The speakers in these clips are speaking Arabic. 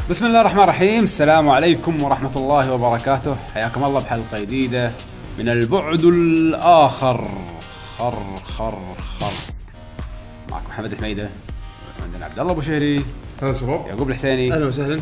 بسم الله الرحمن الرحيم. السلام عليكم ورحمة الله وبركاته. حياكم الله بحلقة جديدة من البعد الآخر. خر معكم محمد الحميدة، عندنا عبد الله أبو شهري، هلا شباب، يعقوب الحسيني، أهلا وسهلا.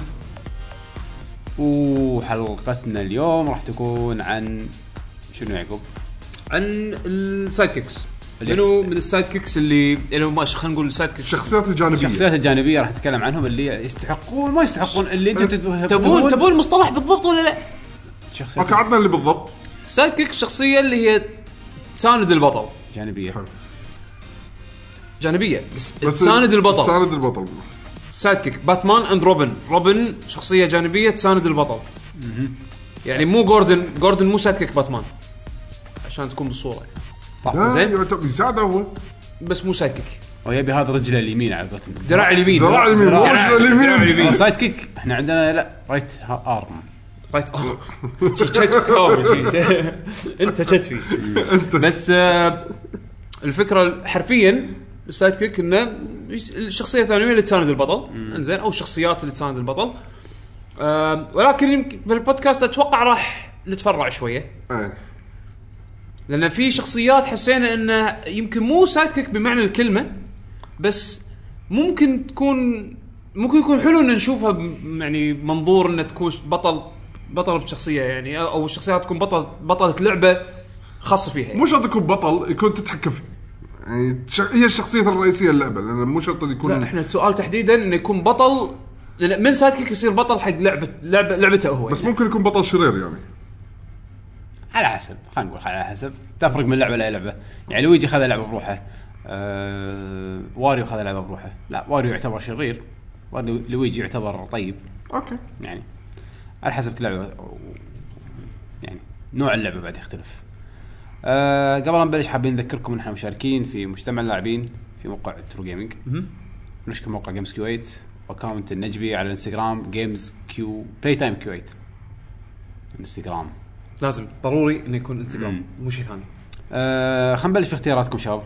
وحلقتنا اليوم راح تكون عن شنو يعقوب؟ عن السايد كيكس. منو من السايد كيكس اللي ما خلينا نقول السايد كيكس، الشخصيات الجانبية راح نتكلم عنهم، اللي يستحقون ما يستحقون، اللي انتم تبون المصطلح بالضبط ولا لا؟ اوكي عطنا اللي بالضبط. السايد كيك الشخصية اللي هي تساند البطل، جانبية بس تساند البطل. سايد كيك باتمان اند روبن شخصية جانبية تساند البطل. يعني مو جوردن مو سايد كيك باتمان عشان تكون بالصورة. زين يساعده هو بس مو سايد كيك. ويبي هذا رجل اليمين على قولتهم، دراع اليمين رجل اليمين. سايد كيك احنا عندنا لا رايت ارم رايت انت كتفي بس. الفكره حرفيا السايد كيك انه الشخصيه الثانويه اللي تساند البطل، انزين، او الشخصيات اللي تساند البطل. ولكن يمكن في البودكاست اتوقع راح نتفرع شويه، لان في شخصيات حسينا انه يمكن مو سايد كيك بمعنى الكلمه، بس ممكن يكون حلو ان نشوفها يعني منظور ان تكون بطل بشخصيه، يعني او الشخصيات تكون بطله لعبه خاصه فيها، يعني. مو شرط يكون بطل، يكون تتحكم فيه، يعني هي الشخصيه الرئيسيه اللعبه، لان مو شرط يكون. لا احنا السؤال تحديدا انه يكون بطل، لان من سايد كيك يصير بطل حق لعبته هو، بس يعني. ممكن يكون بطل شرير، يعني على حسب، خلينا نقول على حسب، تفرق من لعبه للعبه. يعني لويجي خذ لعبه بروحه، واريو خذ لعبه بروحه. لا واريو يعتبر شرير، لويجي يعتبر طيب. اوكي، يعني على حسب كل لعبه، يعني نوع اللعبه بعد يختلف. قبل ما نبلش حابين نذكركم ان احنا مشاركين في مجتمع اللاعبين في موقع ترو جيمنج. نشكر موقع جيمز كيو 8 واكونت النجبي على الانستغرام جيمز كيو بلاي تايم كيو 8 انستغرام. لازم ضروري انه يكون انستغرام، مو شيء ثاني. خلينا نبلش باختياراتكم شباب.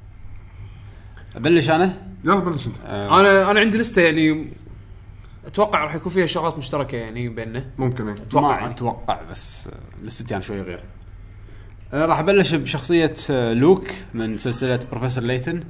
ابلش انا. يلا بلش انت. انا عندي لسته، يعني اتوقع راح يكون فيها شغلات مشتركه يعني بيننا. ممكن اتوقع بس لستي انا شوي غير. راح ابلش بشخصيه لوك من سلسله بروفيسور ليتن.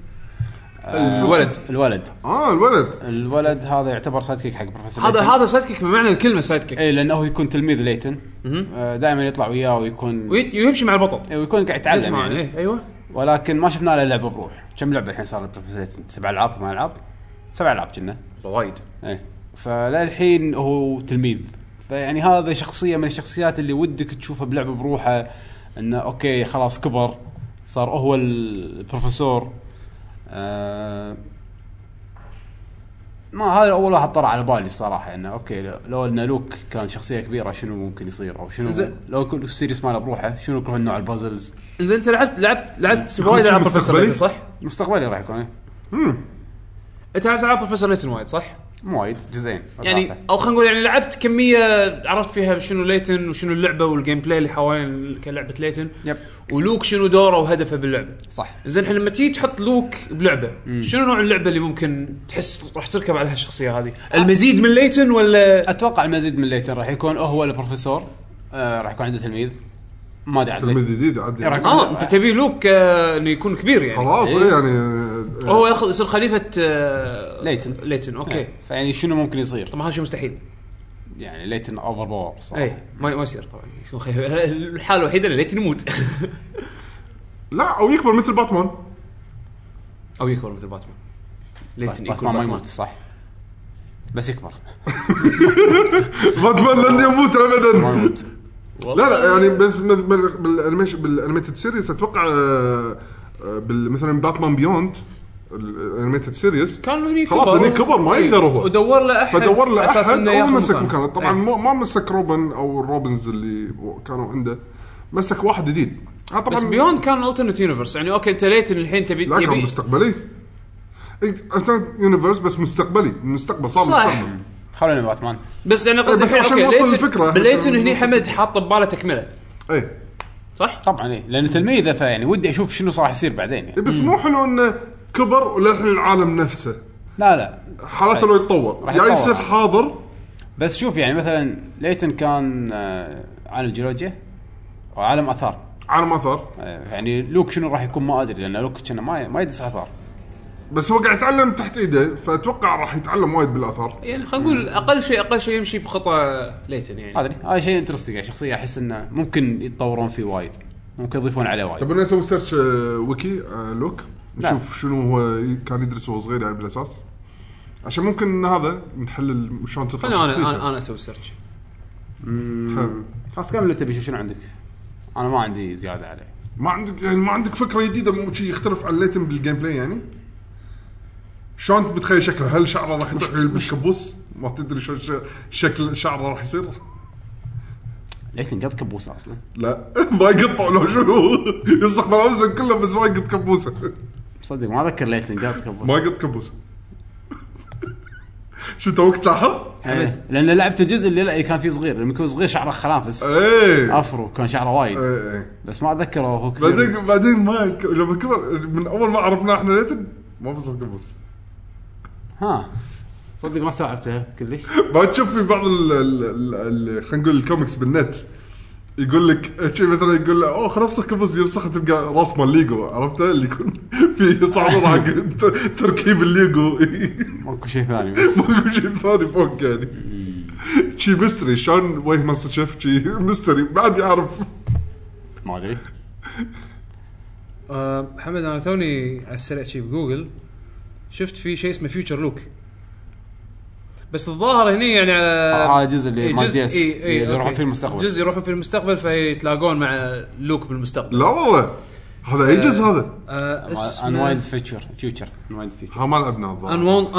الولد هذا يعتبر سايد كيك حق بروفيسور ليتن. هذا سايد كيك بمعنى الكلمه سايد كيك، اي لانه يكون تلميذ ليتن. دائما يطلع وياه ويمشي مع البطل، ويكون قاعد يتعلم يعني. ايوه، ولكن ما شفنا له لعبه بروح. كم لعبه الحين صار بروفيسور ليتن؟ 7 ألعاب 8 ألعاب 7 ألعاب كنا وايد. فللحين هو تلميذ. فيعني هذا شخصيه من الشخصيات اللي ودك تشوفها بلعبه بروحه، انه اوكي خلاص كبر، صار هو البروفيسور. ما هذا اول واحد طرح على بالي الصراحه، انه اوكي لو ان لوك كان شخصيه كبيره شنو ممكن يصير، او شنو لو كل سيريس ماله بروحه شنو كل نوع البازلز. اذا انت لعبت وايد على بروفيسور ليتن صح؟ مستقبلي راح يكون انت لعبت على بروفيسور ليتن وايد صح؟ مو وايد، جزئين يعني، او خلينا نقول يعني لعبت كميه عرفت فيها شنو ليتن وشنو اللعبه والجيم بلاي اللي حوالين كلعبه ليتن. ولوك شنو دوره وهدفه باللعبه. صح. زين الحين لما تيجي تحط لوك بلعبه، شنو نوع اللعبه اللي ممكن تحس راح تركب عليها الشخصيه هذه؟ المزيد من ليتن ولا؟ اتوقع المزيد من ليتن راح يكون هو البروفيسور. راح يكون عنده تلميذ، ما ادري تلميذ جديد عادي. انت تبي لوك انه يكون كبير يعني خلاص. يعني هو يصير خليفه ليتن. اوكي. فيعني شنو ممكن يصير؟ طبعا هذا شيء مستحيل، يعني ليتن اوفر باور صراحه. اي ما يصير طبعا، يكون الحاله الوحيده اللي ليتن يموت. لا، او يكبر مثل باتمان. ليتن باتمان ما يموت صح، بس يكبر. باتمان لن يموت ابدا. لا يعني بس بالانيميتد سيريس اتوقع مثلا باتمان بيوند الانيميتد سيريس كان خلاص انه كبر ما يقدر هو، ودور له احد اساس انه يمسك مكانه. طبعا ما مسك روبن او الروبنز اللي كانوا عنده، مسك واحد جديد. طبعا بس بيوند كان الترنت يونيفرس، يعني اوكي انت ليتن الحين تبي لا كان مستقبلي الترنت يونيفرس، بس مستقبلي المستقبل صار مستقبل. خلينا باتمان بس انا قصدي اوكي ليتن هني حمد حاط بباله تكمله. اي صح طبعا ايه، لان تلميذه فيعني ودي اشوف شنو راح يصير بعدين يعني. بس مو حلو انه كبر وللحين العالم نفسه. لا حالته لو يتطور يا يصير حاضر بس شوف يعني مثلا ليتن كان عالم جيولوجيا وعالم اثار. عالم اثار يعني لوك شنو راح يكون ما ادري، لان لوك كان ما يدرس اثار، بس هو قاعد يتعلم تحت ايده، فاتوقع راح يتعلم وايد بالاثار. يعني خلينا نقول اقل شيء يمشي بخطى ليتن يعني. ادري هذا شيء انترستنج يعني شخصيه احس انه ممكن يتطورون فيه وايد، ممكن يضيفون عليه وايد. طب نسوي سيرش ويكي لوك نشوف شنو هو كان يدرس وهو صغير يعني بالاساس، عشان ممكن هذا نحلل شلون تطلع شخصيته. انا اسوي سيرش. خلاص كمل تبي شنو عندك؟ انا ما عندي زياده عليه. ما عندك فكره جديده مو شيء يختلف عن ليتن بالجيم بلاي يعني؟ شلون بتخيل شكله؟ هل شعره راح يروح يلبس كبوس؟ ما تدري شو شكل شعره راح يصير. ليتن قد كبوسه اصلا؟ لا ما يقطع لو شنو يصح ملابسه كله بس ما يقط كبوسه. صدق ما اذكر ليتن قد كبوسه. ما يقط كبوسه. شو توك تلاحظ؟ لان لعبت الجزء اللي كان فيه صغير، لما يكون صغير شعره خلافس افرو كان شعره وايد بس ما اتذكره هو كبير. بعدين ما لما كبر من اول ما عرفنا احنا ليتن ما فصل كبوس. صدق ما استوعبتها كلش. ما تشوف في بعض خلينا نقول الكوميكس بالنت يقول لك شيء مثلا يقول له خلاص نفسك كبوس يرسخ تلقى راس مال ليجو، عرفته اللي يكون في صعوبه حق تركيب الليجو. ماكو شيء ثاني بس ماكو شيء ثاني فوق يعني شيء ميستري. شلون وجه ماستر شيف شيء ميستري بعد يعرف ما ادري. محمد انا توني على السريع شيء بجوجل شفت في شيء اسمه فيوتشر لوك، بس الظاهر هني يعني على جزء اللي ما ديس اللي يروحون في المستقبل، جزء يروحون في المستقبل فيتلاقون مع لوك بالمستقبل. لا والله هذا اي جزء هذا انوايند فيوتشر انوايند فيوتشر ها ما لعبنا الظاهر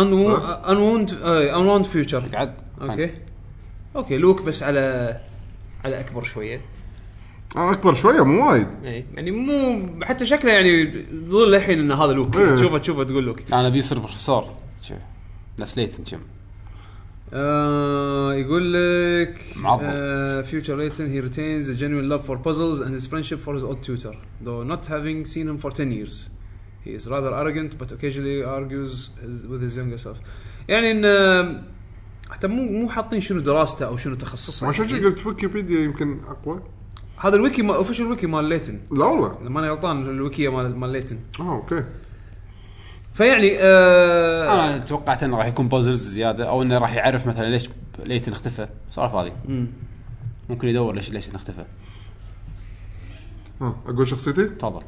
انواند فيوتشر قعد اوكي لوك بس على اكبر شويه. اكبر شويه مو وايد يعني مو حتى شكله يعني ظل الحين ان هذا لوك. تشوفه تقول لوك انا بيصير بروفيسور شوف نفس ليتن كم يقول لك future Layton he retains a genuine love for puzzles and his friendship for his old tutor though not having seen him for 10 years he is rather arrogant but occasionally argues with his younger self. يعني ان حتى مو حاطين شنو دراسته او شنو تخصصه. ما شجع قلت ويكيبيديا يمكن اقوى. هذا الويكي اوفيشال ويكي مال ليتن. لا والله لما انا غلطان الويكي مال ليتن. اوكي. فيعني انا توقعت انه راح يكون بازلز زياده او انه راح يعرف مثلا ليش ليتن اختفى. سؤال فاضي ممكن يدور ليش اختفى. اقول شخصيتي تفضل.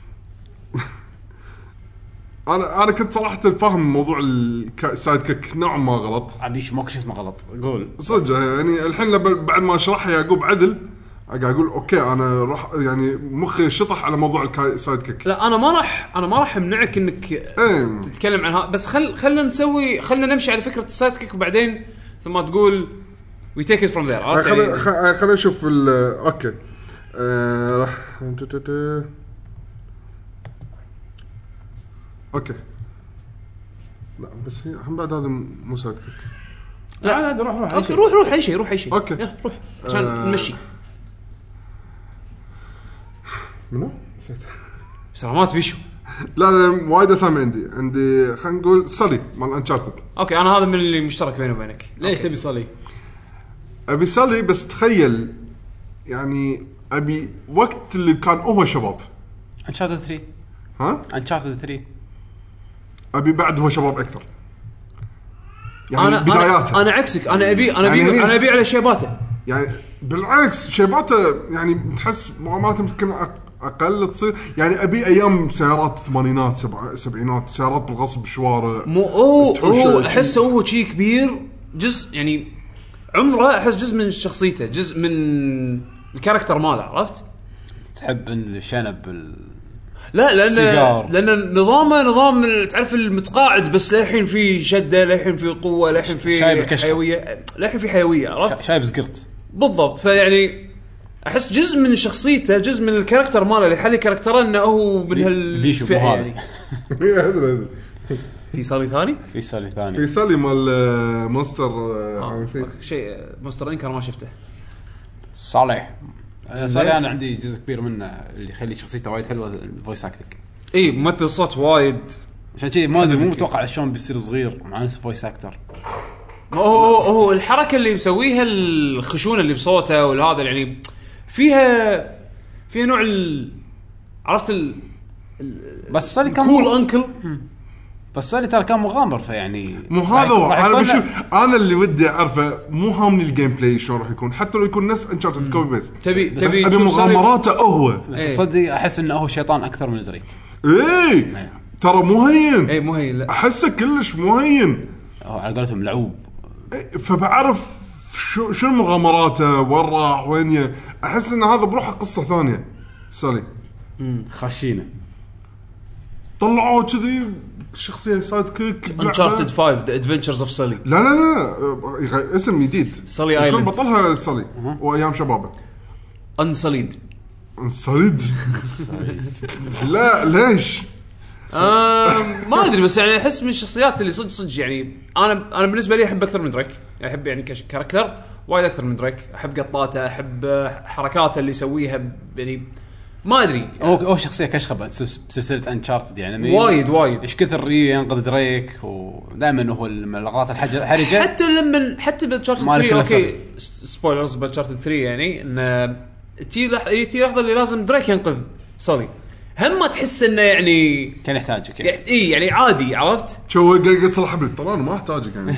انا كنت صراحه فاهم موضوع السايد كيك نوعا ما غلط. عبيش ماكو شيء اسمه غلط. قول صدق يعني الحين بعد ما شرحها يعقوب عدل قاعد اقول اوكي انا راح يعني مخي شطح على موضوع السايد كيك. لا انا ما راح امنعك انك تتكلم عن هذا، بس خلنا نمشي على فكره السايد كيك وبعدين ثم تقول we take it from there. خلينا نشوف اوكي راح اوكي. لا بس هم بعد هذا مو سايد كيك. لا روح اي شيء اوكي روح عشان نمشي. منو؟ سلامات بيشو. لا وايد اسامي عندي خلينا نقول صلي مال انشارتد. اوكي انا هذا من اللي مشترك بيني وبينك. ليش تبي صلي؟ ابي صلي بس تخيل يعني ابي وقت اللي كان هو شباب انشارتد 3. انشارتد 3 ابي بعد هو شباب اكثر يعني بداياته. انا عكسك انا ابي على شيباته يعني بالعكس شيباته يعني تحس مغامرات يمكن اقل تصير يعني ابي ايام سيارات الثمانينات سبعينات سيارات بالغصب شوارع مو هو احسه هو شيء كبير جزء يعني عمره احس جزء من شخصيته جزء من الكاركتر ماله عرفت تحب الشنب لا لان نظام تعرف المتقاعد بس للحين في شده للحين في قوه للحين في حيويه للحين في حيويه عرفت شايب زقرت بالضبط. فيعني احس جزء من شخصيته جزء من الكاركتر ماله اللي حلي كاركتره انه هو من هالفئه يعني. في صالي ثاني في صالي مال مونستر شيء مونستر انكر ما شفته. صالح انا عندي جزء كبير منه اللي يخلي شخصيته وايد حلوه الفويس اكتنج. اي ممثل صوت وايد عشان كذا ما ادري مو متوقع شلون بيصير صغير مع نفس فويس اكتر. هو الحركه اللي مسويها الخشونه اللي بصوته والهذا يعني فيها نوع عرفت بس صار كان كول انكل. بس صار ترى كان مغامر فيعني مو هذا انا بشوف انا اللي ودي اعرفه مو هامني الجيم بلاي شلون راح يكون حتى لو يكون ناس انشارتد كوبي بس تبي ابي مغامراته هو. بس صدق احس انه هو شيطان اكثر من دريك. ايه ترى مو هين. اي مو هين لا احسه كلش مو هين على قولتهم لعوب. فبعرف شو المغامراته وين راح وين احس ان هذا بروحه قصه ثانيه. سالي خاشينه طلعوا كذي شخصيه سايد كيك Uncharted 5 The Adventures of Sully. لا اسم جديد Sully Island كل بطلها سالي وايام شبابه Unsullied. لا ليش ما ادري بس يعني احس من الشخصيات اللي صدق يعني انا بالنسبه لي احب اكثر من دريك. يعني احب يعني كاركتر وايد اكثر من دريك. احب قطاته احب حركاته اللي يسويها يعني ما ادري او شخصيه كشخه بسلسله انشارتد يعني وايد ايش كثر ينقذ دريك ودائما هو اللقطات الحرجه حتى بالشارتد 3 اوكي سبويلرز بالشارتد 3 يعني ان تي لحظه اللي لازم دريك ينقذ سولي هم ما تحس انه يعني كان يحتاجك اي يعني عادي عرفت شو قصر الحبل ترى انا ما احتاجك يعني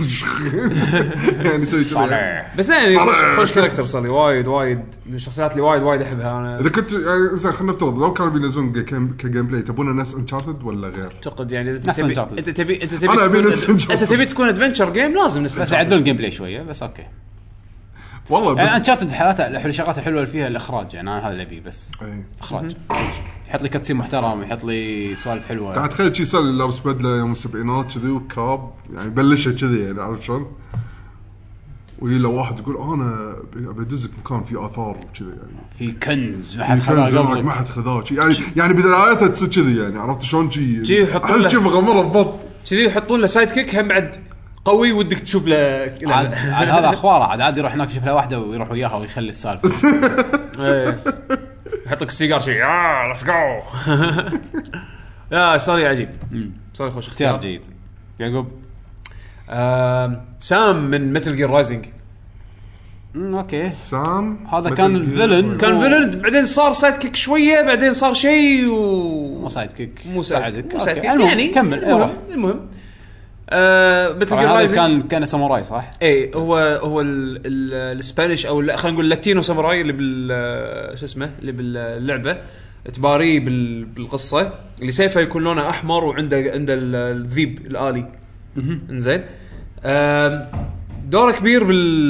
يعني سوي كذا بس يعني خوش كاركتر صار لي وايد من الشخصيات اللي وايد احبها انا. اذا كنت يعني خلينا نفترض لو كانوا بينزلون كجيم بلاي تبون ناس انشارتد ولا غير اعتقد يعني انت تبي تكون ادفنتشر جيم لازم بس يعدلون الجيم بلاي شويه بس اوكي والله. يعني انشارتد حالاتها شغلاتها حلوه اللي فيها الاخراج يعني انا هذا اللي ابي بس اخراج يحط لي كاتسين محترم يحط لي سوالف حلوه. قاعد تخيل شيء صار لابس بدله يوم السبعينات كذي وكاب يعني بلشها كذي يعني عارف شلون ويلا واحد يقول انا بدزك مكان فيه اثار وكذي يعني في كنز ما حد خذاه ما حد خذاه يعني بداياتها تصير كذي يعني عرفت شلون شيء احس شيء مغامره ببط كذي يحطون له سايد كيك هم بعد قوي ودك تشوف له عاد هذا اخباره عاد يروح هناك يشوف له واحده ويروح وياها ويخلي السالفه يحط لك السيجار شيء ليتس جو. لا صار عجيب صار خوش اختيار جيد. يعقوب سام من ميتل جير رايزنج. اوكي سام هذا كان الفيلن بعدين صار سايد كيك شويه بعدين صار شيء مو سايد كيك مساعدك يعني كمل المهم ميتل جير رايزنج كان ساموراي صح؟ اي هو الاسبانيش او خلينا نقول اللاتينو ساموراي اللي شو اسمه اللي باللعبه تباري بالقصه اللي سيفه يكون لونه احمر وعنده الذيب الالي. انزين دوره كبير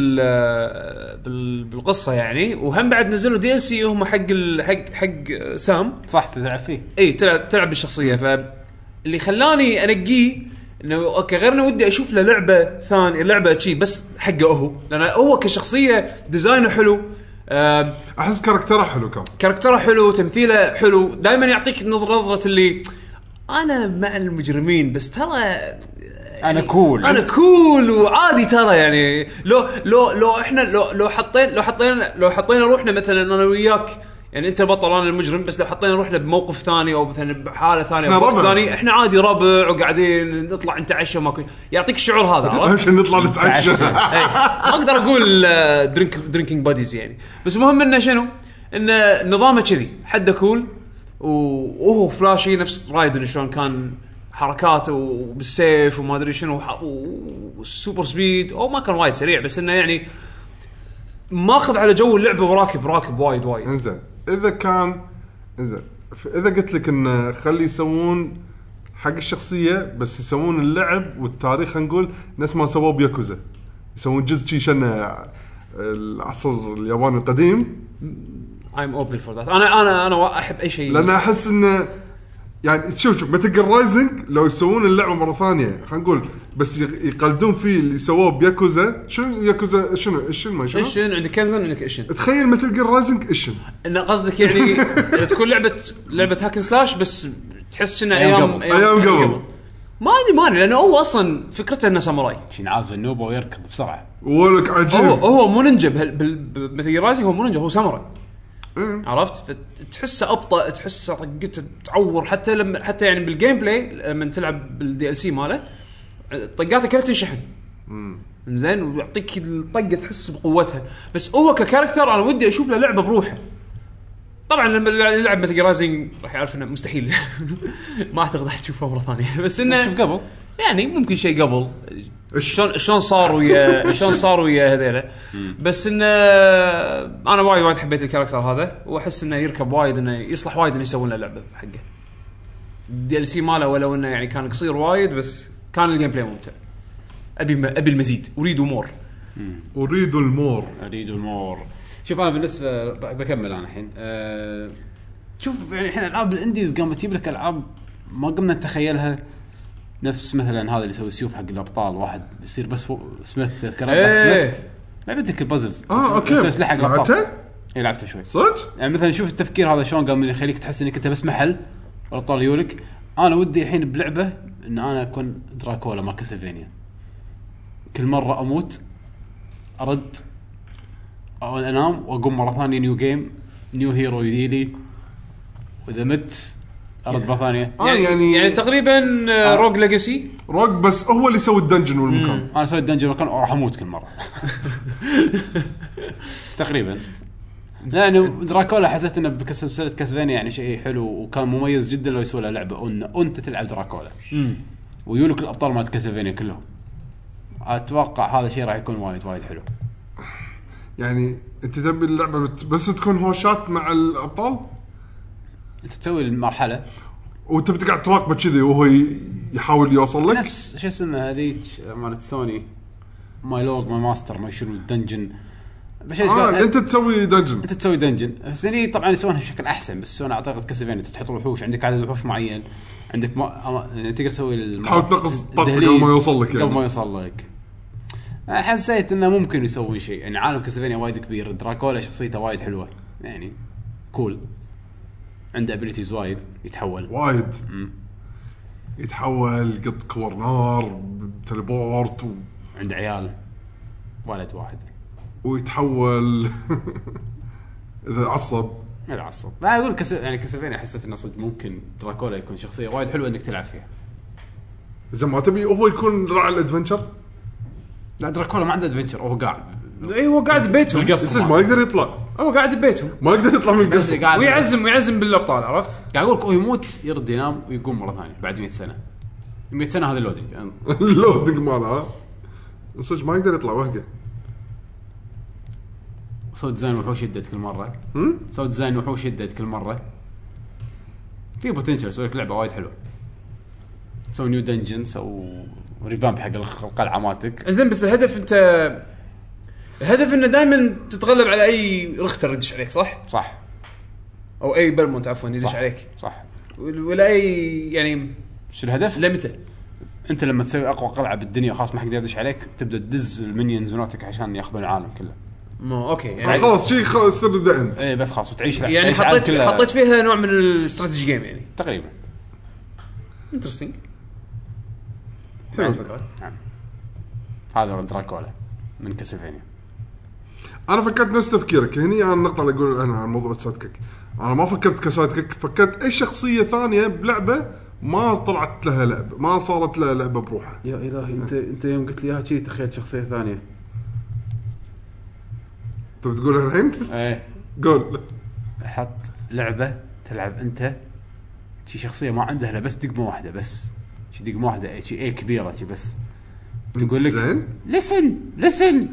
بالقصه يعني وهم بعد نزلوا دي ال سي هم حق سام صح تلعب فيه اي تلعب بالشخصيه فاللي خلاني انقيه انه اوكي غيرنا ودي اشوف له لعبه ثانيه لعبه شيء بس حقه لان هو كشخصيه ديزاينه حلو احس كاركتره حلو تمثيله حلو دائما يعطيك نظره اللي انا مع المجرمين بس ترى انا كول وعادي ترى يعني لو احنا لو حطينا روحنا مثلا انا وياك يعني انت بطل انا المجرم بس لو حطينا روحنا بموقف ثاني او مثلا بحاله ثانيه او موقف ثاني احنا عادي ربع وقاعدين نطلع نتعشى وماكو يعطيك الشعور هذا عرفت نطلع نتعشى اقدر اقول درينكينج باديز يعني بس المهم انه شنو انه نظامه كذي حده كول وهو فلاشي نفس رايدن شلون كان حركاته وبالسيف وما ادري شنو والسوبر سبيد او ما كان وايد سريع بس انه يعني ماخذ على جو اللعبه وراكب وايد انزين اذا قلت لك ان خلي يسوون حق الشخصيه بس يسوون اللعب والتاريخ نقول ناس ما سووا بياكوزا يسوون جزء شيء شنه العصر الياباني القديم I'm open for that انا احب اي شيء لان احس انه يعني شوف متل رايزنج لو يسوون اللعبه مره ثانيه خلينا نقول بس يقلدون فيه اللي سووه بياكوزا شنو ياكوزا شنو عندك كنزن عندك ايشن تخيل متل رايزنج ايشن ان قصدك يعني تكون لعبه هاكن سلاش بس تحس انه ايام قبل ما عندي لانه هو اصلا فكرته انه ساموراي شين عاوز النوب ويركض بسرعه ولك عجيب هو مو نينجا متل رايزنج هو مو نينجا هو ساموراي عرفت فتحسه ابطا تحسه طقته تعور حتى يعني بالجيم بلاي لما تلعب بالدي ال سي ماله طقاته كلها تنشحن زين ويعطيك الطقه تحس بقوتها. بس هو ككاركتر انا ودي اشوف له لعبه بروحه. طبعا لما يلعب مثل رايزنج راح يعرف انه مستحيل ما اعتقد راح تشوفه مره ثانيه. بس انه شوف قبل يعني ممكن شيء قبل شلون صار ويا هذيله. بس انه انا وايد حبيت الكاركتر هذا واحس انه يركب وايد انه يصلح وايد انه يسوون له لعبه حقه دي ال سي ماله. ولو انه يعني كان قصير وايد بس كان الجيم بلاي ممتع. ابي المزيد اريد المور. شوف انا بالنسبه بكمل انا الحين شوف يعني الحين العاب الانديز قامت تجيب لك العاب ما قمنا نتخيلها. نفس مثلا هذا اللي يسوي سيوف حق الابطال واحد بيصير بس سميث كرامبات لعبتك البازلز اوكي اسلحه الابطال لعبتها شوي صدق. يعني مثلا شوف التفكير هذا شلون قام يخليك تحس انك انت بس محل والابطال يولك. انا ودي الحين بلعبه ان انا اكون دراكولا ما كاسلفينيا. كل مره اموت ارد او انام واقوم مره ثانيه نيو جيم نيو هيرو يديلي واذا مت ارد مره ثانيه. يعني تقريبا روج ليجاسي روج بس هو اللي يسوي الدنجن والمكان. انا اسوي الدنجن والمكان وراح اموت كل مره تقريبا. لانه دراكولا حسيت انه بسلسله كاسلفينيا يعني شيء حلو وكان مميز جدا لو يسوي له لعبه انت تلعب دراكولا ويولك الابطال مال كاسلفينيا كلهم. اتوقع هذا الشيء راح يكون وايد حلو. يعني انت تبي اللعبه بس تكون هوشات مع الابطال. انت تسوي المرحله وانت بتقعد تراقبه كذي وهو يحاول يوصل لك. نفس شو اسمه هذيك مالت سوني ماي لورد ماي ماستر ما يشيلوا الدنجن. انت تسوي دنجن بس هني طبعا يسوونها بشكل احسن. بس سوني اعتقد كاسلفينيا تحط الوحوش عندك عدد وحوش معين عندك تقدر تسوي تحاول تنقص الطاقه قبل ما يوصل لك قبل ما يوصل لك. حسيت انه ممكن يسوون شيء يعني عالم كاسلفينيا وايد كبير. دراكولا شخصيته وايد حلوه يعني كول عنده ابيليتيز وايد يتحول وايد يتحول قط كور نار تليبورت عنده عيال ولد واحد ويتحول اذا عصب ما اقول يعني كاسلفينيا حسيت انه صدق ممكن دراكولا يكون شخصيه وايد حلوه انك تلعب فيها. اذا ما تبي هو يكون راعي الادفنتشر. لا دراكولا ما عنده ادفنتشر هو قاعد هو قاعد ببيتهم ما يقدر يطلع. هو قاعد ببيتهم ما يقدر يطلع من القصر ويعزم بالابطال. عرفت قاعد اقول هو يموت يرد ينام ويقوم مره ثانيه بعد 100 سنه. 100 سنه هذا اللودنج ماله صدق ما يقدر يطلع وهقه. صوت زين وحوش يدد كل مره صوت زين وحوش يدد كل مره. في بوتنشل يسوي لك لعبه وايد حلوه. سوي نيو دنجنز او ريفامب حق القلعه مالتك. زين بس الهدف انه دائما تتغلب على اي رختر يدش عليك صح او اي بلمونت عفوا يدش عليك صح ولا اي يعني شو الهدف لمتى انت لما تسوي اقوى قلعه بالدنيا خلاص ما حد يدش عليك تبدا تدز المينيونز منوتك عشان ياخذون العالم كله. اوكي يعني خلاص شيء يصير ذا انت اي بس خلاص وتعيش يعني حطيت فيها نوع من الاستراتيجي جيم يعني تقريبا. انترستينج حلو الفكره. نعم هذا دراكولا من كاسلفينيا. انا فكرت نفس تفكيرك هني. انا النقطه اللي اقول انا عن موضوع سايدكيك انا ما فكرت كسايدكيك. فكرت اي شخصيه ثانيه بلعبه ما طلعت لها لعبه ما صارت لها لعبه بروحها. يا الهي انت يوم قلت لي اياها شيء تخيل شخصيه ثانيه. انت بتقول الحين ايه قول حط لعبه تلعب انت شي شخصيه ما عندها لا بس دقمه واحده بس شي دقمه واحده شي اي كبيره شي بس تقول لك listen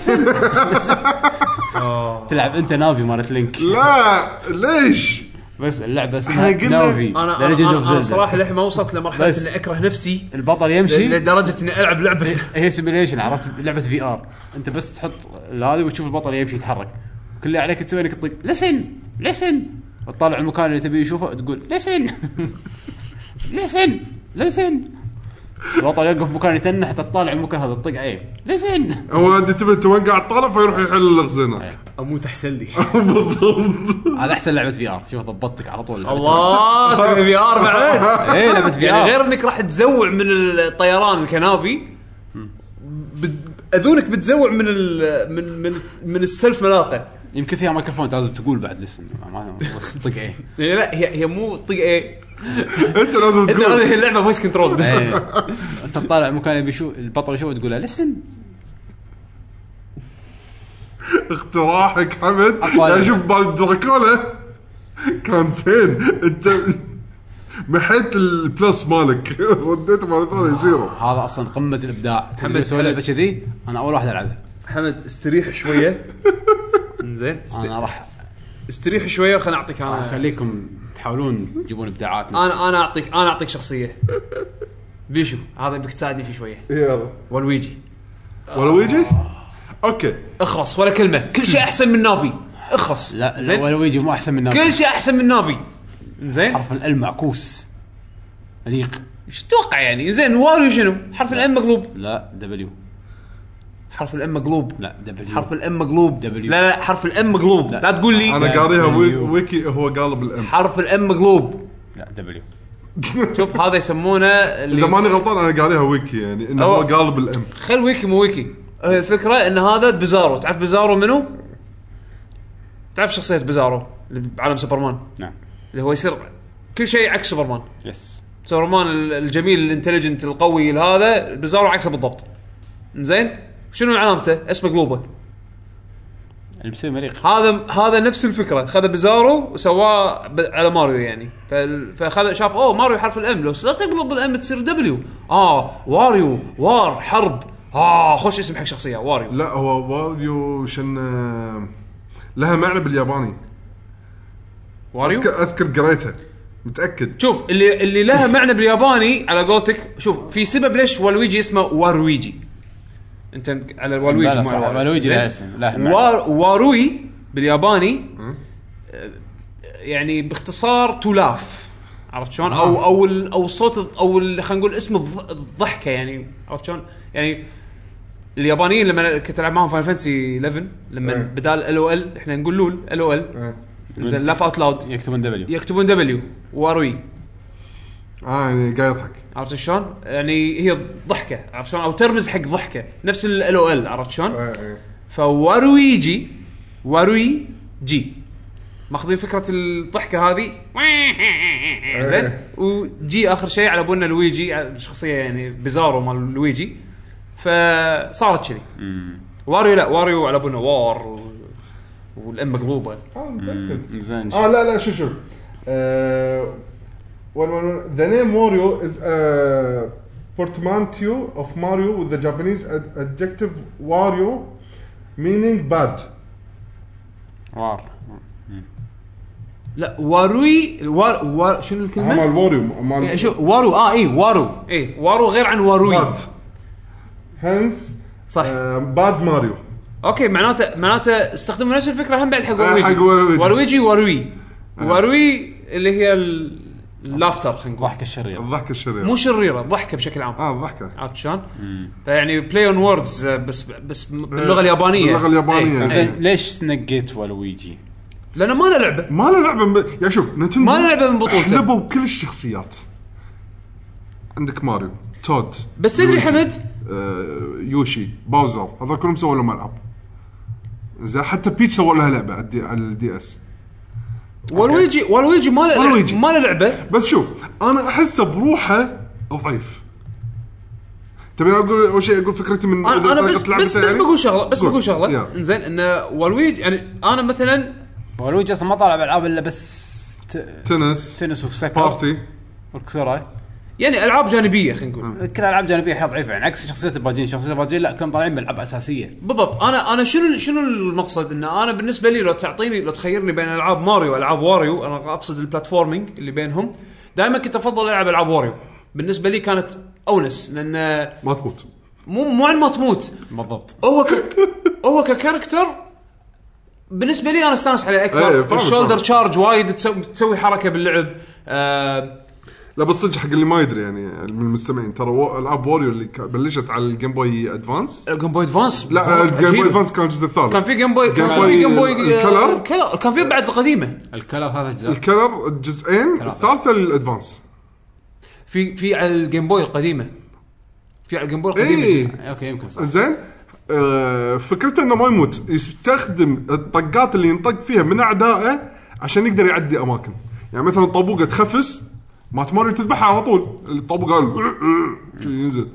تلعب انت نافي مالت لينك. لا ليش بس اللعبه اسمها نافي. انا صراحه لحين ما وصلت لمرحله اني اكره نفسي البطل يمشي لدرجه اني العب لعبه هي سيميليشن. عرفت لعبه في ار انت بس تحط هذه وتشوف البطل يمشي يتحرك كل اللي عليك تسوي انك تطق listen تطلع المكان اللي تبي يشوفه تقول listen البطل يوقف مكان يتنح حتى تطالع المكان هذا الطق ايه listen هو انت تبي توقع الطالع فيروح يحل الخزينه اموت احسن لي. بالضبط هذا احسن لعبه في ار. شوف ضبطتك على طول الله في ار بعد ايه لعبه في يعني ار غير انك راح تزوع من الطيران الكنافي اذونك بتزوع من السلف ملاقه. يمكن فيها ميكروفون لازم تقول بعد listen ما بس طق ايه. لا هي مو طق ايه انت لازم تقول هذه اللعبه فويس كنترول. انت طالع مكان يبي شو البطل شو تقول له لسن. اقتراحك حمد يا شوف بالدراكولا كان زين. انت محيت البلس مالك رديته مره ثانيه زيرو. هذا اصلا قمه الابداع. تحب تسوي لعبه كذي انا اول واحد العبها. حمد استريح شويه. انزين انا راح استريح شويه وخلنا اعطيك انا اخليكم تحاولون تجيبون ابداعات. انا اعطيك شخصيه بيشو. هذا بك تساعدني فيه شويه. يلا والويجي. اوكي اخرس ولا كلمه. كل شيء احسن من نافي. اخرس. لا زين والويجي مو احسن من نافي. كل شيء احسن من نافي. زين حرف ال معكوس مليق. ايش تتوقع يعني؟ زين واريو شنو؟ حرف الام مقلوب. لا دبليو. حرف الام مقلوب. لا دبليو. حرف الام مقلوب. دبليو. لا حرف الام مقلوب. لا تقول لي انا قاريها ويكي هو قالب الام. حرف الام مقلوب. لا دبليو. شوف هذا يسمونه اذا ماني غلطان انا قاريها ويكي يعني انه هو قالب الام. خل ويكي مو ويكي. الفكره ان هذا بزارو. تعرف بزارو منو؟ تعرف شخصيه بزارو اللي بعالم سوبرمان؟ نعم. اللي هو يصير كل شيء عكس سوبرمان. يس. سوبرمان الجميل الانتليجنت القوي هذا بزارو عكسه بالضبط. زين شنو علامته؟ اسمه قلوبه. اللي بيسوي مريق. هذا نفس الفكره. خذ بزارو وسواه على ماريو يعني. فاخذ شاف ماريو حرف الام. لو لا تقلب الام تصير دبليو. واريو وار حرب. خوش اسم حق شخصيه واريو. لا هو واريو شن لها معنى بالياباني. واريو اذكر قريتها متاكد. شوف اللي لها معنى بالياباني على قولتك. شوف في سبب ليش والويجي اسمه وارويجي. انت على الوالويجي ما والويجي له اسم. واروي بالياباني يعني باختصار تولاف. عرفت شلون؟ او الصوت او خلينا نقول اسم الضحكه يعني. عرفت شلون؟ يعني اليابانيين لما كنت العب معهم فاينل فانتسي 11 لما بدال ال او ال احنا نقول لول ال او ال زين لاف اوت لاود يكتبون دبليو واروي. يعني قاعد يضحك. عرفت شلون؟ يعني هي ضحكه. عرفت شلون؟ او ترمز حق ضحكه نفس ال او ال. عرفت شلون؟ فوارويجي وارويجي ماخذين فكره الضحكه هذه زين. وجي اخر شيء على بنا لويجي شخصيه يعني بيزارو مال لويجي. فصارت كذي. واريو لا واريو على بنا وار والام مقلوبه. زين. لا شوف the name Wario is a portmanteau of Mario with the Japanese adjective Wario meaning bad. لا واروي شنو الكلمه؟ مال واريو يعني شو وارو وارو غير عن واروي. hence صح. bad ماريو. اوكي معناته استخدموا نفس الفكره هم بعد حق وارويجي. واروي اللي هي اللافتر خلينا نقول الضحكه الشريره مو شريره ضحكه بشكل عام. ضحكه. عرفت شلون؟ فيعني بلاي اون ووردز بس باللغه اليابانيه. زين ليش نقيت والويجي؟ لأن ما له لعبه يا شوف ما له لعبه من بطولته. حلبوا كل الشخصيات. عندك ماريو تود بس تدري حمد يوشي باوزر هذول كلهم سووا لهم العاب. زين حتى بيتش سووا لها لعبه على الدي اس. والويجي ما له لعبه. بس شوف انا احسه بروحه ضعيف. تبي اقول اول شيء اقول فكرتي من انا بس بقول شغله انزين ان والويجي يعني انا مثلا والويجي اصلا ما طالع بالالعاب الا بس تنس وسكر بارتي والكسوره يعني العاب جانبيه خلينا نقول. كل العاب جانبيه حيل ضعيفه يعني عكس شخصيه الباجين لا كلهم طالعين بالالعاب اساسيه. بالضبط. انا شنو المقصد ان انا بالنسبه لي لو تخيرني بين العاب ماريو والعاب واريو انا اقصد البلاتفورمينج اللي بينهم دائما كنت افضل العب العاب واريو. بالنسبه لي كانت اونس لان ما تموت مو عن ما تموت بالضبط. هو ككاركتر بالنسبه لي انا استانس عليه اكثر. الشولدر تشارج وايد تسوي حركه باللعب. لا بس صدق حق اللي ما يدري يعني من المستمعين ترى العاب واريو اللي بلشت على الجيم بوي ادفانس. الجيم بوي ادفانس لا الجيم بوي ادفانس كان الجزء الثالث. كان في جيم بوي الكلر كان في بعد القديمه. الكلر هذا الجزء الكلر الجزئين الثالثه الادفانس في على الجيم بوي القديمه. في على الجيم بوي القديمه اوكي يمكن صح. زين فكرته انه ما يموت يستخدم الطقات اللي ينطق فيها من اعدائه عشان يقدر يعدي اماكن. يعني مثلا طابوقه تخفس مات ماريو تذبحها على طول الطابق قال ينزل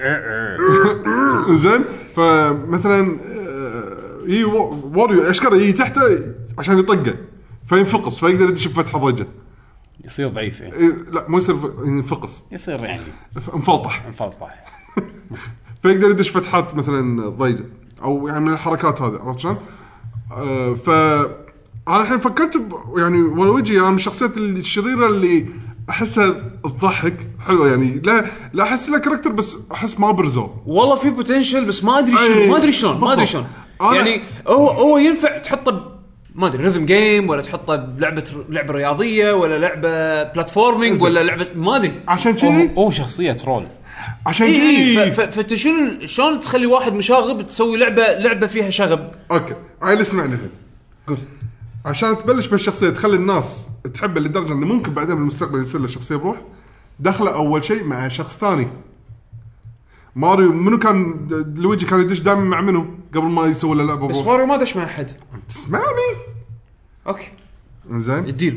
زين. فمثلا اي واريو اشكره يجي تحته عشان يطقه فينفقص فيقدر يدش بفتحه ضجه يصير ضعيف يعني. لا مو يصير ينفقص يصير يعني انفلطح فيقدر يدش فتحات مثلا ضيقه او يعني من الحركات هذه عرفت شلون. ف انا الحين فكرت يعني ولويجي يعني من الشخصيات الشريره اللي احسها تضحك حلوه يعني لا احس له كاركتر بس احس ما برزو والله في بوتنشل بس ما ادري شنو ما ادري شلون يعني هو ينفع تحطه ما ادري ريذم جيم ولا تحطه لعبه رياضيه ولا لعبه بلاتفورمينج ولا لعبه ما ادري عشان كذي او شخصيه ترول عشان كذي فانت شلون تخلي واحد مشاغب تسوي لعبه فيها شغب. اوكي عيل اسمعني الحين قول عشان تبلش بالشخصيه تخلي الناس تحبه لدرجه انه ممكن بعدين بالمستقبل يصير له شخصيه بروح. دخله اول شيء مع شخص ثاني. ماريو منو كان لويجي كان يدش دائما مع منو قبل ما يسوي له لعبه بس ماريو ما دش مع احد. تسمعني اوكي زين اديله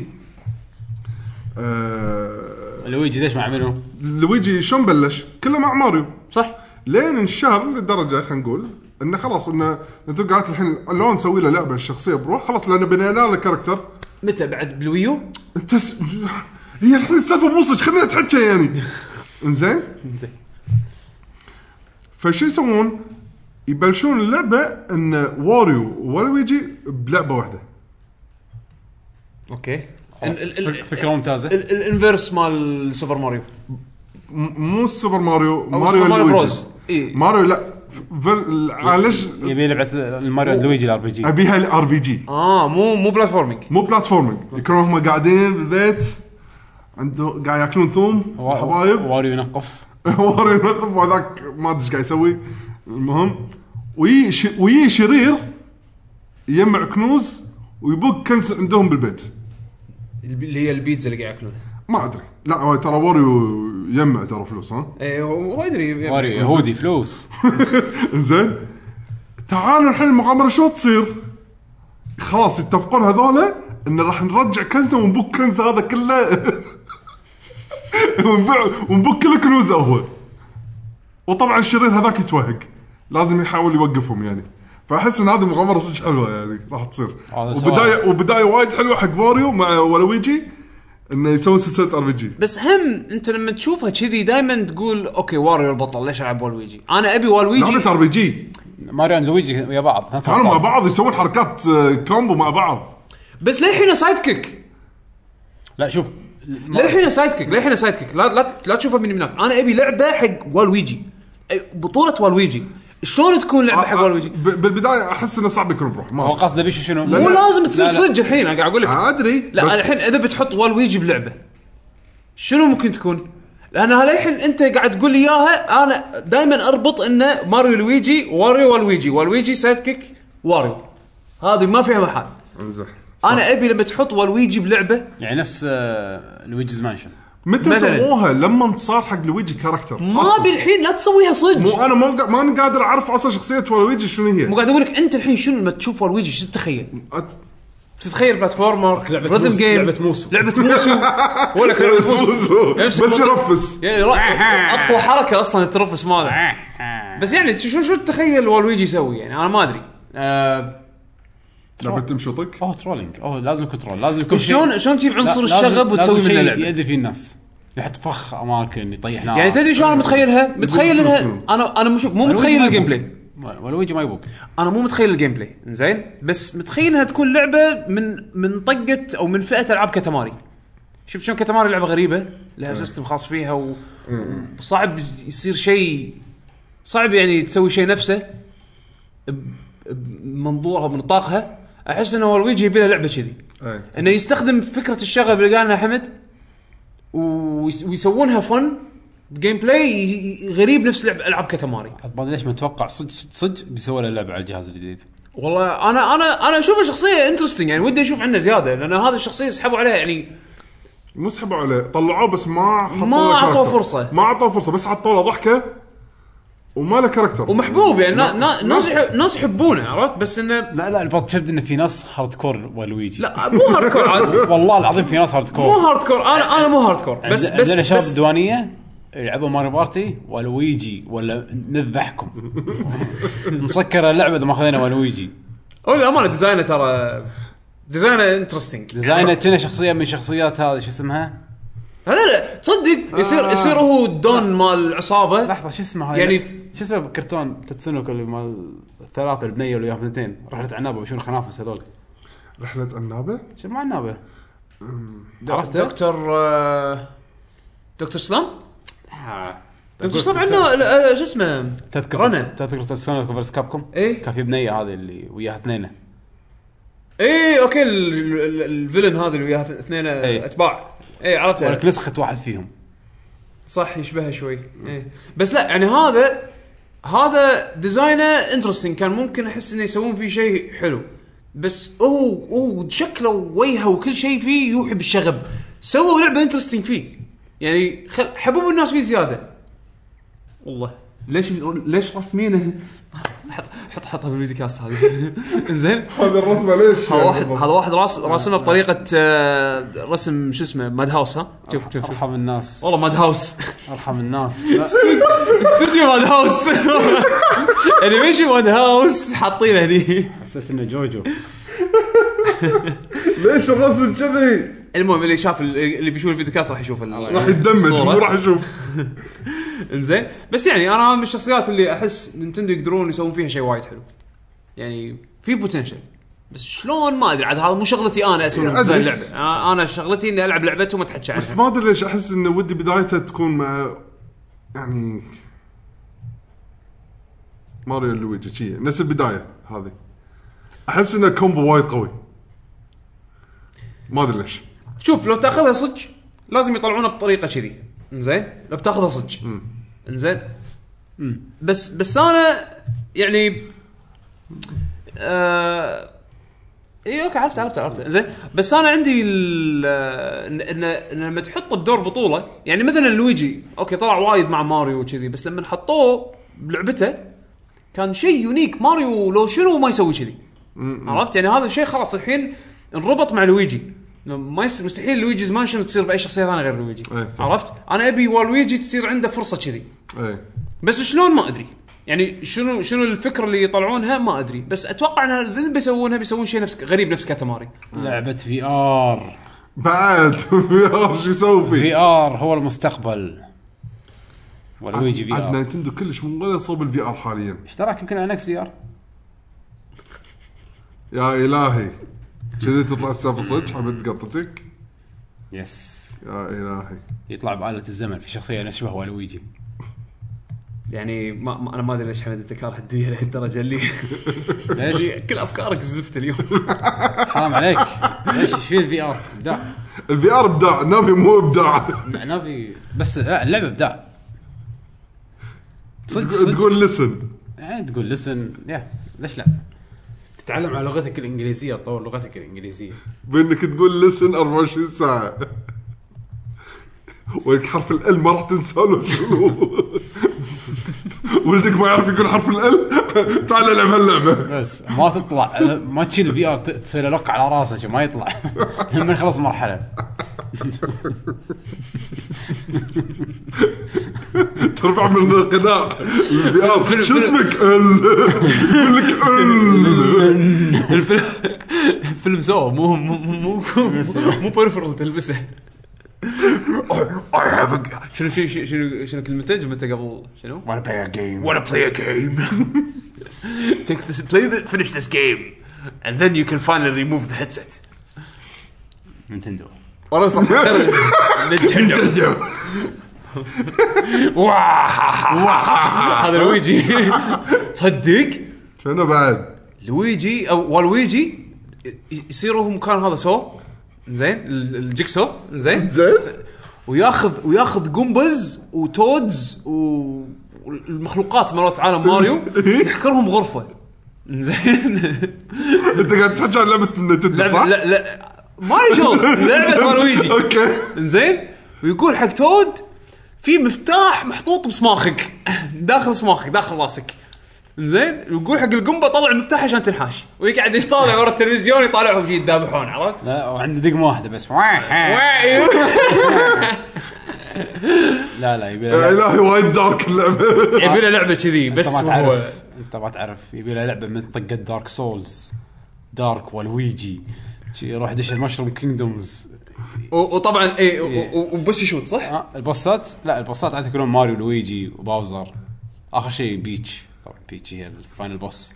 لويجي دش مع منو؟ لويجي شلون بلش كله مع ماريو صح لين انشهر لدرجه خلينا نقول انه خلاص انه انتوا قالت الحين لو نسوي له لعبه الشخصيه بروح خلاص لانه بنينا له كاركتر. متى بعد بالويو انت هي الحين السالفه مو صدق خلينا نتحكي يعني انزين فشو يسوون يبلشون اللعبه ان واريو ولويجي بلعبه واحده. اوكي فكره ممتازه. الانفيرس مال سوبر ماريو مو سوبر ماريو ماريو بروز إيه؟ ماريو لا عالج يبي لعبه الماريو لويجي الار بي جي ابيها الار بي جي مو بلاتفورمينج يكونوا هم قاعدين بالبيت عنده قاعد ياكلون ثوم حبايب واريو ينقف واريو ينقف وهذاك ما ادري ايش قاعد يسوي. المهم ويي شرير يجمع كنوز ويبوك كنز عندهم بالبيت اللي هي البيتزا اللي قاعد ياكلونها ما ادري. لا هو ترى واريو يجمع ترى فلوس ها ايه هو ادري واريو يهودي فلوس زين تعالوا الحين المغامره شو تصير خلاص يتفقون هذولا ان راح نرجع كنزنا ونبوك كنز هذا كله ونبوك كل كنوزه هو. وطبعا الشرير هذاك يتوهق لازم يحاول يوقفهم يعني. فاحس ان هذه مغامره صدق حلوه يعني راح تصير وبدايه وايد حلوه حق واريو مع ولويجي انه يسوي سلسله ار بي جي. بس هم انت لما تشوفها كذي دائما تقول اوكي واريو البطل ليش العب والويجي انا ابي والويجي لعبه ار بي جي ماريو ولويجي ويا بعض كانوا مع بعض يسوون حركات كومبو مع بعض بس للحين سايد كيك. لا شوف للحين سايد كيك لا تشوفها من هناك. انا ابي لعبه حق والويجي بطوله والويجي شلون تكون لعبه حق والويجي بالبدايه احس انه صعب يكون بروح. هو قصده بيش شنو مو لازم تصير صدق الحين انا قاعد اقول لك ادري. لا انا الحين اذا بتحط والويجي بلعبه شنو ممكن تكون لان هالحين انت قاعد تقول لي اياها انا دائما اربط انه ماريو لويجي واريو والويجي سايد كيك واريو هذه ما فيها محل. انزين انا ابي لما تحط والويجي بلعبه يعني نفس لويجيز مانشن متى سووها لما صار حق لويجي كاركتر ما بالحين لا تسويها صدق. مو انا ما قادر اعرف اصلا شخصيه والويجي شنو هي. مو قاعد اقول لك انت الحين شنو لما تشوف والويجي شو تتخيل تتخيل بلاتفورمر ريذم جيم لعبه موسو ولا لعبه موسو بس يرفس اقوى حركه اصلا الترفس ماله. بس يعني شو تتخيل والويجي يسوي يعني انا ما ادري. لعبه تمشي طق ترولينج لازم كنترول لازم يكون شلون تجيب عنصر الشغب وتسوي منه لعبه يدي فيه الناس يحط فخ اماكن يطيح ناس يعني تدري شلون متخيلها متخيل انها انا مو متخيل الجيم بلاي ولويجي ما يبوك انا مو متخيل الجيم بلاي زين بس متخيل انها تكون لعبه من طقه او من فئه العاب كتماري. شوف شلون كتماري لعبه غريبه لها سيستم خاص فيها وصعب يصير شيء صعب يعني تسوي شيء نفسه بمنظورها ومنطاقها. احس انه والويجي يبي له لعبه كذي انه يستخدم فكره الشغب اللي قالنا حمد ويسوونها فن جيم بلاي غريب نفس العاب كتماري. ما ليش متوقع صدق بيسوي له لعبه على الجهاز الجديد. والله انا اشوفها شخصيه انترستينج يعني ودي اشوف عنه زياده لان هذا الشخصيه سحبوا عليها يعني مو سحبوا عليه طلعوه بس ما اعطوه فرصه بس حطوا له ضحكه وما له كاركتر ومحبوب يعني ناس يحبونه عرفت بس انه لا البط شفت انه في ناس هارد كور والويجي لا مو هارد كور عاد والله العظيم في ناس هارد كور مو هارد كور انا مو هارد كور بس عندنا شباب الديوانيه يلعبوا ماريو بارتي والويجي ولا نذبحكم مسكر اللعبه اذا ما اخذنا والويجي ولا امانه ديزاينه ترى ديزاينه انترستينج ديزاينه كنا شخصيه من شخصيات هذه شو اسمها لا تصدق يصير هو دون مال العصابه لحظه شو اسمه هاي يعني شو اسمه بالكرتون تتسونوكو اللي مال الثلاثه البنيه اللي وياهم اثنتين رحله عنابه وشون خنافس هذول رحله عنابه شو مع عنابه عرفت دكتور سلام دكتور سلام عندنا شو اسمه تذكر تتسونوكو فيرس كابكوم ايه كان في بنيه هذه اللي وياها اثنين ايه اوكي الفيلن هذا اللي وياها اثنين اتباع ايه عرفته ولك نسخه واحد فيهم صح يشبهها شوي ايه بس لا يعني هذا ديزاينه انترستينج كان ممكن احس انه يسوون فيه شيء حلو بس هو شكله وجهه وكل شيء فيه يوحي بالشغب سووا لعبه انترستينج فيه يعني حبوا الناس فيه زياده والله ليش رسمينه حطها بالفيديو كاست هذه زين هذا الرسمه ليش هذا واحد راسمه بطريقه رسم شو اسمه ماد هاوس ها شوف ارحم الناس والله ماد هاوس ارحم الناس استوديو ماد هاوس انيميشن ماد هاوس حاطينه هني حسيت انه جوجو ليش الرسم كذي المهم اللي شاف اللي بيشوف الفيديو كاست راح يشوف راح يتدمج مو راح يشوف انزين بس يعني انا من الشخصيات اللي احس نينتندو يقدرون يسوون فيها شيء وايد حلو يعني في بوتنشل بس شلون ما ادري عاد هذا مو شغلتي انا اسوي ديزاين لعبه انا شغلتي اني العب لعبته وما تحكي عنها بس ما ادري ليش احس انه ودي بدايته تكون مع يعني ماريو لويجي شيء نفس البدايه هذه احس انه كومبو وايد قوي ما ادري ليش شوف لو تاخذها صدق لازم يطلعونه بطريقه كذي انزين لو بتاخذها صدق انزين بس انا يعني اي اوكي عرفت انزين بس انا عندي ان لما تحط الدور بطوله يعني مثلا لويجي اوكي طلع وايد مع ماريو وكذي بس لما حطوه بلعبته كان شيء يونيك ماريو لو شنو ما يسوي كذي عرفت يعني هذا الشيء خلاص الحين انربط مع لويجي ما مستحيل لويجيز مانشن تصير باي شخصيه ثانيه غير لويجي عرفت انا ابي والويجي تصير عنده فرصه كذي بس شلون ما ادري يعني شنو الفكره اللي يطلعونها ما ادري بس اتوقع ان اذا بيسوون شيء نفس غريب نفس كاتاماري لعبه في ار بعد في ار شو يسوي في ار هو المستقبل والويجي في ار نينتندو كلش مو ولا صوب الفي ار حاليا اشتراك يمكن على نكس في ار يا الهي كذا تطلع السالفه صدق حمد قطتك يس يا الهي يطلع بآلة الزمن في شخصيه نشبه والويجي يعني انا ما ادري ليش حمد انت كاره الدنيا لهالدرجه اللي ليش كل افكارك زفت اليوم حرام عليك ليش ايش في الفي ار ابداع الفي ار ابداع نافي مو ابداع نافي بس لا اللعبه ابداع تقول لسن يعني تقول لسن يا ليش لا تتعلم على لغتك الانجليزيه تطور لغتك الانجليزيه بانك تقول لسن 24 ساعه والحرف ال ما راح تنسى له شنو ولدك ما يعرف يقول حرف ال تعال العب هاللعبه بس ما تطلع ما تشيل الفي ار تسوي له لوك على راسه شو ما يطلع لما يخلص مرحله ترفع من القناع الفي ار شو اسمك الفيلم سو مو بيرفرال تلبسه شنو كلمتين جملته قبل شنو wanna play a game take this finish this game and then you can finally remove the headset نينتندو والله صح نينتندو هذا لويجي تصدق شنو بعد لويجي او والويجي يصيروا مكان هذا سو زين الجيكسو زين وياخذ جومبز وتودز والمخلوقات مالت عالم ماريو يحكرهم بغرفه زين انت قاعد تحكي عن لعبه نينتندو صح لا ما شغل لعبه والويجي اوكي زين ويقول حق تود في مفتاح محطوط بصماخك داخل صماخك داخل راسك زين يقول حق القنبه طلع المفتاح عشان تنحاش ويقعد يطالع ورا التلفزيون يطالعهم شيء يذبحون عرفت لا وعنده دقمه واحده بس لا يبي يا الهي وايد دارك اللعبه يبي له لعبه كذي بس هو انت ما تعرف يبي له لعبه من طقه دارك سولز دارك والويجي شي يروح دش المشروم كينجدومز وطبعا اي وبس يشوت صح البوسات لا البوسات عاد يكونون ماريو لويجي وباوزر اخر شيء بيتش طبعا بيتش هي الفاينل بوس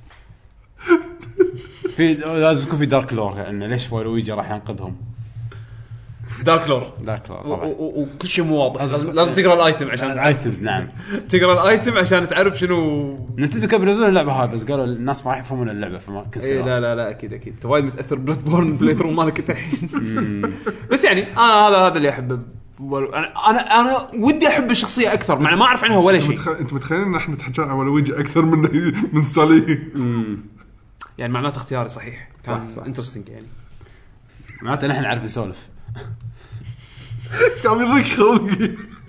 في لازم يكون في دارك لور يعني ليش والويجي راح ينقذهم دارك لور طبعا وكل شيء مو واضح لازم تقرا الايتم عشان الايتمز نعم تقرا الايتم عشان تعرف شنو نتندو كانوا بينزلون اللعبه هاي بس قالوا الناس ما راح يفهمون اللعبه فما كنسل لا اكيد انت وايد متاثر بلاد بورن بلاي ثرو مالك انت الحين بس يعني انا هذا اللي احبه انا ودي احب الشخصيه اكثر مع ما اعرف عنها ولا شيء انت متخيلين ان احنا نتحكى على ويجي اكثر من سالي يعني معناته اختياري صحيح كان انترستينج يعني معناته نحن نعرف نسولف كان يضيق خلقي.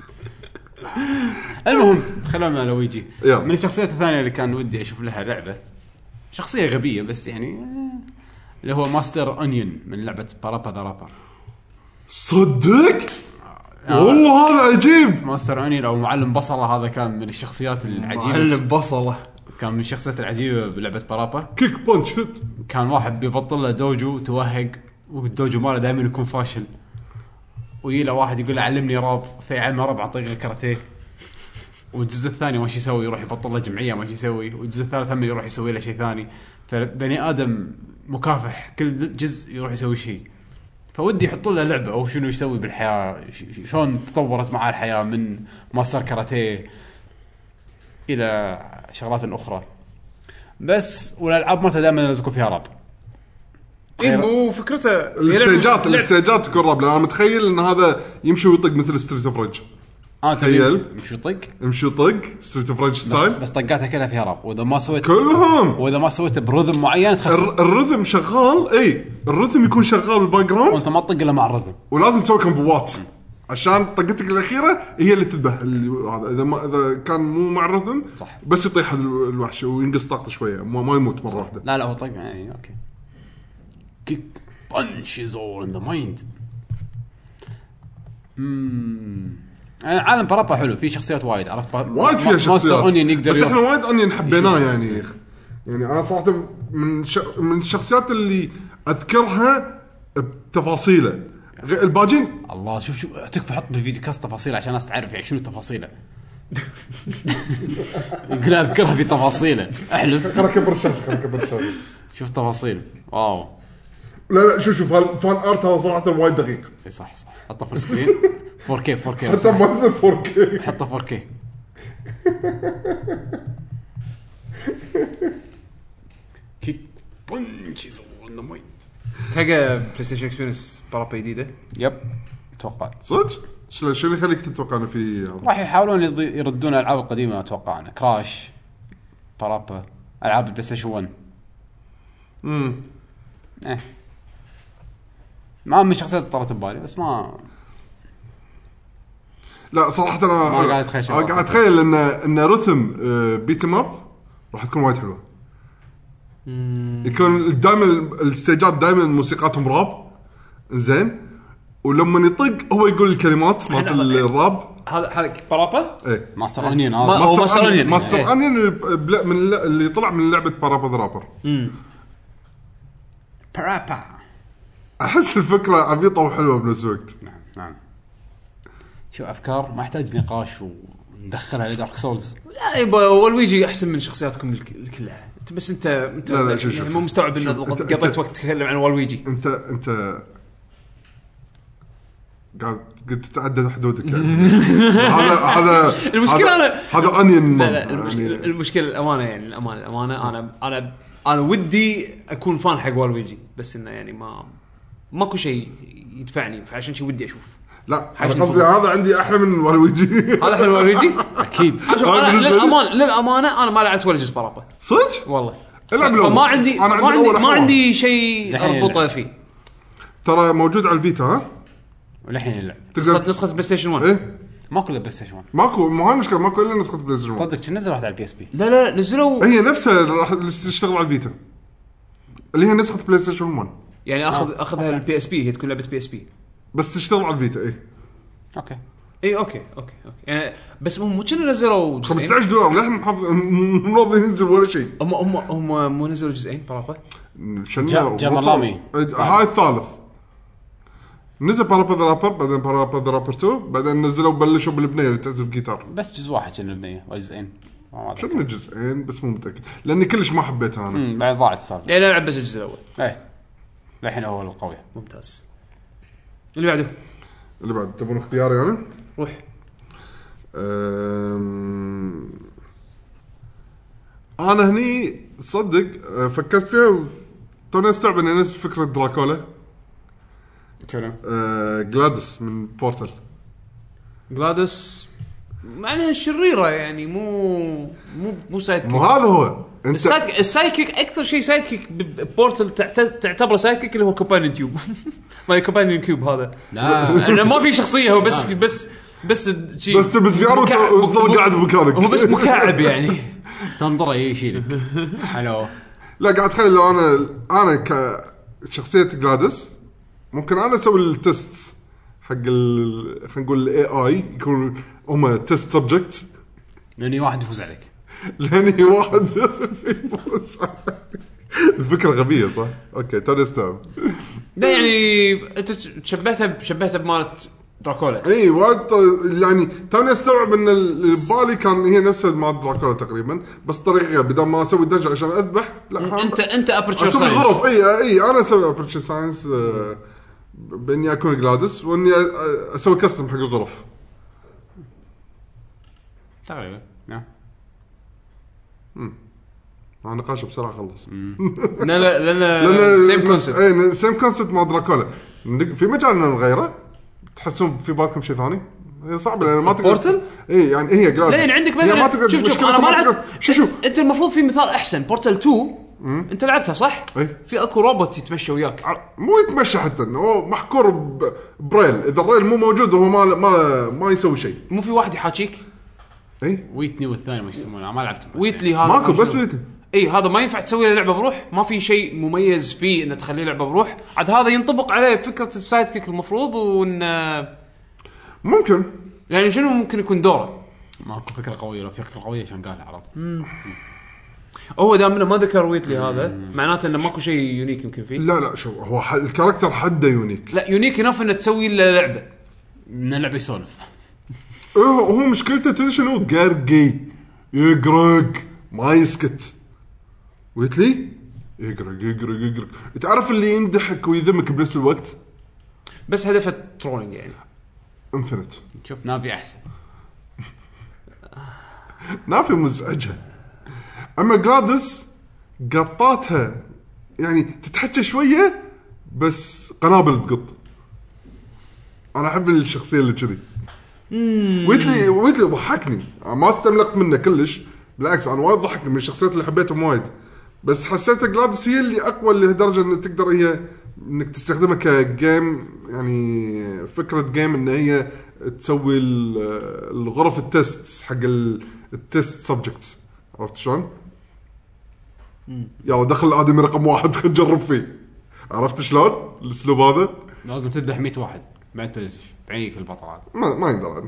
المهم خلونا لويجي من من الشخصيات الثانيه اللي كان ودي اشوف لها لعبه شخصيه غبيه بس يعني اللي هو ماستر أونيون من لعبه بارابا ذا رابر صدق والله هذا عجيب ماستر أونيون او معلم بصله هذا كان من الشخصيات العجيبه معلم بصله كان من الشخصيات العجيبه بلعبه بارابا كيك بانش هيت كان واحد بيبطل له دوجو توهق والدوجو ماله دائما يكون فاشل ويلا واحد يقول له علمني راب فيعلمه راب عطيه الكاراتيه والجزء الثاني ماشي يسوي يروح يبطل له جمعيه ماشي يسوي والجزء الثالث هم يروح يسوي له شيء ثاني فبني ادم مكافح كل جزء يروح يسوي شيء فودي يحطوا له لعبه او شنو يسوي بالحياه شلون تطورت معاه الحياه من ماستر كاراتيه الى شغلات اخرى بس والالعاب مالته دائما يلزقوا فيها راب إيه مو فكرته الاستيجات تكون راب انا متخيل ان هذا يمشي ويطق مثل ستريت اوف ريج تخيل يمشي يطق ستريت اوف ريج ستايل بس طقاتها كلها فيها راب واذا ما سويت كلهم واذا ما سويت برذم معين تخسر الرذم شغال اي الرذم يكون شغال بالباك جراوند وانت ما تطق الا مع الرذم ولازم تسوي كمبوات عشان طقتك الاخيره هي اللي تذبح هذا اذا كان مو مع الرذم صح. بس يطيح الوحش وينقص طاقته شويه ما يموت مره واحده لا هو طق يعني اوكي kick punch is all in the mind عالم بارابا حلو في شخصيات وايد عرفت وايد فيها شخصيات يقدر بس احنا وايد أونيون حبيناه يعني انا صراحه من الشخصيات اللي اذكرها بتفاصيله الباجين الله شوف تكفى حط بالفيديو كاست تفاصيل عشان الناس تعرف يعني شنو تفاصيله يقول اذكرها بتفاصيله احلف كبر الشاشه شوف تفاصيل واو لا شوف فان ارت هذا صراحه وايد دقيق اي صح حطه في السكرين 4K حتى ما نزل 4K حطه 4K كيك بونشز اون ذا مايند تلقى بلاي ستيشن اكسبيرينس بارابا جديده يب اتوقع صدق شو اللي يخليك تتوقع انه في راح يحاولون يردون الالعاب القديمه اتوقع انا كراش بارابا العاب البلاي ستيشن 1 ما من شخصيات طرت ببالي بس ما لا صراحه انا قاعد اتخيل ان رثم بيت اب راح تكون وايد حلوه يكون دائما الاستيجات دائما موسيقاتهم راب زين ولما يطق هو يقول الكلمات مال الراب هذا بارابا ايه ماستر أونيون ماستر أونيون من اللي طلع من لعبه بارابا ذا رابر بارابا احس الفكره عبيطه وحلوه بنفس الوقت نعم شو افكار ما يحتاج نقاش وندخلها لدارك سولز لا يبا والويجي احسن من شخصياتكم كلها بس انت يعني مو مستوعب ان قضيت وقت تتكلم عن والويجي انت قاعد تتعدى حدودك يعني. هذا المشكله هذا انيون المشكله الامانه يعني الامانه انا ودي اكون فان حق والويجي بس انه يعني ماكو شيء يدفعني فعشان شيء ودي اشوف لا قصدي هذا عندي احلى من والويجي هذا احلى من والويجي اكيد للامانه انا ما لعبت ولا جزء بارابا صدق والله ما عندي شيء اربطه فيه ترى موجود على الفيتا ها ولحين اللعب نسخه بلاي ستيشن 1 ايه ماكو الا بلاي ستيشن 1. ماكو مو هالمشكله ماكو الا نسخه بلاي ستيشن 1. صدق نزل واحد على البي اس بي. لا نزلوا هي نفسها راح تشتغل على الفيتا اللي هي نسخه بلاي ستيشن 1 يعني اخذها البي اس بي. هي تكون لعبه بي اس بي بس تشتغل على الفيتا. اوكي اوكي يعني بس هم مو كنا نزلوا جزئين $15 لحم محافظ راضي ينزل ولا شيء. هم مو نزلوا جزئين بارابا جامالامي هاي الثالث نزل بارابا ذا رابر بعدين بارابا ذا رابر 2 بعدين نزلوا بلشوا بالبنيه اللي تعزف جيتار. بس جزء واحد كان البنيه ولا جزئين شنو جزئين بس مو متاكد لاني كلش ما حبيتها انا. بعد ضاعت صار يعني العب بس الجزء الاول. ايه الحين هو القوي. ممتاز. اللي بعده اللي بعد تبون اختياري انا روح. انا هني تصدق فكرت فيها توني استوعب اني نفس فكره دراكولا شنو جلادس من بورتال. جلادس معناها شريره يعني مو سايد كيك. مو هذا هو انت السايد كيك اكثر شيء سايد كيك بورتال تعتبره سايد كيك اللي هو كومبانيون تيوب ما كومبانيون كيوب هذا. لا انا ما في شخصيه هو بس تبز في ارض وتظل قاعد بمكانك هو بس مكعب يعني تنظره يشيلك حلو. لا قاعد اتخيل لو انا كشخصيه جلادس ممكن انا اسوي التست حق خلينا نقول الاي اي يكون هم تيست سبجكت لاني واحد يفوز عليك لاني واحد الفكره غبيه صح. اوكي توني استوعب. لا يعني انت شبهتها بمالت دراكولا. اي وايد يعني توني استوعب ان البالي كان هي نفسها مال دراكولا تقريبا بس طريقه بدل ما اسوي دنجن عشان اذبح لا انت ابرتشر ساينس غرف. اي انا اسوي ابرتشر ساينس باني اكون جلادس واني اسوي كستم حق الغرف تقريبا. مع نقاش بسرعه خلص. لا سيم كونسبت. اي سيم كونسبت مع دراكولا. في مجال ان نغيره تحسون في بالكم شيء ثاني؟ هي صعبه لان ما تقدر بورتل. اي يعني هي جلادس. لا يعني عندك مثلا شوف انا ما لعبت. شوف انت المفروض في مثال احسن بورتل 2 انت لعبتها صح؟ أي. في اكو روبوت يتمشى وياك مو يتمشى حتى هو محكور بريل. اذا الريل مو موجود هو ما يسوي شيء. مو في واحد يحاكيك. اي ويتني والثاني ما يسمونه ما لعبت ويتلي هذا ماكو بس ويتلي. اي هذا ما ينفع تسوي له لعبه بروح. ما في شيء مميز فيه انه تخليه لعبه بروح. عاد هذا ينطبق عليه فكره السايد كيك المفروض وان ممكن يعني شنو ممكن يكون دوره. ماكو فكره قويه. لو فكره قويه عشان قالها على طول. هو دام انه ما ذكر ويتلي هذا معناته انه ماكو شيء يونيك يمكن فيه. لا شوف هو الكاركتر حده يونيك. لا يونيك ينف انه تسوي له لعبه من اللعبه يسولف. هو مشكلته تدري شنو قرقي يقرق ما يسكت. ويتلي يقرق تعرف اللي يمدحك ويذمك بنفس الوقت بس هدفه ترولينج يعني. انفنت. شوف نافي احسن. نافي مزعجه. اما جلادس قطاتها يعني تتحكى شويه بس قنابل تقط. انا احب الشخصيه اللي كذي. ويتلي ضحكني ما استملقت منه كلش بالعكس انا وايد ضحكني من الشخصيات اللي حبيتهم وايد بس حسيت جلادس هي اللي اقوى لدرجه ان تقدر هي انك تستخدمها كجيم يعني فكره جيم ان هي تسوي الغرف التست حق التست سبجكتس. عرفت شلون؟ يلا دخل الادمي رقم 1 خلينا نجرب فيه. عرفت شلون الاسلوب هذا؟ لازم تذبح 100 واحد بعد تلتش بعينك البطل هذا ما يقدر يعني.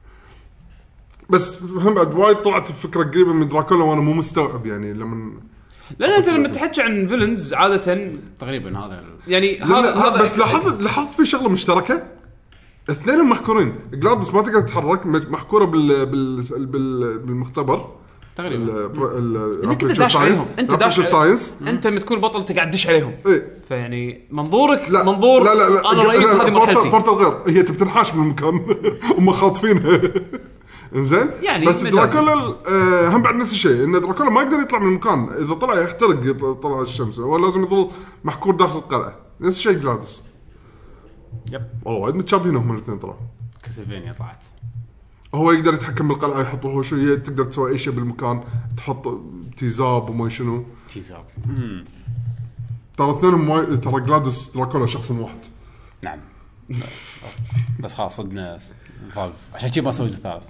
بس هم بعد وايد طلعت الفكره قريبه من دراكولا وانا مو مستوعب يعني لما لا انت لما تحكي عن فيلنز عاده تقريبا هذا يعني هذا بس لاحظت في شغله مشتركه. اثنين محكورين. جلادس ما تقدر تتحرك محكوره بالمختبر تقريبا. انت داش عليهم. انت داش ساينس. انت لما تكون بطل تقعد تدش عليهم. إيه؟ فيعني منظورك لا منظور لا انا رئيس هذه مرحلتي. بورتال غير هي تبتنحاش من المكان هم خاطفينها. انزين يعني بس دراكولا هم بعد نفس الشيء ان دراكولا ما يقدر يطلع من المكان. اذا طلع يحترق طلع الشمس هو لازم يظل محكور داخل القلعه. نفس الشيء جلادس. والله وايد متشابهين هم الاثنين طلعوا. كاسلفينيا طلعت. هو يقدر يتحكم بالقلعه يحط هو شيء تقدر تسوي اي شيء بالمكان تحط تيزاب وما شنو تيزاب. ترى اثنينهم ترى جلادس دراكولا شخص واحد. نعم بس خلاص صدنا فالف عشان كذا ما سووا الجزء الثالث.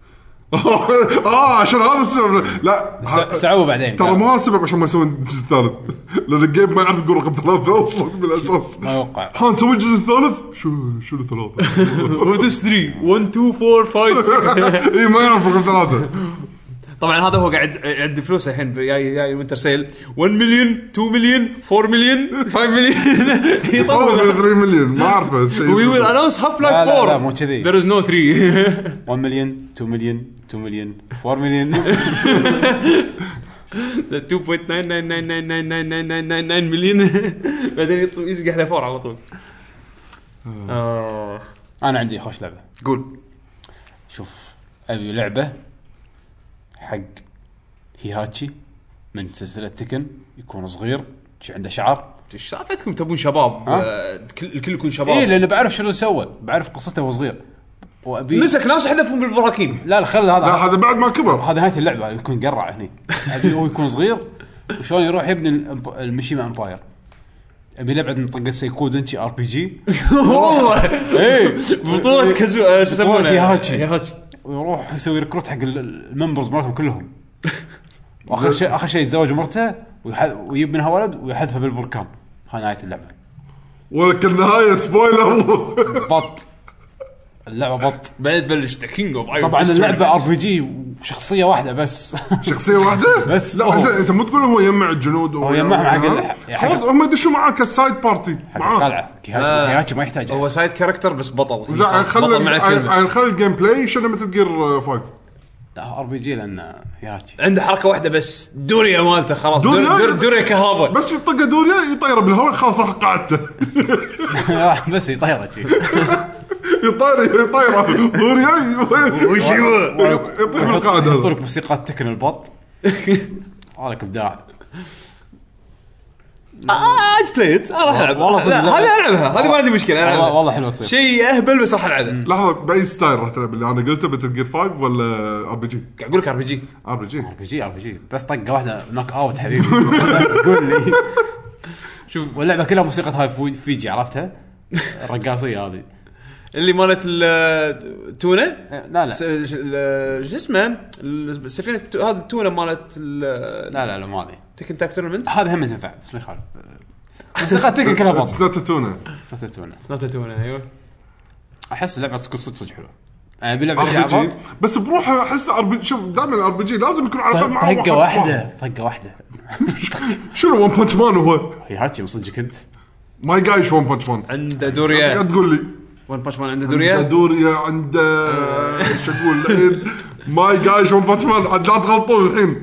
عشان هذا السبب. لا سعوا بعدين ترى ما سبب عشان ما يسوون الجزء الثالث، لان الجيم ما يعرف يقول رقم 3 اصلا بالاساس. ما يوقع نسوي الجزء الثالث. شو الثلاثه؟ ودس 3 1 2 4 5 اي ما يعرف رقم 3. طبعا هذا هو قاعد يعد فلوسه الحين جاي وينتر سيل 1 مليون 2 مليون 4 مليون 5 مليون يطول 3 مليون ما اعرف شيء. وي ويل اناونس هاف لايف 4. لا مو كذي. there is no 3 1 مليون 2 مليون 2 مليون 4 مليون 2.999999999 مليون بعدين يسقح له 4 على طول. انا عندي خوش لعبه. قول. شوف ابي لعبه حق هيهاتشي من سلسله تكن، يكون صغير عنده شعر. ايش سالفتكم تبون شباب؟ الكل يكون شباب. ايه لانه بعرف شنو سوى، بعرف قصته وهو صغير وابي مسك ناس حذفهم بالبراكين. لا خل هذا لا هذا بعد ما كبر. هذا نهايه اللعبه يكون قرع هني. ابي هو يكون صغير وشلون يروح يبني المشيما امباير. ابي لعبه من طقه سايكودنشي ار بي جي. ايه بطوله كازو شو يسمونه هيهاتشي ويروح يسوي ريكروت حق الممبرز مالتهم كلهم. واخر شيء يتزوج مرته ويجيب منها ولد ويحذفها بالبركان. هاي نهايه اللعبه. ولكن النهايه سبويلر. بط اللعبه بط. بعد بلش ذا كينج اوف ايرون. طبعا اللعبه ار بي جي وشخصيه واحده بس. شخصيه واحده بس. لا انت مو تقول هو يجمع الجنود هو يجمعهم خلاص هم يدشوا معاك السايد بارتي معاه القلعه. هيهاتشي ما يحتاج. هو سايد كاركتر بس بطل. خلي الجيم بلاي شنو مثل جير 5. لا ار بي جي لان هيهاتشي عنده حركه واحده بس دوريا مالته خلاص. دوريا كهرباء بس يطق دوريا يطير بالهواء خلاص راح قاعدته. بس يطيره شيء يطير دوريا وش هو يطير بالقاعده. يعطوك موسيقى تكن البط. عليك ابداع. بلايت راح العب هذه العبها. هذه ما عندي مشكله العبها والله حلوه تصير شيء اهبل بس راح العبها. لحظه باي ستايل راح تلعب اللي انا قلته بتلقى 5 ولا ار بي جي؟ قاعد اقول لك ار بي جي بس طقه واحده نوك اوت حبيبي. تقول لي شوف واللعبه كلها موسيقى هاي فيجي عرفتها الرقاصيه هذه اللي مالت التونه. لا شو اسمه السفينه هذا التونه مالت لا ما هذه تكن تاك تورنمنت. هذا هم تنفع بس ما يخالف. موسيقى تكن كلها بط. سنات تونه ايوه. احس اللعبه صدق حلوه. انا بلعب جي بس بروحها احس شوف دائما الار بي جي لازم يكون على معه طقه واحده. شنو ون بانش مان هو هيهاتشي مصدق انت ما يقايش ون بانش مان. عنده دوريا تقول لي ون بانش مان عنده دوريا عنده شو اقول الحين ما يقايش ون بانش مان. لا تغلطون الحين.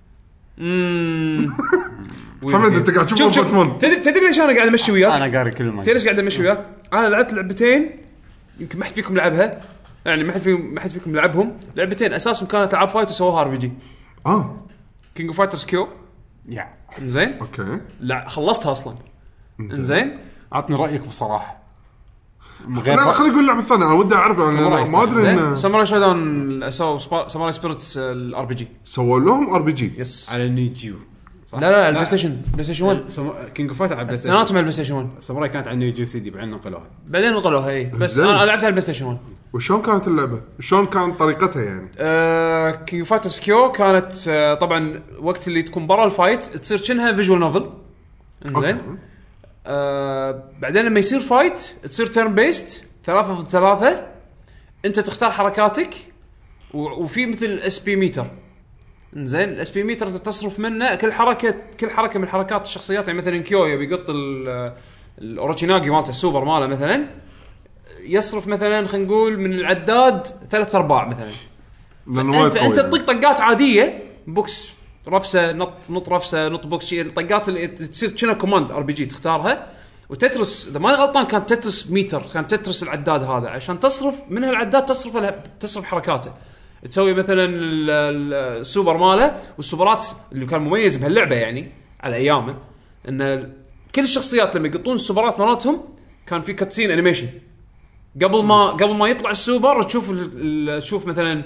محمد انت قاعد تشوف باتمان. تدري ليش انا قاعد امشي وياك؟ انا قاري كل ما تدري ليش قاعد امشي وياك؟ انا لعبت لعبتين يمكن ما حد فيكم لعبها، يعني ما حد فيكم لعبهم. لعبتين اساسهم كانت العاب فايت وسووها ار بي جي. كينج اوف فايترز كيو يا زين اوكي لا خلصتها اصلا. انزين عطني رايك بصراحه. لا خليني اقول اللعبه الثانيه انا ودي اعرف انا ما ادري ان ساموراي شوداون ساموراي سبيريتس الار بي جي سووا لهم ار بي جي يس على النيجيو. لا البلاي ستيشن 1 كينج اوف فايتر على البلاي ستيشن. انا على البلاي ستيشن 1. ساموراي كانت على نيجيو سي دي بعدين نقلوها اي بس انا لعبتها على البلاي ستيشن 1. وشلون كانت اللعبه؟ شلون كانت طريقتها يعني؟ كينج اوف فايترز كيو كانت طبعا وقت اللي تكون برا الفايت تصير كأنها فيجوال نوفل. انزين بعدين لما يصير فايت تصير تيرن بيست 3 ضد 3. انت تختار حركاتك وفي مثل اس بي ميتر. انزين الاس بي ميتر تصرف منه كل حركه من حركات الشخصيات. يعني مثلا كيو يبي يقط الاوروتشيناغي مالته السوبر ماله مثلا يصرف مثلا خلينا نقول من العداد 3/4 مثلا. فانت تطق طقات عاديه بوكس رفسه نط رفسه نط بوكس شيء الطقات اللي تصير كنا كوماند ار بي جي تختارها وتترس. اذا ما غلطان كان تترس ميتر كان تترس العداد هذا عشان تصرف من هالعداد تصرف حركاته. تسوي مثلا السوبر ماله والسوبرات اللي كان مميز بهاللعبه يعني على ايامه ان كل الشخصيات لما يقطون السوبرات مالتهم كان في كاتسين انيميشن قبل ما يطلع السوبر تشوف مثلا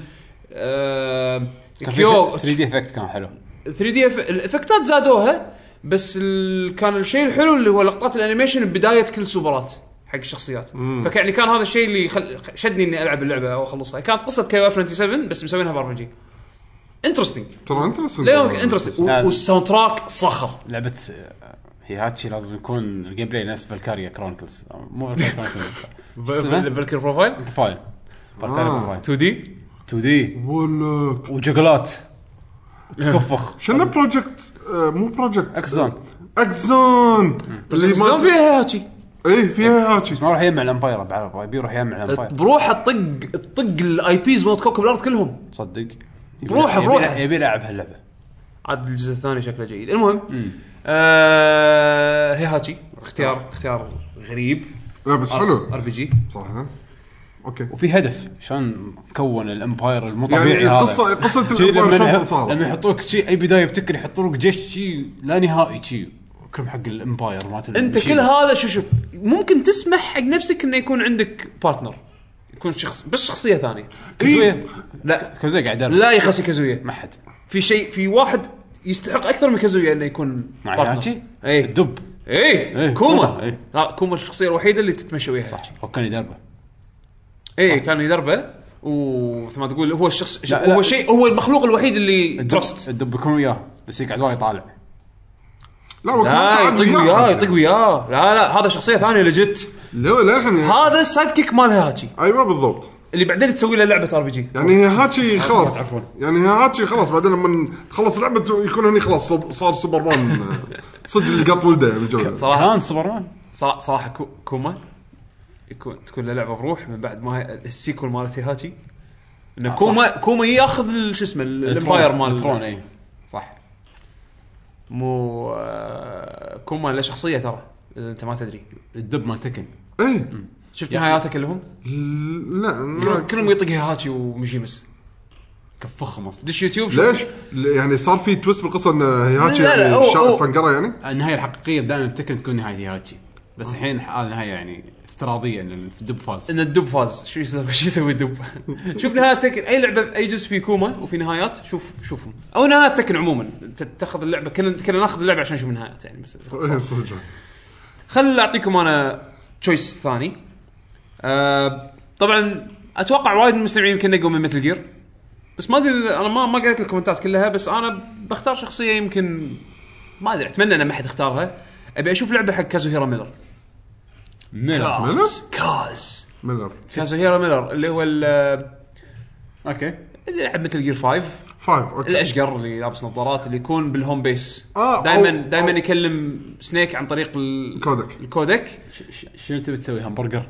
كيو 3 دي افكت كان حلو. 3 دي الافكتات زادوها بس كان الشيء الحلو اللي هو لقطات الانيميشن بدايه كل سوبرات حق الشخصيات. فكان كان هذا الشيء اللي شدني اني العب اللعبه او اخلصها. كانت قصه كي اف 97 بس مسوينها بار بي جي. انترستينج ترى انترستينج لا انترستينج والساوند تراك صخر. لعبه هيهاتشي لازم يكون الجيم بلاي نفس فالكاريا كرونيكلز مو فالكير بروفايل فالكاريا بروفايل 2 دي ولا وجقلات تكفخ. شنو بروجكت مو بروجكت اكزون اللي ما فيها هاتشي. ايه فيها هاتشي ما راح يجمع الامباير بعرف بيروح يجمع الامباير بروح الطق الاي بيز مال كوكب الارض كلهم صدق بروح يبي يلعب هاللعبه. عاد الجزء الثاني شكله جيد. المهم هيهاتشي اختيار غريب. لا بس حلو ار بي جي صراحه. اوكي وفي هدف شلون كون الامباير المطبيعي يعني هذا. قصه الامباير شلون صارت لما يحطوك شيء اي بدايه بتكن يحطوا لك جيش شيء لا نهائي شيء كلهم حق الامباير مالت انت كل هذا شوف ممكن تسمح حق نفسك انه يكون عندك بارتنر يكون شخص بس شخصيه ثانيه. كازويا لا كازويا قاعد لا يخسي كازويا ما حد في شيء في واحد يستحق اكثر من كازويا انه يكون بارتنر. اي الدب اي كوما لا كوما الشخصيه الوحيده اللي تتمشى وياها صح. وكان يدربه كان يدربه ومثل ما تقول هو الشخص هو شيء هو المخلوق الوحيد اللي ترست. الدب يكون وياه بس يقعد ورا يطالع. لا يطق وياه لا هذا شخصيه ثانيه لجت. لا يعني هذا السايد كيك مال هاتشي. ايوه بالضبط اللي بعدين تسوي له لعبه ار بي جي. يعني هاتشي خلاص يعني هاتشي خلاص بعدين لما تخلص لعبه يكون هني خلاص صار سوبرمان صدق اللي قط ولده من جوا. صراحه كان سوبرمان صراحه كوما تكون له لعبه بروح من بعد ما السيكول مالت هاتشي انه كوما ياخذ شو اسمه الامباير مال الثرون. اي صح مو كوما له شخصيه ترى انت ما تدري. الدب مال تكن ايه شفت نهاياته كلهم لا كلهم يطق هاتشي ومجيمس كفخهم اصلا. دش يوتيوب ليش يعني صار في تويست بالقصه ان هاتشي فنقره يعني النهايه الحقيقيه دائما تكن تكون نهايه هاتشي بس الحين هذه نهايه يعني افتراضيه ان الدب فاز. ان الدب فاز شو يسوي الدب. شوف نهاية تكن اي لعبه اي جزء في كوما وفي نهايات شوفهم او نهاية تكن عموما تاخذ اللعبه كنا ناخذ اللعبه عشان نشوف النهايات يعني بس خل اعطيكم انا تشويس ثاني. طبعا اتوقع وايد من المستمعين يمكن يقوا من مثل جير بس ما ادري انا ما قريت الكومنتات كلها بس انا بختار شخصيه يمكن ما ادري اتمنى ان ما حد اختارها. ابي اشوف لعبه حق كازوهيرا ميلر كازوهيرا ميلر اللي هو اوكي اللي يلعب مثل جير 5 اوكي الاشقر اللي لابس نظارات اللي يكون بالهوم بيس دائما يكلم سنيك عن طريق الكودك. شنو تبي تسوي همبرجر؟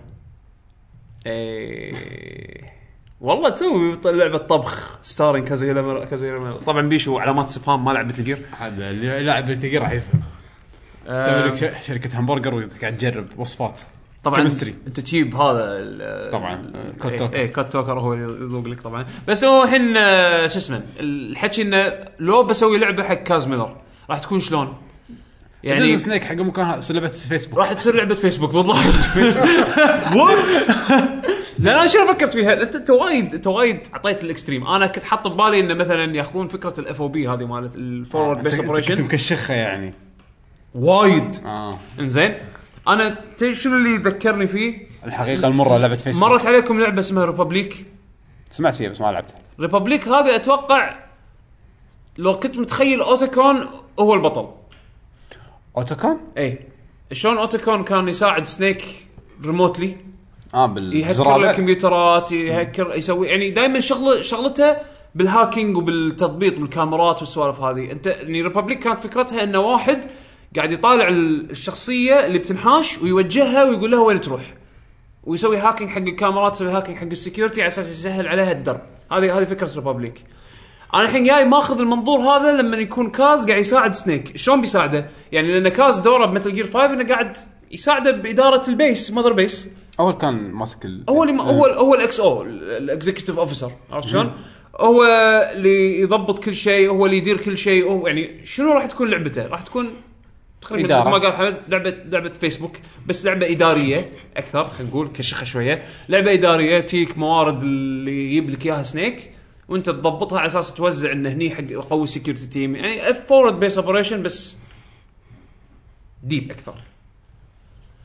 والله تسوي لعبه طبخ ستارين كازوهيرا طبعا بيشو علامات استفهام ما لعب مثل جير. هذا اللي لاعب مثل جير راح يفهم. تسوي لك شركه همبرجر وقاعد تجرب وصفات طبعا كيمستري. انت تجيب هذا طبعا كوت توكر هو يذوق لك طبعا. بس هو الحين شو اسمه الحكي انه لو بسوي لعبه حق كاز ميلر راح تكون شلون يعني سنيك حق مكان لعبه فيسبوك راح تصير لعبه فيسبوك بالضبط. وات لا انا شنو فكرت فيها انت وايد عطيت الاكستريم. انا كنت حاط ببالي انه مثلا ياخذون فكره الاف او بي هذه مالت الفورورد بيس اوبريشن كنت مكشخه يعني وايد انزين. انا شنو اللي ذكرني فيه الحقيقه المره لعبه فيسبوك مرت عليكم لعبه اسمها ريبابليك سمعت فيها بس ما لعبتها. ريبابليك هذه اتوقع لو كنت متخيل اوتوكون هو البطل. اوتوكون اي شلون اوتوكون كان يساعد سنيك ريموتلي بالزرار يهكر الكمبيوترات يهكر يسوي يعني دائما شغلته بالهاكينج وبالتضبيط بالكاميرات والسوالف هذه. انت يعني ريبابليك كانت فكرتها انه واحد قاعد يطالع الشخصيه اللي بتنحاش ويوجهها ويقول لها وين تروح ويسوي هاكينج حق الكاميرات يسوي هاكينج حق السكيورتي على اساس يسهل عليها الدرب. هذه فكره ريبابليك. انا الحين جاي ماخذ المنظور هذا لما يكون كاز قاعد يساعد سنيك. شلون بيساعده يعني لان كاز دوره بمثل جير 5 انه قاعد يساعده باداره البيس ماذر بيس. اول كان ماسك هو الاكس او الاكزيكتيف اوفيسر عرفت شلون هو اللي يضبط كل شيء هو اللي يدير كل شيء. هو يعني شنو راح تكون لعبته راح تكون تقريبا مثل ما قال حمد لعبه فيسبوك بس لعبه اداريه اكثر. خلينا نقول كشخه شويه لعبه اداريه تيك موارد اللي يجيب لك اياها سنيك وانت تضبطها على اساس توزع انه هني حق قوي سكيورتي تيم يعني اف فورورد بيس اوبريشن بس ديب اكثر.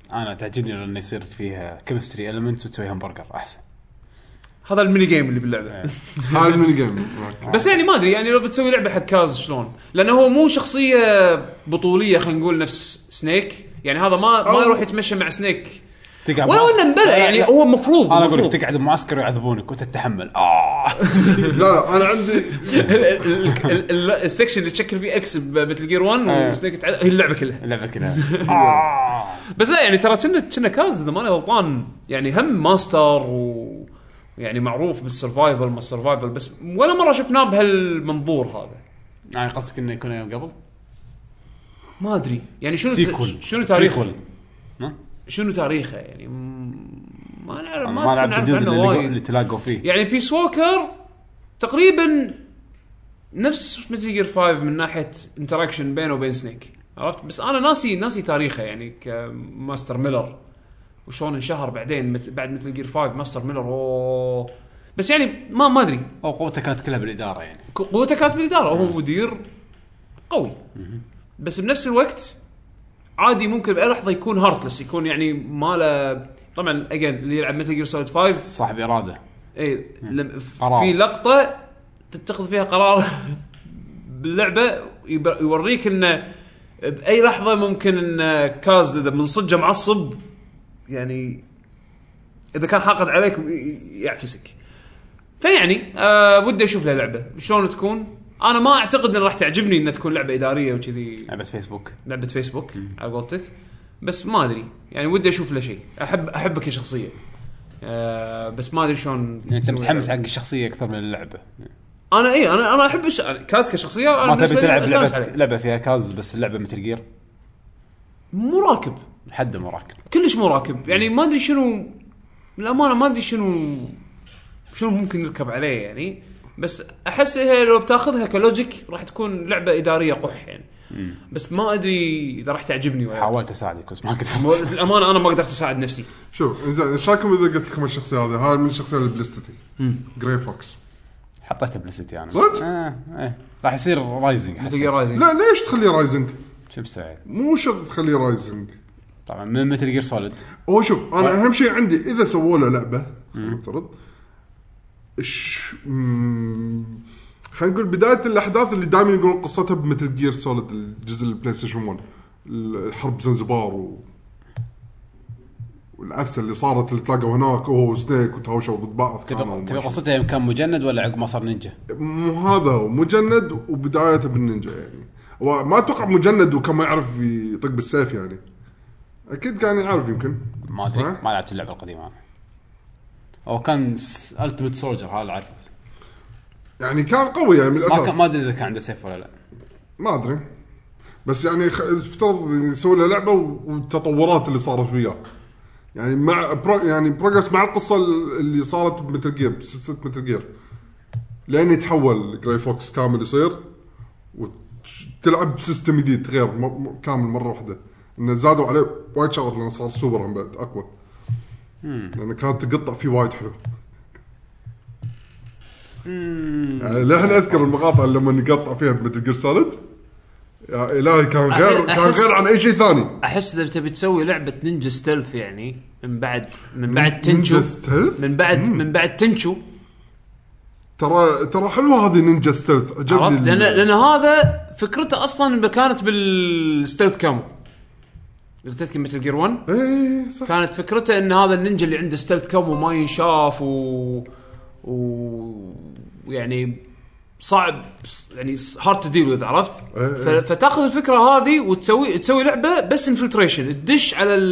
انا تعجبني لانه يصير فيها كيمستري إليمنت وتسوي همبرجر احسن. هذا الميني جيم اللي باللعبه. هاي الميني جيم. بس يعني ما ادري يعني لو بتسوي لعبه حق كاز شلون، لانه هو مو شخصيه بطوليه خلينا نقول نفس سنيك، يعني هذا ما يروح يتمشى مع سنيك ولو انه مبلى يعني. هو المفروض انا اقول لك تقعد بمعسكر ويعذبونك وتتحمل. لا انا عندي السكشن اللي تشكل فيه اكس بمثل جير 1 وسنيك هي اللعبه كلها. بس لا يعني ترى كنا كاز اذا ماني غلطان يعني هم ماستر يعني معروف بالسرفايفل ما السرفايفل، بس ولا مره شفناه بهالمنظور هذا. يعني قصدك انه يكون يوم قبل ما ادري يعني شنو تاريخه، شنو تاريخه يعني ما نعرف ما نعرف عنه وايد اللي تلاقوا فيه. يعني بيس ووكر تقريبا نفس مثل جير 5 من ناحيه انتراكشن بينه وبين سنيك، عرفت؟ بس انا ناسي تاريخه يعني كماستر ميلر وشون انشهر بعدين بعد مثل جير 5 ماستر ميلر. بس يعني ما ادري. او قوته كانت كلها بالاداره، يعني قوته كانت بالاداره وهو مدير قوي. بس بنفس الوقت عادي ممكن باي لحظه يكون هارتلس، يكون يعني ما له طبعا اجين اللي يلعب مثل جير سوليد 5 صاحب اراده. اي في لقطه تتخذ فيها قرار باللعبه يوريك انه باي لحظه ممكن ان كاز اذا من صجه معصب يعني اذا كان حاقد عليك يعفسك. فيعني ودي اشوف له لعبه شلون تكون. انا ما اعتقد ان راح تعجبني ان تكون لعبه اداريه وكذي، لعبه فيسبوك على قولتك. بس ما ادري يعني ودي اشوف له شيء. احبك كشخصيه بس ما ادري شلون يعني انت متحمس حق الشخصيه اكثر من اللعبه. انا احب كاز كشخصيه. انا ما تبي تلعب لعبه فيها كاز بس اللعبه مثل جير مراكب لحد مراكب كلش مراكب يعني ما ادري شنو الامانه ما ادري شنو ممكن نركب عليه يعني. بس احس لو بتاخذها كلوجيك راح تكون لعبه اداريه قح يعني. بس ما ادري اذا راح تعجبني ولا. حاولت اساعدك بس ما قدرت. الامانه انا ما قدرت اساعد نفسي. شوف انزين ايش رايكم اذا قلت لكم الشخصيه هذه هاي من الشخصيات البلاستيكي جراي فوكس حطيته بلاستيكي انا صدق راح يصير رايزنج. لا ليش تخليه رايزنج؟ شو بسوي؟ مو شرط تخليه رايزنج طبعا من مثل جير سوليد. هو شوف انا اهم شيء عندي اذا سووا له لعبه نفترض خلينا نقول بدايه الاحداث اللي دائما يقولون قصتها بمثل جير سوليد الجزء البلاي ستيشن 1 الحرب زنزبار والعفسه اللي صارت اللي تلاقوا هناك وهو سنيك وتهاوشوا ضد بعض. تبي قصتها يوم كان مجند ولا عقب ما صار نينجا؟ مو هذا هو مجند وبدايته بالنينجا يعني. وما اتوقع مجند وكان ما يعرف يطق بالسيف يعني. اكيد كان يعرف يمكن ما ادري ما لعبت اللعبه القديمه. هو كان التيمت سولجر هذا عارف يعني كان قوي يعني من الاساس. ما ادري اذا كان عنده سيف ولا لا ما ادري. بس يعني افترض يسوي له لعبه والتطورات اللي صارت وياه يعني مع يعني بروجرس مع القصه اللي صارت بمثل جير سلسله مثل جير لين يتحول جراي فوكس كامل يصير وتلعب سيستم جديد غير كامل مره واحده. انه زادوا عليه وايد شغلات لانه صار سوبر هم بعد اقوى لأنه كانت تقطع فيه وايد حلو. يعني لحن أذكر المقاطع اللي لما نقطع فيها بمثل جير سوليد يا إلهي كان غير عن أي شيء ثاني. أحس إذا تبي تسوي لعبة نينجا ستيلث يعني من بعد تنشو من بعد تنشو ترى حلوة هذه نينجا ستيلث عجبني لأن هذا فكرته أصلاً كانت بالستيلث كامو قلت لك مثل جير 1 ايه صح. كانت فكرته ان هذا النينجا اللي عنده ستيلث كم وما ينشاف يعني صعب يعني هارد تو ديل وذ عرفت. فتاخذ الفكره هذه وتسوي لعبه بس انفلتريشن تدش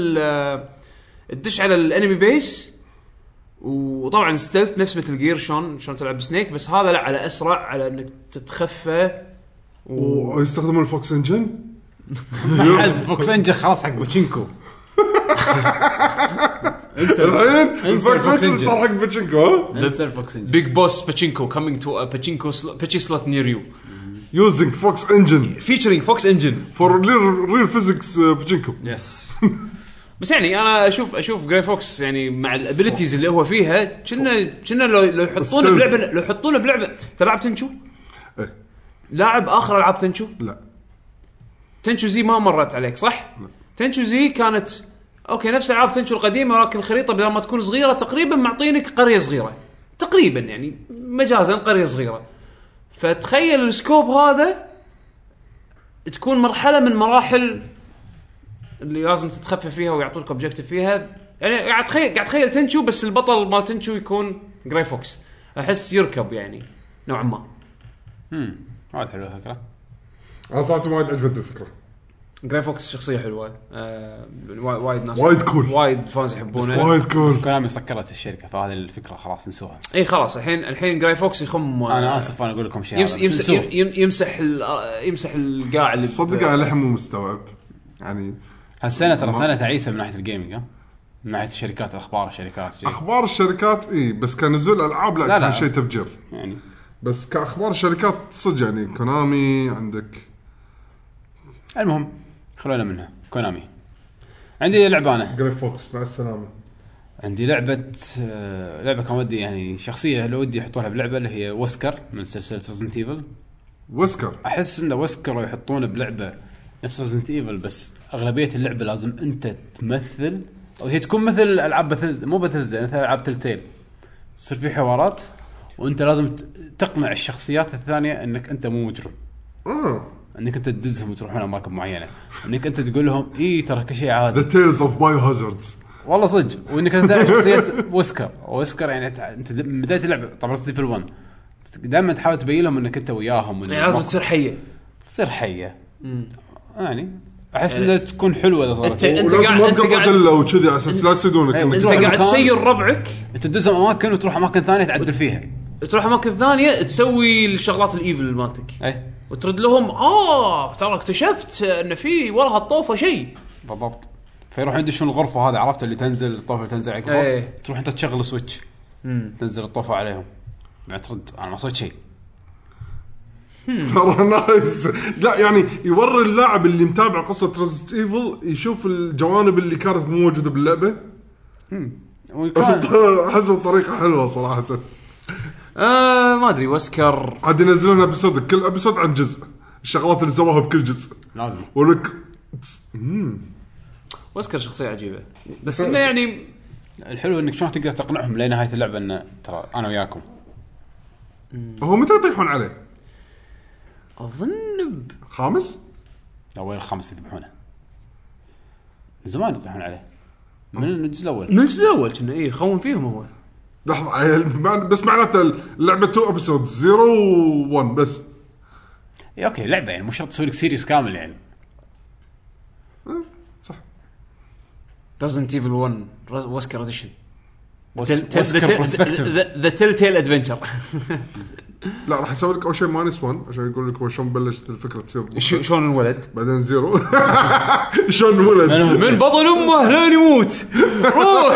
على الانمي بيس. وطبعا ستيلث نفس مثل جير شلون تلعب سنيك بس هذا لا على اسرع على انك تتخفى ويستخدمون الفوكس انجن. فوكس انجن خلاص حق بوتشينكو. انسى الفوكس انجن صار حق بوتشينكو. انسى الفوكس انجن. بيج بوس بوتشينكو coming to a pachinko slot near you using Fox Engine featuring Fox Engine for real physics بوتشينكو. يس. بس يعني انا اشوف جراي فوكس يعني مع الابيليتيز اللي هو فيها كنا لو يحطونه بلعبه تلعب تنشو. ايه لاعب اخر العاب تنشو. لا تنشو زي ما مرت عليك صح؟ تنشو زي كانت اوكي نفس العاب تنشو القديمه، ولكن الخريطه بدل ما تكون صغيره تقريبا معطينك قريه صغيره تقريبا، يعني مجازا قريه صغيره. فتخيل السكوب هذا تكون مرحله من مراحل اللي لازم تتخفف فيها ويعطوك اوبجيكتيف فيها. يعني قاعد تخيل تنشو، بس البطل مال تنشو يكون جراي فوكس، احس يركب يعني نوعا ما. وايد حلوه الفكره. انا صراحه وايد عجبتني الفكره. جراي فوكس شخصيه حلوه، وايد ناس وايد كول، وايد فانز يحبونه، وايد كول. كونامي سكرت الشركه، فهذه الفكره خلاص نسوها. اي خلاص الحين جراي فوكس يخم. انا اسف انا اقول لكم شيء، يمسح القاع اللي صدق على لحم مستوعب يعني. هالسنه ترى سنه تعيسه من ناحيه الجيمنج، من ناحيه الشركات، اخبار الشركات اي، بس كان نزول العاب لا كان شيء تفجير يعني. بس كاخبار الشركات صدق يعني كونامي عندك. المهم خلونا منها. كونامي عندي لعبه انا جراي فوكس مع السلامه. عندي لعبه كان ودي يعني شخصيه لو ودي يحطونها بلعبه، اللي هي وسكر من سلسله ريزنت ايفل. وسكر احس ان وسكر يحطونه بلعبه نفس ريزنت ايفل، بس اغلبيه اللعبه لازم انت تمثل، او هي تكون مثل العاب بثزدا، مو بثزدا، مثل العاب تلتيل، تصير في حوارات وانت لازم تقنع الشخصيات الثانيه انك انت مو مجرم، انك انت تدزهم وتروحون اماكن معينه، انك انت تقول لهم ترى كل شيء عادي. The Tales of Biohazard والله صدق. وانك انت تعرف شخصيه وسكر يعني انت من بدايه اللعبه طبعا في ال1 دائما تحاول تبين لهم انك انت وياهم، يعني لازم تصير حيه. يعني احس انها تكون حلوه اذا صارت. انت قاعد لو كذي على اساس لا يصيدونك. انت قاعد تسير ربعك، انت تدزهم اماكن وتروح اماكن ثانيه تعدل فيها، تروح اماكن ثانيه تسوي الشغلات الايفل مالتك، وترد لهم ترى اكتشفت ان في وراها الطوفه شيء بالضبط. فيروح يدشون الغرفه هذه، عرفت اللي تنزل الطوفه اللي تنزل عليك، تروح انت تشغل سويتش تنزل الطوفه عليهم، بعد ترد انا ما سويت شيء. ترى نايس. لا يعني يوري اللاعب اللي متابع قصه ريزنت ايفل يشوف الجوانب اللي كانت موجوده باللعبه. حسن طريقه حلوه صراحه. ما ادري وسكر عاد ينزلون ابيسود، كل ابيسود عن جزء، الشغلات اللي سووها بكل جزء لازم ولك. وسكر شخصيه عجيبه، بس انه يعني الحلو انك شلون تقدر تقنعهم لنهايه اللعبه ان ترى انا وياكم. هو متى يطيحون عليه؟ اظن خامس اول الخامس يذبحونه من زمان، يطيحون عليه من الجزء الاول كنا يخون فيهم هو. لحظه بس معناته اللعبه 2 ابيسود 0 و 1 بس. اوكي لعبه يعني مو شرط تسوي لك سيريس كامل يعني. صح. Resident Evil 1 وسكر اديشن ذا تيل ادفنتشر. لا راح اسوي لك اول شيء ماينس 1 عشان يقول لك هو شلون بلشت الفكره تصير، شلون انولد، بعدين 0 شلون انولد من بطن امه لين يموت. روح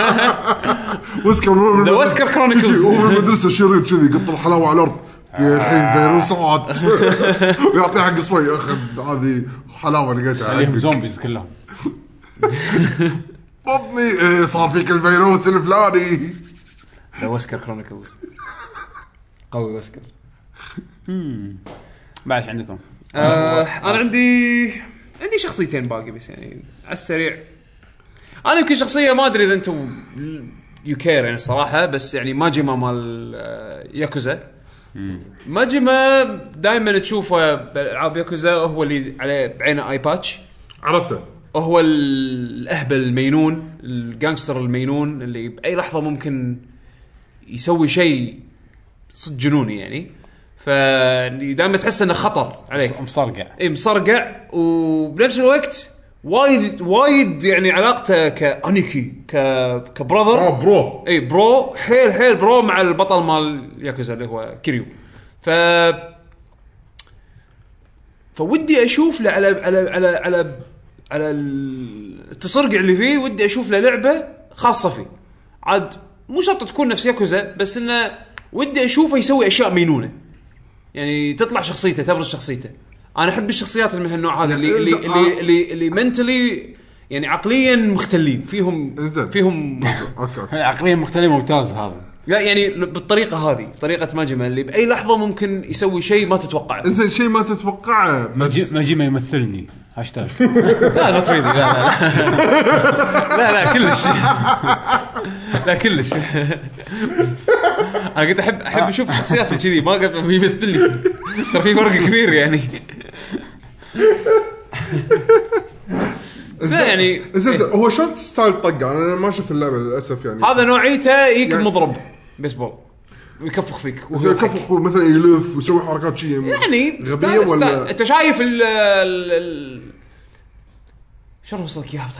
وسكر كرونيكلز. المدرسه شرير كذي يقط الحلاوه على الارض، في الحين فيروسات ويعطي حق شوي اخذ هذه حلاوه لقيتها عليهم زومبيز كلهم. بطني صار فيك الفيروس الفلاني. ذا وسكر كرونيكلز قوي. وسكر باش عندكم انا عندي شخصيتين باقي بس يعني على السريع. انا يمكن شخصيه ما ادري اذا انتم يوكير يعني الصراحه، بس يعني ماجيما مال ياكوزا. ماجيما دائما تشوفه بالعاب ياكوزا، هو اللي عليه بعينه اي باتش، عرفته، هو الاهبل المينون، الجانغستر المينون اللي باي لحظه ممكن يسوي شيء صد جنوني يعني. فدائما تحس انه خطر عليك، مصرقع وبنفس الوقت وايد يعني علاقته كانيكي كبراذر برو. اي برو حيل برو مع البطل مال ياكوزا اللي هو كيريو. فودي اشوف له على التصرقع اللي فيه، ودي اشوف له لعبه خاصه فيه. عاد مو شرط تكون نفس ياكوزا، بس انه ودي اشوفه يسوي اشياء مينونه، يعني تطلع شخصيته، تبرز شخصيته. انا احب الشخصيات اللي من هالنوع هذا اللي منتلي يعني عقليا مختلين فيهم عقليا مختلين. ممتاز هذا. لا يعني بالطريقه هذه، طريقه ماجيما اللي باي لحظه ممكن يسوي شيء ما تتوقعه. انزين شيء ما تتوقعه. ماجيما يمثلني هاشتاج لا لا تريد لا كلش لا كلش. انا قلت احب اشوف شخصيات كذي ما قد يمثلني، ترى في فرق كبير يعني. يعني هو شلون ستايل طقه؟ انا ما شفت اللعبه للاسف يعني. هذا نوعيته يك يعني مضرب بيسبول ويكفخ فيك يكفخ مثلا يلف ويسوي حركات شيء يعني غبيه ولا انت شايف شلون وصلك يا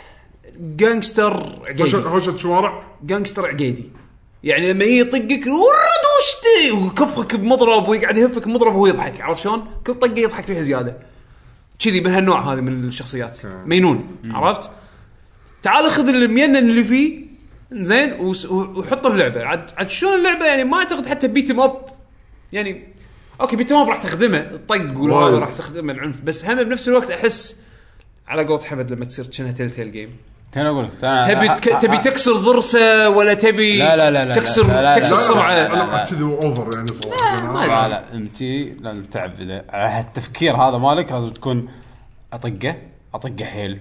جانجستر عقيدي، هوشه شوارع جانجستر عقيدي يعني لما يطقك وردوشتي وكفخك بمضرب ويقعد يهفك بمضرب وهو يضحك، عرفت شلون؟ كل طقه يضحك فيها زياده كذي من هالنوع هذه من الشخصيات مينون. عرفت؟ تعال خذ المينن اللي فيه زين وحطه بلعبه عاد شلون اللعبه يعني. ما اعتقد حتى بيتم اب يعني اوكي بيتم اب راح تخدمه الطق ولا راح تخدمه العنف، بس هم بنفس الوقت احس على قولة حمد لما تصير شنها تيل جيم انا اقول لك تبي تكسر ضرسه ولا تبي لا تكسر صبعه. انا كذي اوفر يعني صراحه. لا امتي لازم تتعب على هالتفكير هذا مالك. لازم تكون اطقه حيل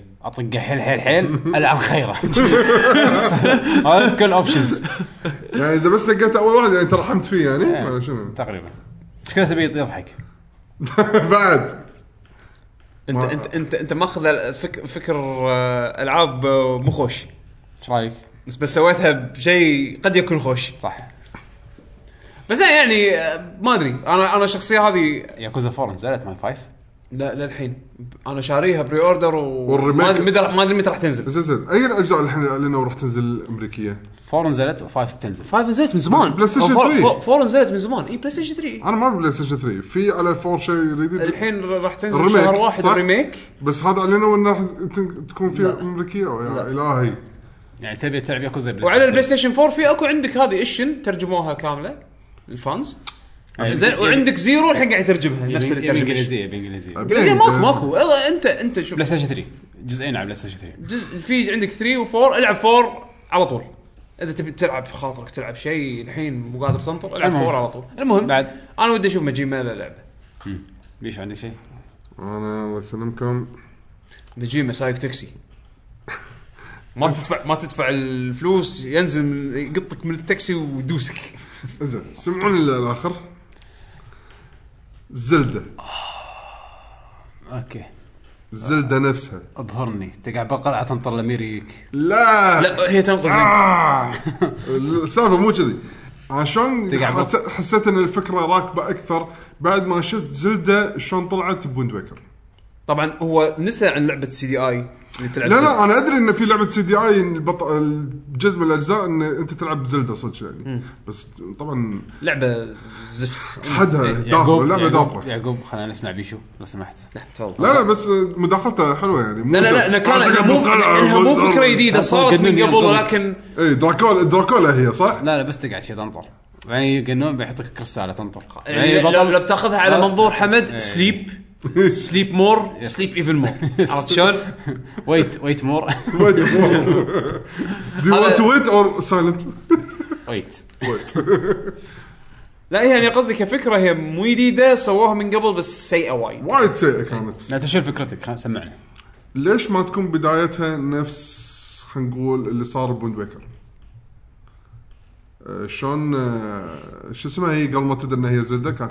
العن خيره. هذا كل اوبشنز يعني اذا بس لقيت اول واحد يعني ترحمت فيه يعني ولا شنو تقريبا. ايش كذا تبي يضحك بعد انت ماخذ فكر العاب مو خوش. ايش رايك؟ بس سويتها بشيء قد يكون خوش صح. بس يعني ما ادري انا الشخصيه هذه ياكوزا 4 نزلت ماي 5 لا للحين انا شاريها بري اوردر وما ادري متى راح تنزل. نزل اي الاجزاء اللي احنا اعلنوا راح تنزل الامريكيه. 4 نزلت و5 تنزل. 5 نزلت من زمان. بلاي ستيشن 4 نزلت من زمان. اي بلاي ستيشن 3 انا ما بلاي ستيشن 3 في على 4 شيء جديد الحين راح تنزل شهر واحد ريميك. بس هذا اعلنوا انه راح تكون فيها امريكيه يا الهي. يعني تبي تلعب ياكوزا بلاي وعلى البلاي ستيشن 4 في اكو عندك هذه ايشن ترجموها كامله للفانز زين وعندك زيرو الحين قاعد يترجمها نفس الترجمه بالانجليزيه ماكو انت شوف بلاي ستيشن 3 جزئين على بلاي ستيشن 3 جزء في عندك 3 و4 العب 4 على طول اذا تبي تلعب خاطرك تلعب شيء الحين مو قادر تنطر العب 4 على طول. المهم بعد انا ودي اشوف مجيما للعبه. ليش عندك شيء؟ انا وسلمكم مجيما سايق تاكسي ما تدفع الفلوس ينزل يقطك من التاكسي ويدوسك. زين سمعوني للاخر زلدة. اوكي زلدة نفسها ابهرني. تقعد بقلعه تنطر لميريك. لا هي تنطر السالفه مو كذي. عشان حسيت ان الفكره راكبه اكثر بعد ما شفت زلدة شلون طلعت بويند ويكر. طبعا هو نسى عن لعبه سي دي اي اللي تلعب. لا انا ادري ان في لعبه سي دي اي الجزء من الاجزاء ان انت تلعب زلدة صدق يعني. بس طبعا لعبه زفت حدها دافره. لعبه دافره. يعقوب خلينا نسمع بيشو لو سمحت. لا بس مداخلته حلوه يعني. لا كان انها مو فكره جديده صارت من قبل لكن اي دراكولا هي صح. لا بس تقعد شي تنطر يعني قانون بيحطك كريستال تنطر يعني لو بتاخذها على منظور حمد سليب مور سليب ايفن مور. عرفت شلون؟ ويت مور do you want to wait or silent wait لا يعني قصدي كفكره هي مو جديده سووها من قبل بس سيئه وايد سيئه كانت. لا تشوف فكرتك سمعنا. ليش ما تكون بدايتها نفس خلينا نقول اللي صار بويند ويكر؟ شلون شو اسمها هي قبل ما تدري ان هي زلدة كانت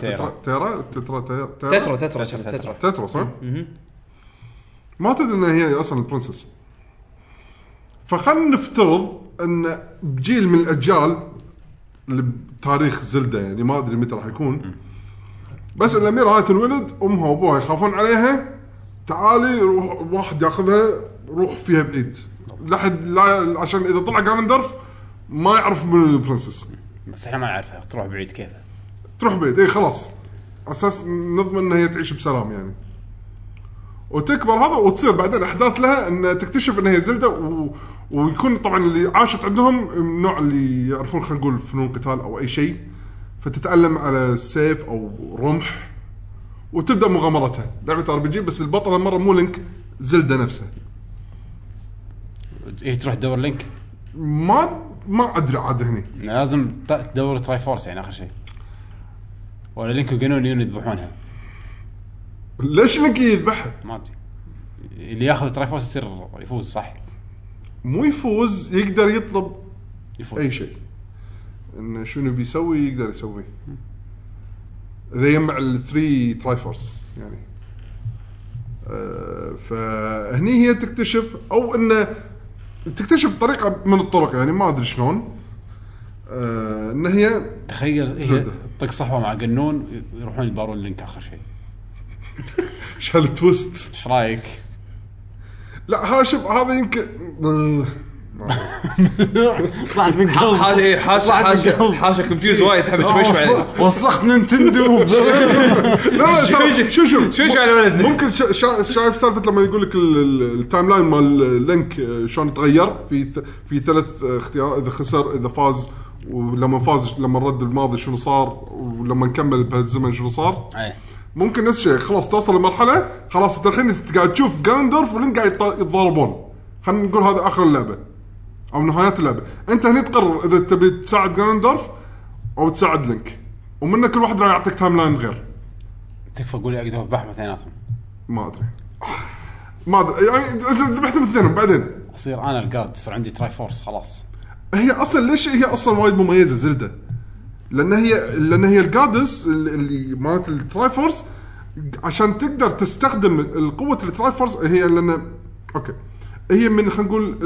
تترا صح؟ ما تدري ان هي اصلا البرنسس. فخلنا نفترض ان بجيل من الاجيال اللي بتاريخ زلدة يعني ما ادري متى راح يكون بس الاميره هاي تنولد امها وابوها يخافون عليها تعالي روح واحد ياخذها روح فيها بعيد لحد لا عشان اذا طلع غاندرف ما يعرف من البرنسس. بس احنا ما نعرفها تروح بعيد كيف تروح بعيد اي خلاص اساس نضمن ان هي تعيش بسلام يعني وتكبر هذا وتصير بعدين احداث لها ان تكتشف ان هي زلدة ويكون طبعا اللي عاشت عندهم النوع اللي يعرفون خلينا نقول فنون قتال او اي شيء فتتعلم على سيف او رمح وتبدا مغامرتها. لعبه ار بي جي بس البطله مره مو لينك زلدة نفسها. ايه تروح تدور لينك ما ادري عاد هني لازم تدور تراي فورس يعني اخر شيء ولا لينك وجنون يذبحونها. ليش لينك يذبحها؟ ما ادري اللي ياخذ ترايفورس يصير يفوز صح؟ مو يفوز، يقدر يطلب يفوز اي شيء، انه شنو بيسوي يقدر يسويه اذا يجمع الثري ترايفورس يعني. فهني هي تكتشف او انه تكتشف طريقه من الطرق يعني ما ادري شلون، ان هي تخيل هي طق صحوه مع قنون يروحون يبارون لينك اخر شيء. شال التويست. ايش رايك؟ لا ها شوف هذا يمكن طلعت من قلب حاشا كونفيوز وايد حبيت شوي وسخت نينتندو. لا شو على ولدنا ممكن شايف سالفه لما يقول لك التايم لاين مال لينك شلون تغير في 3 اختيار، اذا خسر اذا فاز، ولما فاز لما رد الماضي شنو صار، ولما نكمل بهالزمن شنو صار. ممكن نفس الشيء خلاص توصل لمرحله خلاص انت الحين قاعد تشوف جاندورف ولينك قاعد يتضاربون، خلينا نقول هذا اخر اللعبه او نهايه اللعبه. انت هني تقرر اذا تبي تساعد جاندورف او تساعد لينك، ومنك كل واحد راح يعطيك تايم لاين غير. تكفى قولي اقدر اذبحهم اثنيناتهم. ما ادري يعني اذا ذبحتهم اثنينهم بعدين اصير انا الجاد، تصير عندي تراي فورس خلاص. هي اصلا ليش هي اصلا وايد مميزه زلدة؟ لان هي الجادس اللي مالت التراي فورس عشان تقدر تستخدم القوه التراي فورس. هي لان اوكي هي من خلينا نقول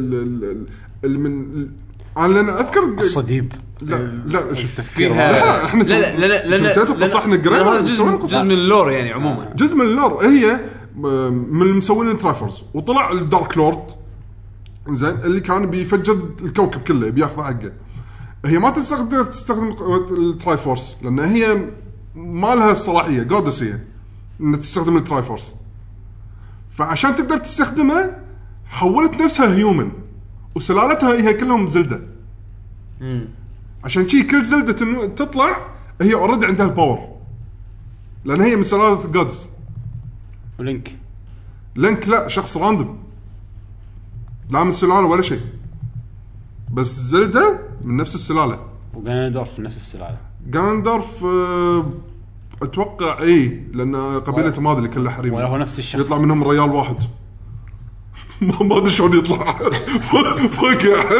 من انا لان اذكر الصديب. لا التفكير احنا لا صحنا قرينا هذا جزء من اللور يعني عموما جزء من اللور. هي من المسوين الترايفرز وطلع الدارك لورد زين اللي كان بيفجر الكوكب كله بياخذ حقه. هي ما تقدر تستخدم الترايفورس لان هي ما لها الصلاحيه جودسيه ان تستخدم الترايفورس، فعشان تقدر تستخدمها حولت نفسها هيومن وسلالتها هي كلهم زلدة. عشان شي كل زلدة تطلع هي اوريدي عندها الباور لان هي من سلالة جودز. ولينك لا شخص راندوم لا من سلالة ولا شيء، بس زلدة من نفس السلالة. وغاندورف من نفس السلالة. غاندورف اتوقع لان قبيلته ما ادري كلها حريم ولا هو نفس الشخص يطلع منهم ريال واحد. ما ادري شلون يطلع فوق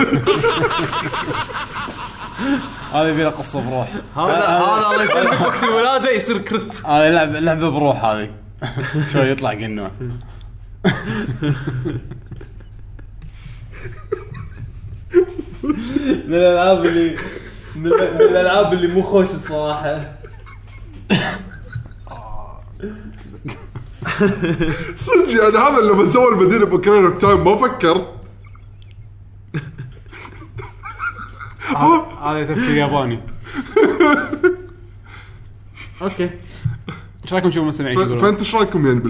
هذا يبي له قصه بروح. هذا الله يسلمك وقت الولاده يصير كرت. هذه لعبه بروح هذه. شو يطلع قنوع. من الالعاب اللي مو خوش الصراحه. صدق يعني هذا لما سوى المدينة بوكرين اوف تايم ما فكر. هذا تفكير ياباني. اوكي ايش رايكم تشوفوا المستمعين يقولون؟ فانت ايش رايكم يعني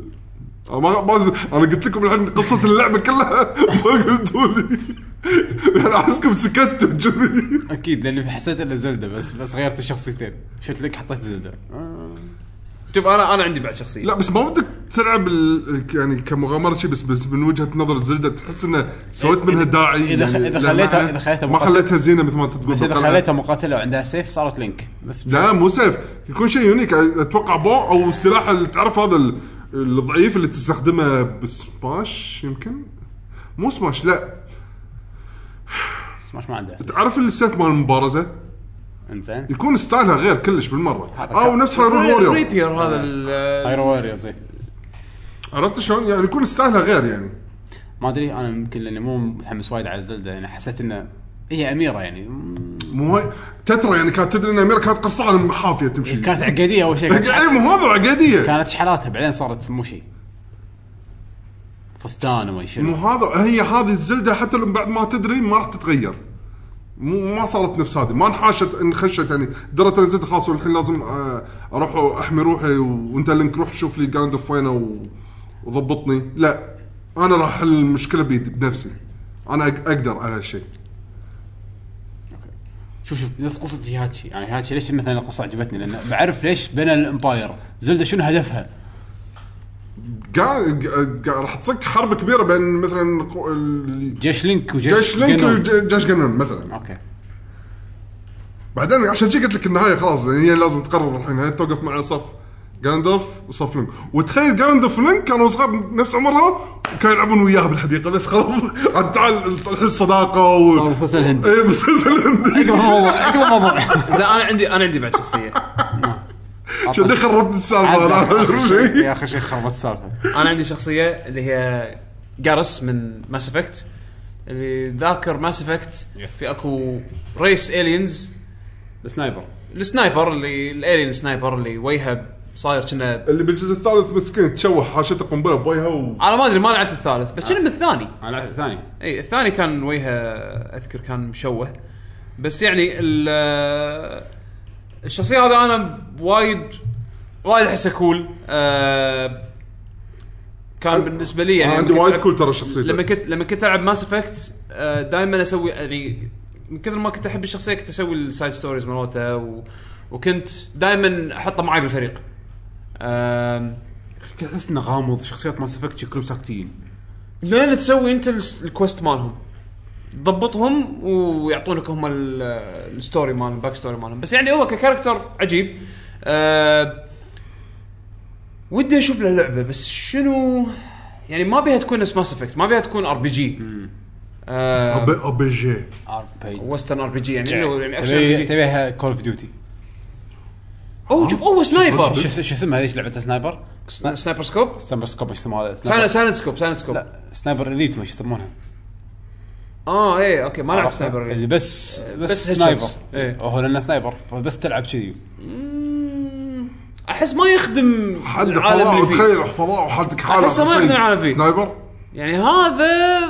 انا قلت لكم الحين قصة اللعبة كلها ما قلتوا لي يعني احسكم سكتوا جذي. اكيد لاني حسيت انه زلدة بس غيرت الشخصيتين. شفت لك حطيت زلدة. شوف انا عندي بعد شخصيه. لا بس ما بدك تلعب يعني كمغامره شيء بس من وجهه نظر زلدة تحس انه سويت منها داعي. اذا خليتها ما خليتها زينه مثل ما تقول. بس اذا خليتها مقاتله وعندها سيف صارت لينك. بس لا مو سيف يكون شيء يونيك. اتوقع بو او السلاح اللي تعرف هذا الضعيف اللي تستخدمه بسماش. يمكن مو سماش لا سماش ما عنده. تعرف السيف مال المبارزه انزين يكون ستايلها غير كلش بالمره او نفس هايرو ريبير هذا هايرو واريور زي عرفت شلون يعني يكون ستايلها غير يعني. ما ادري انا يمكن لاني مو متحمس وايد على زلدة يعني حسيت انه هي اميره يعني مو تترى يعني كانت تدري ان اميره كانت قرصانه حافيه تمشي. كانت عقديه اول شيء. مو هذا عقديه كانت شحالاتها بعدين صارت مو شيء فستان وما شنو. مو هذا هي هذه الزلدة حتى لو بعد ما تدري ما راح تتغير. ما صارت نفس هذه ما انحاشت انخشت يعني درت الزلدة خلاص والحين لازم اروح احمي روحي وانت لينك روح شوف لي جاندورف وينه وضبطني. لا انا راح احل المشكله بنفسي. انا اقدر على هالشيء. شوف نفس قصة هاتشي يعني هاتشي ليش مثلا القصة عجبتني لأن بعرف ليش بين الإمباير زلدة شنو هدفها. راح تصك حرب كبيرة بين مثلا جيش لينك وجيش جنون مثلا. أوكي بعدين عشان شي قلت لك النهاية خلاص يعني هي لازم تقرر الحين هل توقف مع صف غاندالف وصف لينك. وتخيل غاندالف ولينك كانوا صغار نفس عمرها وكانوا يلعبون وياها بالحديقه بس خلاص تعال الصداقه مسلسل الهندي. اي مسلسل الهندي. اقل موضوع. انا عندي بعد شخصيه. شو اللي خربت السالفه يا اخي شيء خربت السالفه. انا عندي شخصيه اللي هي جارس من ماس افكت، اللي ذاكر ماس افكت في اكو ريس الينز السنايبر اللي الالين سنايبر اللي وجهه صاير كنا اللي بالجزء الثالث مسكين تشوه حاشته قنبله بوجهه انا ما ادري ما لعبت الثالث بس كنا من الثاني. انا لعبت الثاني. اي الثاني كان وجهه اذكر كان مشوه بس يعني الشخصيه هذا انا وايد احسه كول. كان بالنسبه لي يعني عندي وايد كول ترى شخصيته. لما كنت العب ماس افكت دائما اسوي يعني من كثر ما كنت احب الشخصيه كنت اسوي السايد ستوريز مالتها وكنت دائما احطه معي بالفريق. احس انه غامض شخصيات ماس افكت كلهم ساكتين. لين تسوي انت الكوست مالهم تضبطهم ويعطونك هم الستوري مال الباك ستوري مالهم. بس يعني هو ككاركتر عجيب. ودي اشوف له لعبه بس شنو يعني ما بيها تكون نفس ماس افكت ما بيها تكون ار بي جي ار بي جي وسترن ار بي جي يعني اكشن تبيها كول اوف ديوتي. شوف سنايبر شو اسمها هذه لعبه سنايبر سنايبر سكوب ايش اسمها هذا سايلنت سكوب لا سنايبر اليت ما يسمونها. ايه اوكي ما لعبت سنايبر اللي بس سنايبر هو لانه سنايبر بس تلعب كذي. احس ما يخدم العالم اللي فيه. تخيل فضاء وحالتك حاله احس ما يخدم العالم فيه سنايبر يعني هذا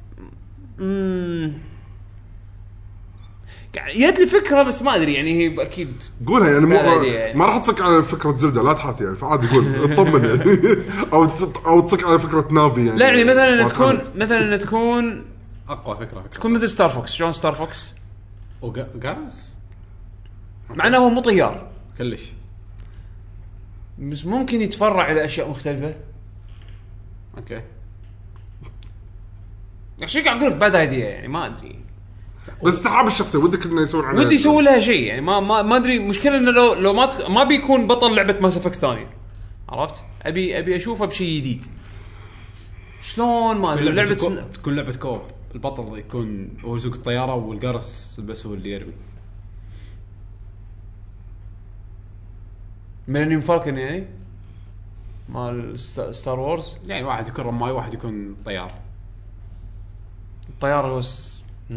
يد لي فكره بس ما ادري يعني هي اكيد قولها يعني ما راح تصك على فكره زبده لا تحاتي يعني فعادي قول اطمن يعني او تصك على فكره نافي يعني. لا يعني مثلا تكون اقوى فكره تكون مثل ستار فوكس. شلون ستار فوكس وجارس معناه هو مو طيار كلش بس ممكن يتفرع الى اشياء مختلفه. اوكي عشان قاعد اقول لك باد ايديا يعني ما ادري بس تحب الشخصيه ودك انه يسوي عنها ودي يسوي لها شيء يعني ما ادري. مشكله انه لو ما بيكون بطل لعبه ماس افكت ثانيه عرفت. ابي اشوفه بشيء جديد. شلون ما ادري لعبه تكون لعبه كوب البطل يكون هو يسوق الطياره والجرس بس هو اللي يرمي. ميلينيوم فالكون يعني مال ستار وورز يعني واحد يكون رماي واحد يكون طيار. الطياره بس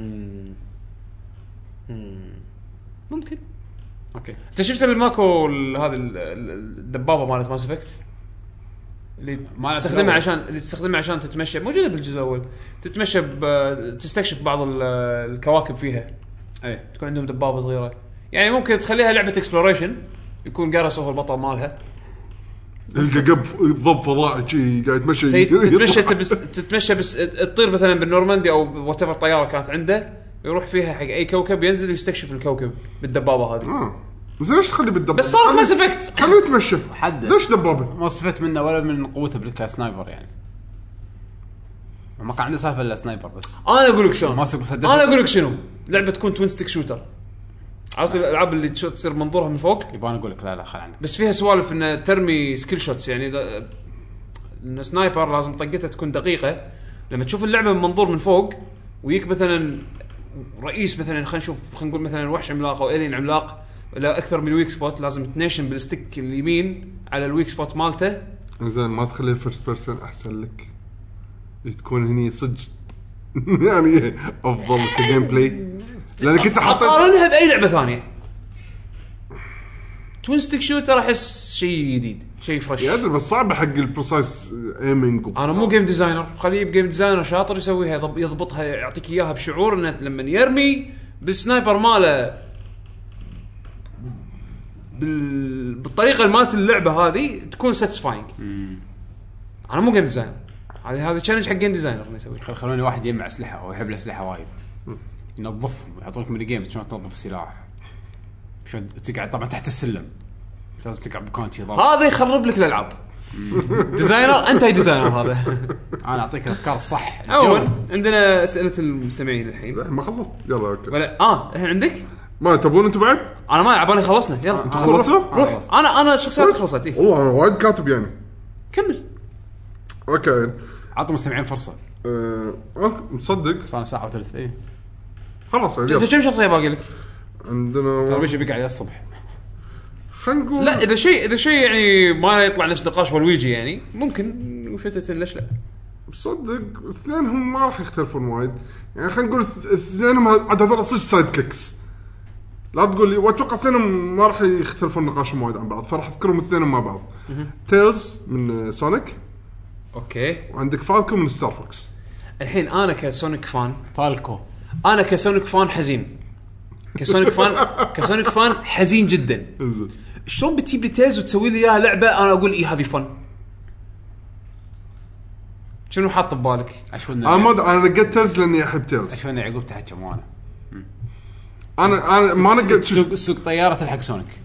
ممكن. اوكي انت شفت الماكو هذا الدبابه مالت ماس افكت اللي تستخدمها عشان تتمشى موجوده بالجزء الاول تتمشى تستكشف بعض الكواكب فيها. اي تكون عندهم دبابه صغيره يعني ممكن تخليها لعبه اكسبلوريشن يكون جارس هو البطل مالها. القب ضب فضائي شيء قاعد يتمشى تتمشى بس تطير مثلا بالنورماندي او وات ايفر طياره كانت عنده يروح فيها حق اي كوكب ينزل ويستكشف الكوكب بالدبابه هذه. بس ليش تخلي بالدبابه بس صار ماس افكت خليه يتمشى ليش دبابه ما استفدت منه ولا من قوته بالكاسنايبر يعني ما كان عنده سالفه الا سنايبر. بس انا اقول لك شلون انا اقول لك شنو لعبه تكون توين ستيك شوتر. عرفت الالعاب اللي تصير منظورها من فوق يبغى اقول لك لا خل عنك بس فيها سوالف ان ترمي سكيل شوتس يعني ان سنايبر لازم طقتها تكون دقيقه. لما تشوف اللعبه من منظور من فوق ويك مثلا رئيس مثلا خلينا نقول مثلا وحش عملاق او الين عملاق ولا اكثر من ويك سبوت لازم تنيشن بالستيك اليمين على الويك سبوت مالته. زين ما تخلي فيرست بيرسون احسن لك تكون هني صدق يعني افضل كجيم بلاي لانك انت حاطط اقارنها باي لعبه ثانيه. توين ستيك شوتر احس شيء جديد شيء فريش يادر بس صعب حق البريسايز ايمينج. انا مو جيم ديزاينر خليه بجيم ديزاينر شاطر يسويها يضبطها يعطيك اياها بشعور انه لما يرمي بالسنايبر ماله بالطريقه اللي مالت اللعبه هذه تكون ساتيسفاينج. انا مو جيم ديزاينر هذا تشالنج حق جيم ديزاينر انه يسوي. خلوني واحد يجمع اسلحه او يحب الاسلحه وايد ينظفهم يحطونك ميني جيم شلون تنظف السلاح شلون تقعد طبعا تحت السلم لازم تقعد بمكان شيء هذا يخرب لك الالعاب. ديزاينر انت ديزاينر هذا انا اعطيك الافكار الصح. اول عندنا اسئله المستمعين الحين ما خلصت يلا اوكي ولا الحين عندك ما تبون انتم بعد؟ انا ما عبالي خلصنا يلا خلصوا؟ روح انا الشخصيات خلصت إيه؟ والله انا وايد كاتب يعني. كمل اوكي عطوا المستمعين فرصه. اوكي مصدق صار ساعه وثلث ايه خلاص يعني. انت كم شخصيه باقي لك؟ عندنا ترى بيجي بيقعد الصبح. خلينا نقول لا اذا شيء يعني ما يطلع نفس نقاش والويجي يعني ممكن وشتت ليش لا. مصدق اثنينهم ما راح يختلفون وايد يعني. خلينا نقول اثنينهم عاد هذول صدق سايد كيكس. لا تقول لي واتوقع اثنينهم ما راح يختلفون نقاشهم وايد عن بعض فراح اذكرهم اثنينهم مع بعض. تيلز من سونيك اوكي وعندك فالكو من ستار فوكس. الحين انا كسونيك فان فالكو انا كسونيك فان حزين كسونيك فان حزين جدا. شلون بتجيب لي تيلز وتسوي لي اياها لعبه انا اقول ايه هذه فن؟ شنو حاط ببالك؟ انا نقيت تيلز لاني احب تيلز. اشوفني يعقوب تحكي مو انا ما نقيت سوق طياره تلحق سونيك.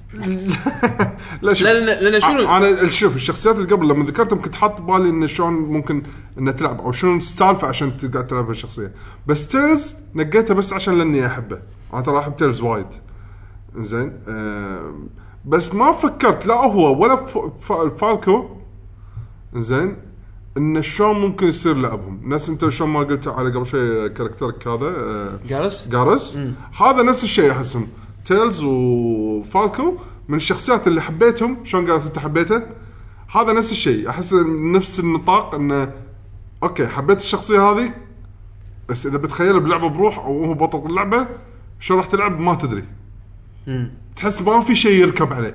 لا شنو انا شوف الشخصيات اللي قبل لما ذكرتهم كنت حاط ببالي ان شلون ممكن ان تلعب او شنو السالفه عشان تقعد تلعب هالشخصيه. بس تيلز نقيتها بس عشان لاني احبه. انا ترى احب تيلز وايد زين. بس ما فكرت لا هو ولا فالكو زين ان شلون ممكن يصير لعبهم. ناس انت شلون ما قلت على قبل شيء كاركترك هذا جارس هذا نفس الشيء. احسهم تيلز وفالكو من الشخصيات اللي حبيتهم. شلون قالت انت حبيته هذا نفس الشيء. احس نفس النطاق انه اوكي حبيت الشخصيه هذه بس اذا بتخيل بلعبه بروح او هو بطل اللعبه شو راح تلعب ما تدري. تحس ما في شيء يركب عليه.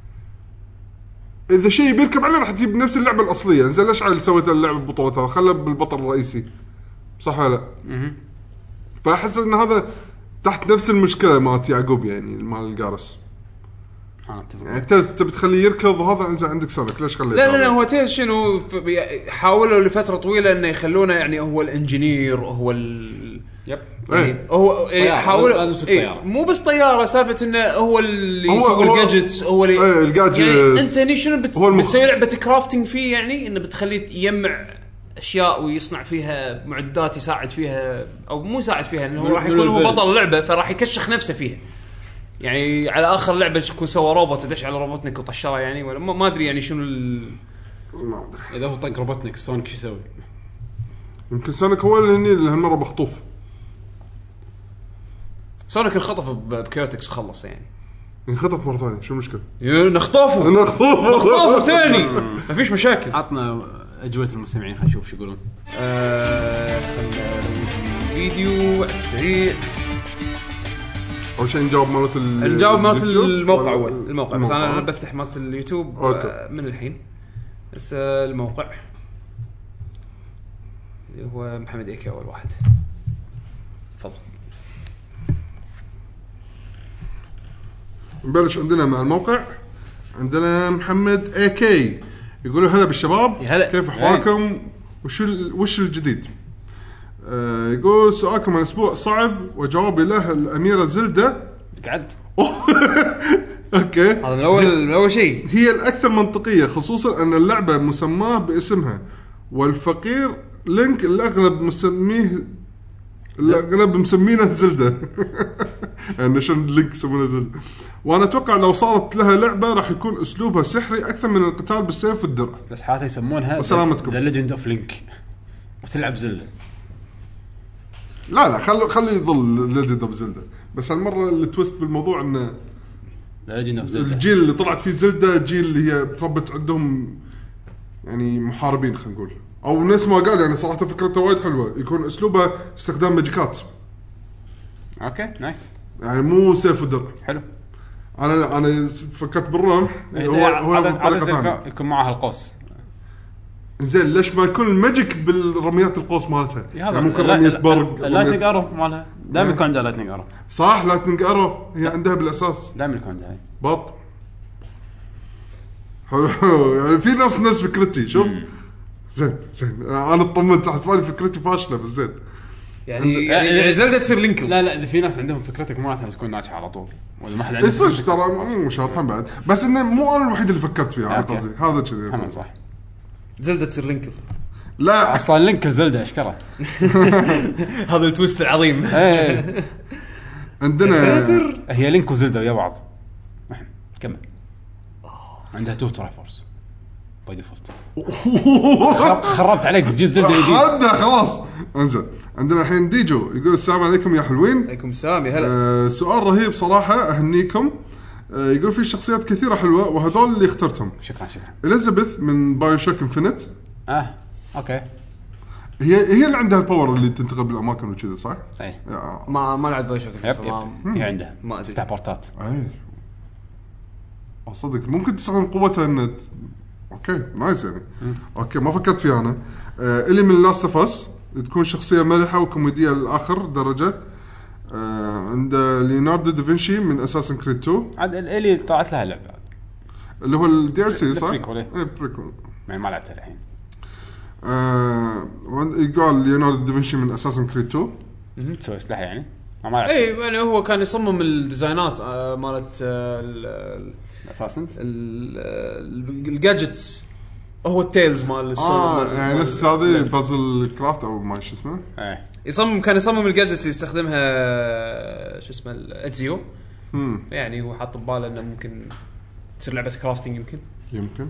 اذا شيء بيركب عليه راح تجيب نفس اللعبه الاصليه. زين ليش عيل سويت اللعبه ببطولتها خلى بالبطل الرئيسي صح ولا لا؟ فاحس ان هذا تحت نفس المشكله مالت يعقوب يعني مال الجارس. انا اتفق يعني تيلز تبي تخليه يركض وهذا انت عندك سونيك ليش خليته؟ لا هو تيلز شنو حاولوا لفتره طويله انه يخلونه يعني هو الانجينير هو يعني هو حاول مو بس طياره سالفه انه هو اللي يسوي الجادجتس هو اللي الجادجت يعني انت هني شنو بتسوي لعبه كرافتنج فيه يعني انه بتخليه يجمع اشياء ويصنع فيها معدات يساعد فيها او مو يساعد فيها انه راح يكون هو بطل اللعبه فراح يكشخ نفسه فيها يعني على اخر لعبه تكون سوى روبوت يدش على روبوتنيك وطشره يعني ولا ما ادري يعني شنو ما ادري اذا هو طق روبوتنيك سونيك شو يسوي. يمكن سونيك هو اللي هالمره بخطوف. سونيك انخطف بكيوتكس وخلص يعني ينخطف مره ثانيه شو المشكله؟ نخطفه ثاني ما فيش مشاكل. عطنا اجوبه المستمعين خلينا نشوف شو يقولون. فيديو على السريع اول شيء نجاوب مالت الموقع اول الموقع بس انا بفتح مالت اليوتيوب من الحين. بس الموقع اللي هو محمد ايكي اول واحد تفضل. نبلش عندنا مع الموقع. عندنا محمد ايكي يقولوا هلا بالشباب كيف احوالكم وش الجديد. يقول سؤالكم الاسبوع صعب وجوابي له الاميره زلدة قعد اوكي هذا من اول شيء هي الاكثر منطقيه خصوصا ان اللعبه مسماه باسمها والفقير لينك الاغلب مسمينه زلدة يعني شلون لينك يسمونه زلدة. وانا اتوقع لو صارت لها لعبه راح يكون اسلوبها سحري اكثر من القتال بالسيف والدرع. بس حتى يسمونها وسلامتكم ذا ليجند اوف لينك وتلعب زلدة. لا خلي يظل ليجند اوف زلدة. بس هالمره التويست بالموضوع انه الجيل اللي طلعت فيه زلدة جيل اللي هي تربت عندهم يعني محاربين خلينا نقول او ناس ما قال يعني صراحه فكرته وايد حلوه يكون اسلوبها استخدام ماجيكات. اوكي نايس يعني مو سيف ودرع. حلو. انا فكرت بالرمح هو يكون معها القوس. زين ليش ما يكون الماجيك بالرميات القوس مالتها يعني ممكن رميه برق لايتنينج ارو مالها دائما يكون عندها لايتنينج ارو. صح لايتنينج ارو هي عندها بالاساس دائما يكون عندها بط يعني في ناس فكرتي شوف زين انا اطمنت حسبالي فكرتي فاشله بس زين يعني زلدة تصير لينك. لا في ناس عندهم فكرتك مالتها تكون ناجحه على طول ولا ما حد عنده صدق ترى مو شرط بعد بس انه مو انا الوحيد اللي فكرت فيها على قصدي هذا كذي صح. زلدة تصير لينك لا اصلا لينك زلدة اشكره. هذا التويست العظيم. عندنا هي لينك وزلدا ويا بعض. كمل. عندها 2 ترايفورس باي ديفولت. خربت عليك جزء زلدا جديد. عندنا خلاص. انزين عندنا الحين ديجو يقول السلام عليكم يا حلوين. عليكم السلام يا هلا. سؤال رهيب صراحه اهنيكم. يقول في شخصيات كثيره حلوه وهذول اللي اخترتهم. شكرا. إليزابيث من بايو شوك انفينيت. اوكي. هي اللي عندها الباور اللي تنتقل بالاماكن وكذا صح؟ اي ما لعب باي شوك. هي عندها ما ادري تفتح بورتات. اي اصدق ممكن تستخدم قوتها ان اوكي نايس يعني. اوكي ما فكرت فيها انا. اللي من لاست اوف اس تكون شخصيه مرحه وكوميديه للاخر درجه. عند ليوناردو دافنشي من اساسن كريد 2 عاد اللي طلعت لها لعبه اللي هو الدي ال سي صح؟ بريكول. بريكول ما لعبتها الحين. يقول ليوناردو دافنشي من اساسن كريد 2 تسوي اسلحه يعني ما لعبت. اي يعني هو كان يصمم الديزاينات مالت اساسنز الجادجتس. هو التيلز مال السولو يعني نفس هذه بازل كرافت او ما شو اسمه. كان يصمم الجادجتس اللي يستخدمها شو اسمه الاتزيو. يعني هو حاط بباله انه ممكن تصير لعبه كرافتنج يمكن.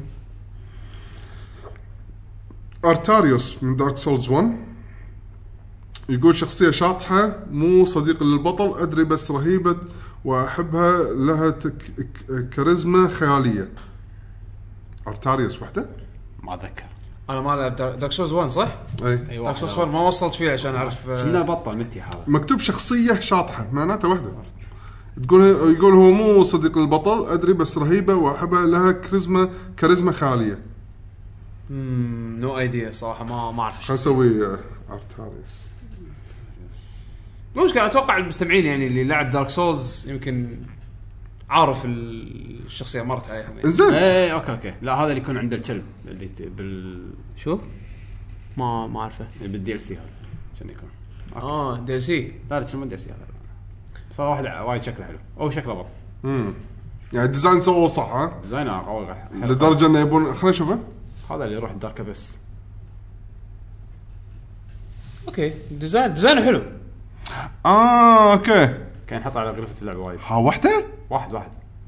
ارتاريوس من دارك سولز 1 يقول شخصيه شاطحه مو صديق للبطل ادري بس رهيبه واحبها لها كاريزما خياليه. ارتاريوس وحده ما اتذكر انا ما لعب دارك سولز 1 صح؟ اي دارك سولز 1 ما وصلت فيه عشان اعرف. كنا بطل متي هذا مكتوب شخصيه شاطحه معناته وحده. يقول هو مو صديق للبطل ادري بس رهيبه واحبها لها كاريزما خياليه. نو ايديا صراحه ما اعرف. خلينا نسوي ارتاريوس. مو مشكلة اتوقع المستمعين يعني اللي لعب دارك سولز يمكن عارف الشخصيه مرت عليهم يعني. انزين اوكي لا هذا اللي يكون عند الكلب اللي شو ما اعرفه بالدي ال سي هذا عشان يكون دي ال سي. لا شنو دي ال سي هذا صار واحد وايد شكله حلو او شكله بط. يعني الديزاين سووه صح ها ديزاين قوي لدرجه انه يبون خلينا نشوفه. هذا اللي يروح الدارك بس. اوكي ديزاين حلو. اوكي كان يحط على غرفه اللعبه وايد. ها واحده واحد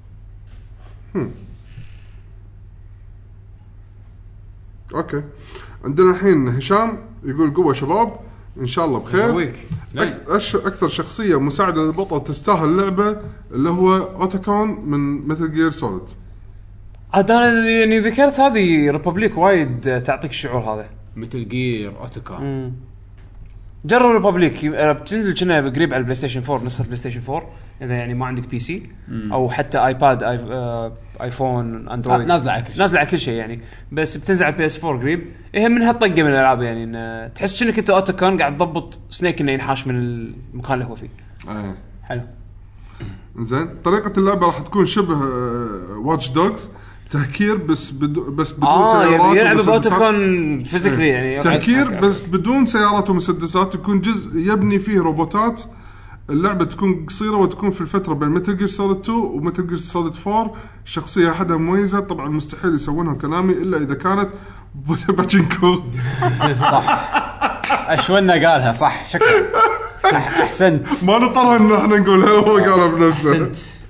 اوكي. عندنا الحين هشام يقول قوه شباب ان شاء الله بخير. اكثر شخصيه مساعده للبطل تستاهل اللعبه اللي هو اوتوكون من مثل جير سوليد. انا يعني ذكرت هذه ريبوبليك وايد تعطيك الشعور هذا. مثل جير اوتوكون جرب ريبوبليك بتنزل كنا قريب على البلاي ستيشن 4 نسخه بلاي ستيشن 4 اذا يعني ما عندك بي سي او حتى ايباد ايفون اندرويد نازله على كل شيء يعني. بس بتنزل على البي اس 4 قريب. من هالطقه من الالعاب يعني إن تحس انك انت اوتوكون قاعد تضبط سنيك انه ينحاش من المكان اللي هو فيه. حلو. زين طريقه اللعبه راح تكون شبه واتش دوجز تهكير بس بدون سيارات. يلعب باوتوكون فيزيكلي يعني تهكير بس بدون سيارات ومسدسات. يكون جزء يبني فيه روبوتات. اللعبه تكون قصيره وتكون في الفتره بين ميتل جير سوليد 2 وميتل جير سوليد 4. شخصيه احدها مميزه طبعا مستحيل يسوونها كلامي الا اذا كانت باتشينكو. صح اشونا قالها صح شكرا صح احسنت. ما نطرها ان احنا نقولها هو قالها بنفسه.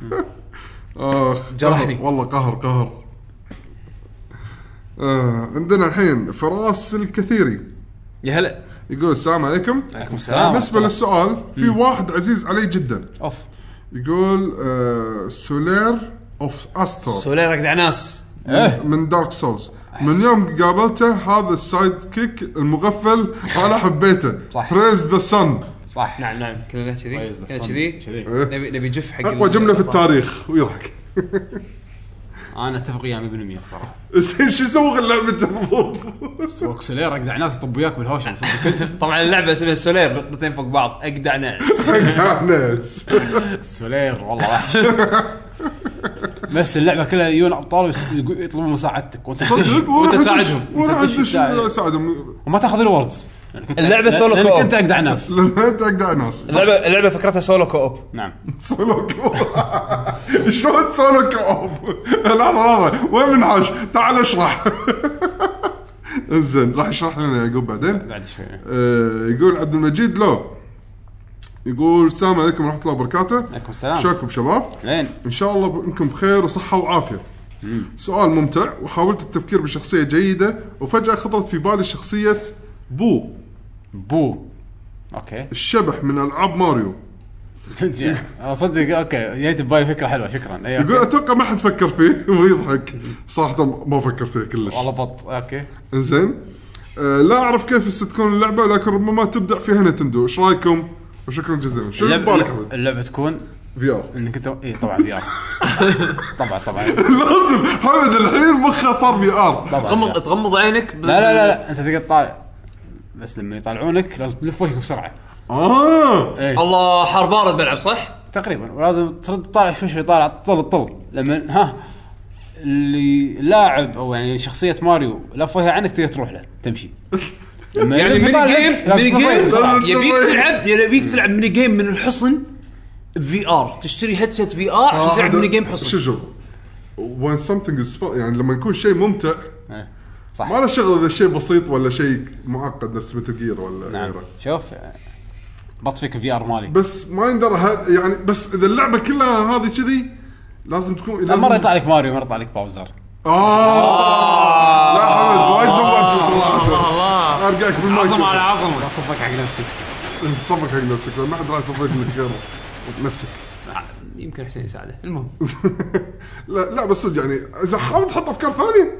جرحني والله قهر. عندنا الحين فراس الكثيري يا هلا يقول السلام عليكم. عليكم السلام. بالنسبه للسؤال في واحد عزيز علي جدا يقول سولير اوف استر. سولير اقدع ناس من دارك سولز. من يوم قابلته هذا السايد كيك المغفل انا حبيته. بريز ذا سن. صح نعم كلنا كذي نبي جف حق اقوى جمله في التاريخ ويضحك. انا اتفق وياه 100% صراحه. شو يسوق اللعبه سوق سولير اقدع ناس يطب وياك بالهوشه. طبعا اللعبه اسمها سولير نقطتين فوق بعض اقدع ناس. سولير والله وحش. بس اللعبه كلها يجون ابطال ويطلبون مساعدتك وانت تساعدهم وما تاخذ الوردز. اللعبه سولو كوب. انت اقدع ناس. اللعبه فكرتها سولو كوب. نعم سولو كوب. شلون سولو كوب؟ لحظه وين منحاش تعال اشرح. انزين راح يشرح لنا يعقوب بعدين بعد شوي. يقول عبد المجيد لو يقول السلام عليكم ورحمه الله وبركاته. عليكم السلام. شلونكم شباب؟ لين ان شاء الله انكم بخير وصحه وعافيه. سؤال ممتع، وحاولت التفكير بشخصيه جيده وفجاه خطرت في بالي شخصيه بو اوكي الشبح من العاب ماريو. صدق اوكي جيت ببالي فكره حلوه شكرا. يقول اتوقع ما حد فكر فيه ويضحك صراحه ما فكر فيه كلش والله بط. اوكي انزين. لا اعرف كيف ستكون اللعبه لكن ربما تبدع فيها نتندو. ايش رايكم؟ وشكرا جزيلا. شو بالك حمد؟ اللعبه تكون في ار انك انت طبعا في ار طبعا لازم حمد الحين مخه صار في ار. تغمض عينك لا انت تقدر تطالع بس لما يطالعونك لازم تلف وجهك بسرعه. ايه. الله حار بارد بلعب صح تقريبا. ولازم ترد طالع شوي طالع طل لما اللي لاعب او يعني شخصيه ماريو لف وجهه عنك تقدر تروح له تمشي. يعني ميني جيم يبيك تلعب ميني جيم من الحصن في ار. تشتري هيدسيت في ار عشان تلعب ميني جيم حصن. شوف when something is fun يعني لما يكون شيء ممتع صح. ما له شغل اذا شيء بسيط ولا شيء معقد نفس ميتل جير ولا نعم. غيره. شوف بطفيك في ار مالي بس ما يندر يعني بس اذا اللعبه كلها هذه كذي لازم تكون مره يطلع لك ماريو مره يطلع لك باوزر. لا حمد وايد نبات صراحه. ارجعك بالمايك عظمه على عظمه. صفك حق نفسك. صفك حق نفسك ما حد راح يصفك لك غيره نفسك. يمكن حسين يساعده. المهم لا بس صدق يعني اذا حاول تحط افكار ثانيه.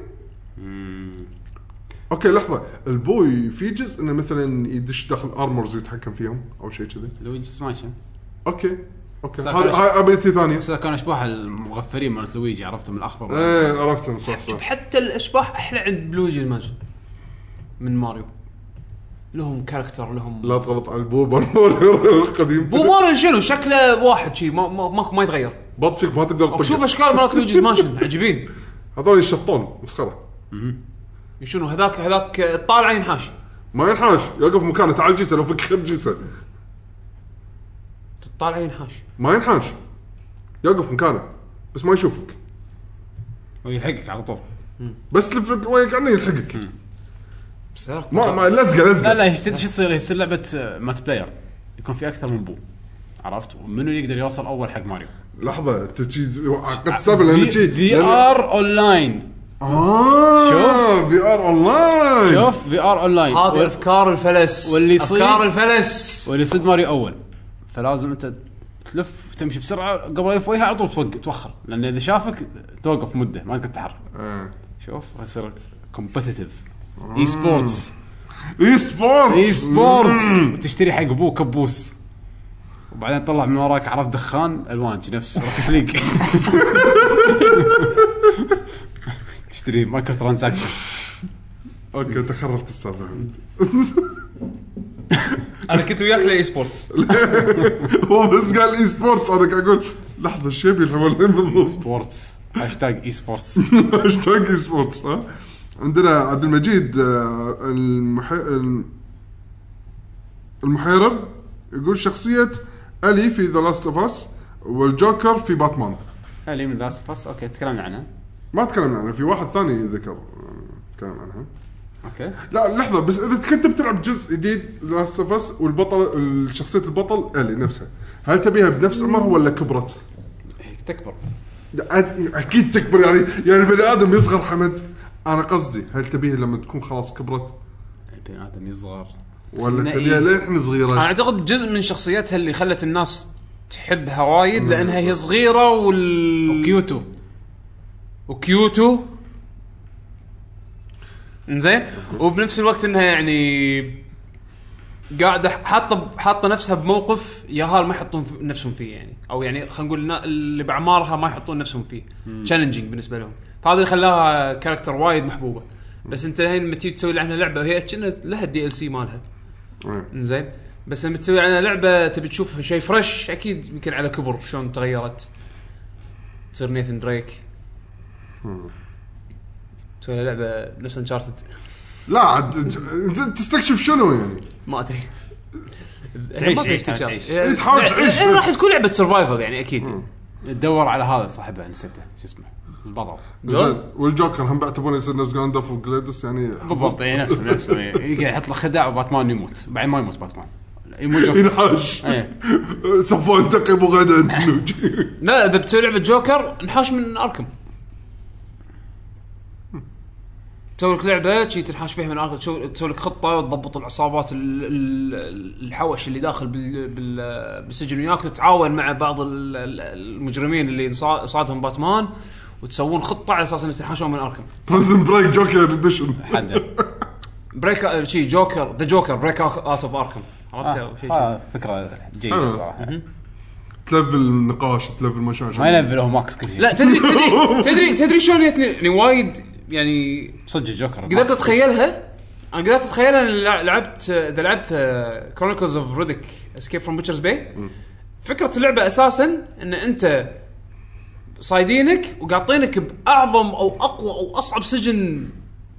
اوكي لحظه البوي في جزء انه مثلا يدش داخل ارمرز ويتحكم فيهم او شيء كذي. لويجي سماشن. اوكي هاي ابيلتي ثانيه. بس كانوا اشباح المغفرين مالت لويجي عرفتهم الاخضر. ايه عرفتهم صح. حتى الاشباح احلى عند بلويجي ماجن من ماريو. لهم كاركتر لهم. لا تغلط على البو ماريو القديم. بو ماريو شنو شكله واحد شيء ما يتغير. بط فيك ما تقدر تطق. شوف اشكال مالت لويجي ماجن عجيبين. هذول يشفطون مسخره. شنو هذاك طالع ينحاش. ما ينحاش يوقف مكانه. تعال جيسه لو فيك خد جيسه. تطالع ينحاش. ما ينحاش يوقف مكانه بس ما يشوفك ويلحقك على طول. بس تلف وياك عنه يلحقك. ما لا لزقه. لا شو يصير لعبه مات بلاير يكون في اكثر من بو عرفت ومنو يقدر يوصل اول حق ماريو. لحظه تجي عقد سبل لان شيء في ار اونلاين. شوف في ار اونلاين. شوف في ار اونلاين هذه افكار الفلس واللي يصيد افكار الفلس واللي يصيد ماريو اول. فلازم انت تلف وتمشي بسرعه قبل يلف وجهه على طول توخر لان اذا شافك توقف مده ما تقدر تتحرك. شوف يصير كومبتيتيف اي سبورتس وتشتري حق ابوه كبوس وبعدين تطلع من وراك عرف دخان الوان نفس روكت ليج. تشتري مايكرو ترانزاكشن. اوكي تخرفت السالفه. انا كنت وياك لاي سبورتس. هو بس قال اي سبورتس انا قاعد اقول لحظه الشيبي الحوالين بالضبط. سبورتس هاشتاج اي سبورتس. هاشتاج اي سبورتس. عندنا عبد المجيد المحيرب يقول شخصيه الي في ذا لاست اوف اس والجوكر في باتمان. الي من لاست اوف اس اوكي تكلمنا عنها. ما تكلمنا عنها في واحد ثاني ذكر تكلم عنها. اوكي لا لحظه بس اذا كنت بتلعب جزء جديد لاست اوف اس والبطل شخصيه البطل الي نفسها هل تبيها بنفس عمرها ولا كبرت؟ تكبر اكيد تكبر يعني بني ادم يصغر حمد. انا قصدي هل تبيها لما تكون خلاص كبرت البني ادم يصغر ولا تبيها لين صغيره؟ انا اعتقد جزء من شخصيتها اللي خلت الناس تحبها وايد لانها هي صغيره وكيوتو انزين وبنفس الوقت انها يعني قاعده حاطه نفسها بموقف ياهال ما يحطون نفسهم فيه يعني او يعني خلينا نقول اللي باعمارها ما يحطون نفسهم فيه تشالنجينج بالنسبه لهم. فهذا اللي خلاها كاركتر وايد محبوبه. بس انت الحين لما تيجي تسوي عنها لعبه وهي كأنها لها الدي ال سي مالها انزين بس لما تسوي عنها لعبه تبي تشوف شيء فريش اكيد يمكن على كبر شلون تغيرت تصير نيثن دريك تسوي لعبه نفس انشارتد. لا عاد تستكشف شنو يعني ما ادري تعيش تحاول تعيش راح تكون لعبه سرفايفل يعني اكيد تدور على هذا صاحبها نسيته شو اسمه البطل والجوكر هم بعتبرونه يصير نفس غاندالف وجلاديس يعني بالضبط يعني نفسه يقعد يحط له خداع وباتمان يموت بعدين ما يموت باتمان ينحاش سوف انتقم غدا. لا اذا بتسوي لعبه جوكر نحاش من اركم، تسوي لك لعبه شي تنحاش فيها من اركم، تسوي لك خطه وتضبط العصابات الحوش اللي داخل بالسجن وياك، تتعاون مع بعض المجرمين اللي صادهم باتمان وتسوون خطه على اساس ان تنحاشون من اركم. بريزن بريك جوكر اديشن بريك شي جوكر ذا جوكر بريك اوت اوف اركم. عرفت شيء فكره جيده صراحه. تلفل النقاش تلفل مشاكل ما يلفله ماكس كل شيء. لا تدري شلون يعني وايد يعني صدق جوكر قدرت اتخيلها. انا قدرت اتخيلها لعبت كرونيكلز اوف روديك اسكيب فروم بوتشرز باي. فكره اللعبه اساسا ان انت صايدينك وقاطينك باعظم او اقوى او اصعب سجن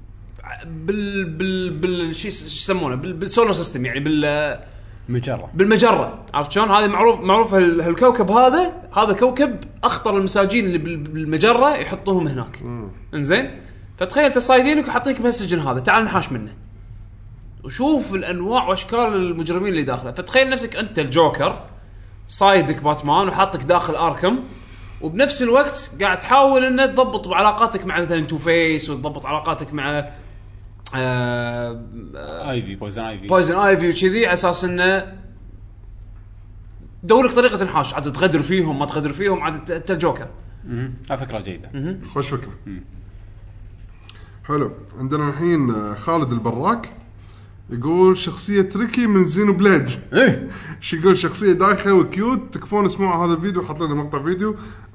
بال شيء يسمونه بالسولار سيستم، يعني بالمجره. عرفت شلون؟ هذا معروف هالكوكب هذا كوكب اخطر المساجين اللي بالمجره يحطوهم هناك. انزين فتخيل انت صايدينك وحاطينك بهالسجن هذا، تعال نحاش منه وشوف الانواع واشكال المجرمين اللي داخله. فتخيل نفسك انت الجوكر صايدك باتمان وحاطك داخل اركم، وبنفس الوقت قاعد تحاول انك تضبط علاقاتك مع مثلا تو فيس، وتضبط علاقاتك مع ايفي بويزن ايفي وكذي، على اساس انه دورك طريقه انحاش، عاد تغدر فيهم ما تغدر فيهم، عاد انت الجوكر. فكره جيده. خوش فكره. حلو. عندنا الحين خالد البراك يقول شخصيه ريكي من زينو بلاد. شو يقول؟ شخصيه دايخه وكيوت، تكفون اسمعوا هذا الفيديو. حط لنا مقطع فيديو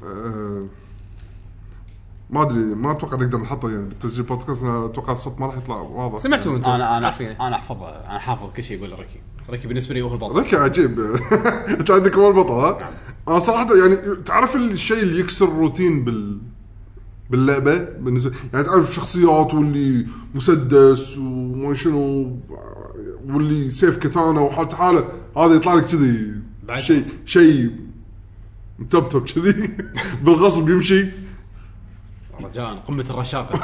ما ادري، ما اتوقع نقدر نحطه يعني بالتسجيل بودكاست، اتوقع الصوت ما راح يطلع واضح. سمعتوا انتم؟ انا حافظ كل شيء يقول ريكي بالنسبه لي هو البطل. ريكي عجيب. انت عندك هو البطل ها. انا صراحه يعني تعرف الشيء اللي يكسر الروتين باللعبه بالنسبه، يعني تعرف شخصيات واللي مسدس وما شنو واللي سيف كتانه وحالة حاله، هذا يطلع لك كذي شيء متبتب كذي بالغصب يمشي. رجاء قمه الرشاقه.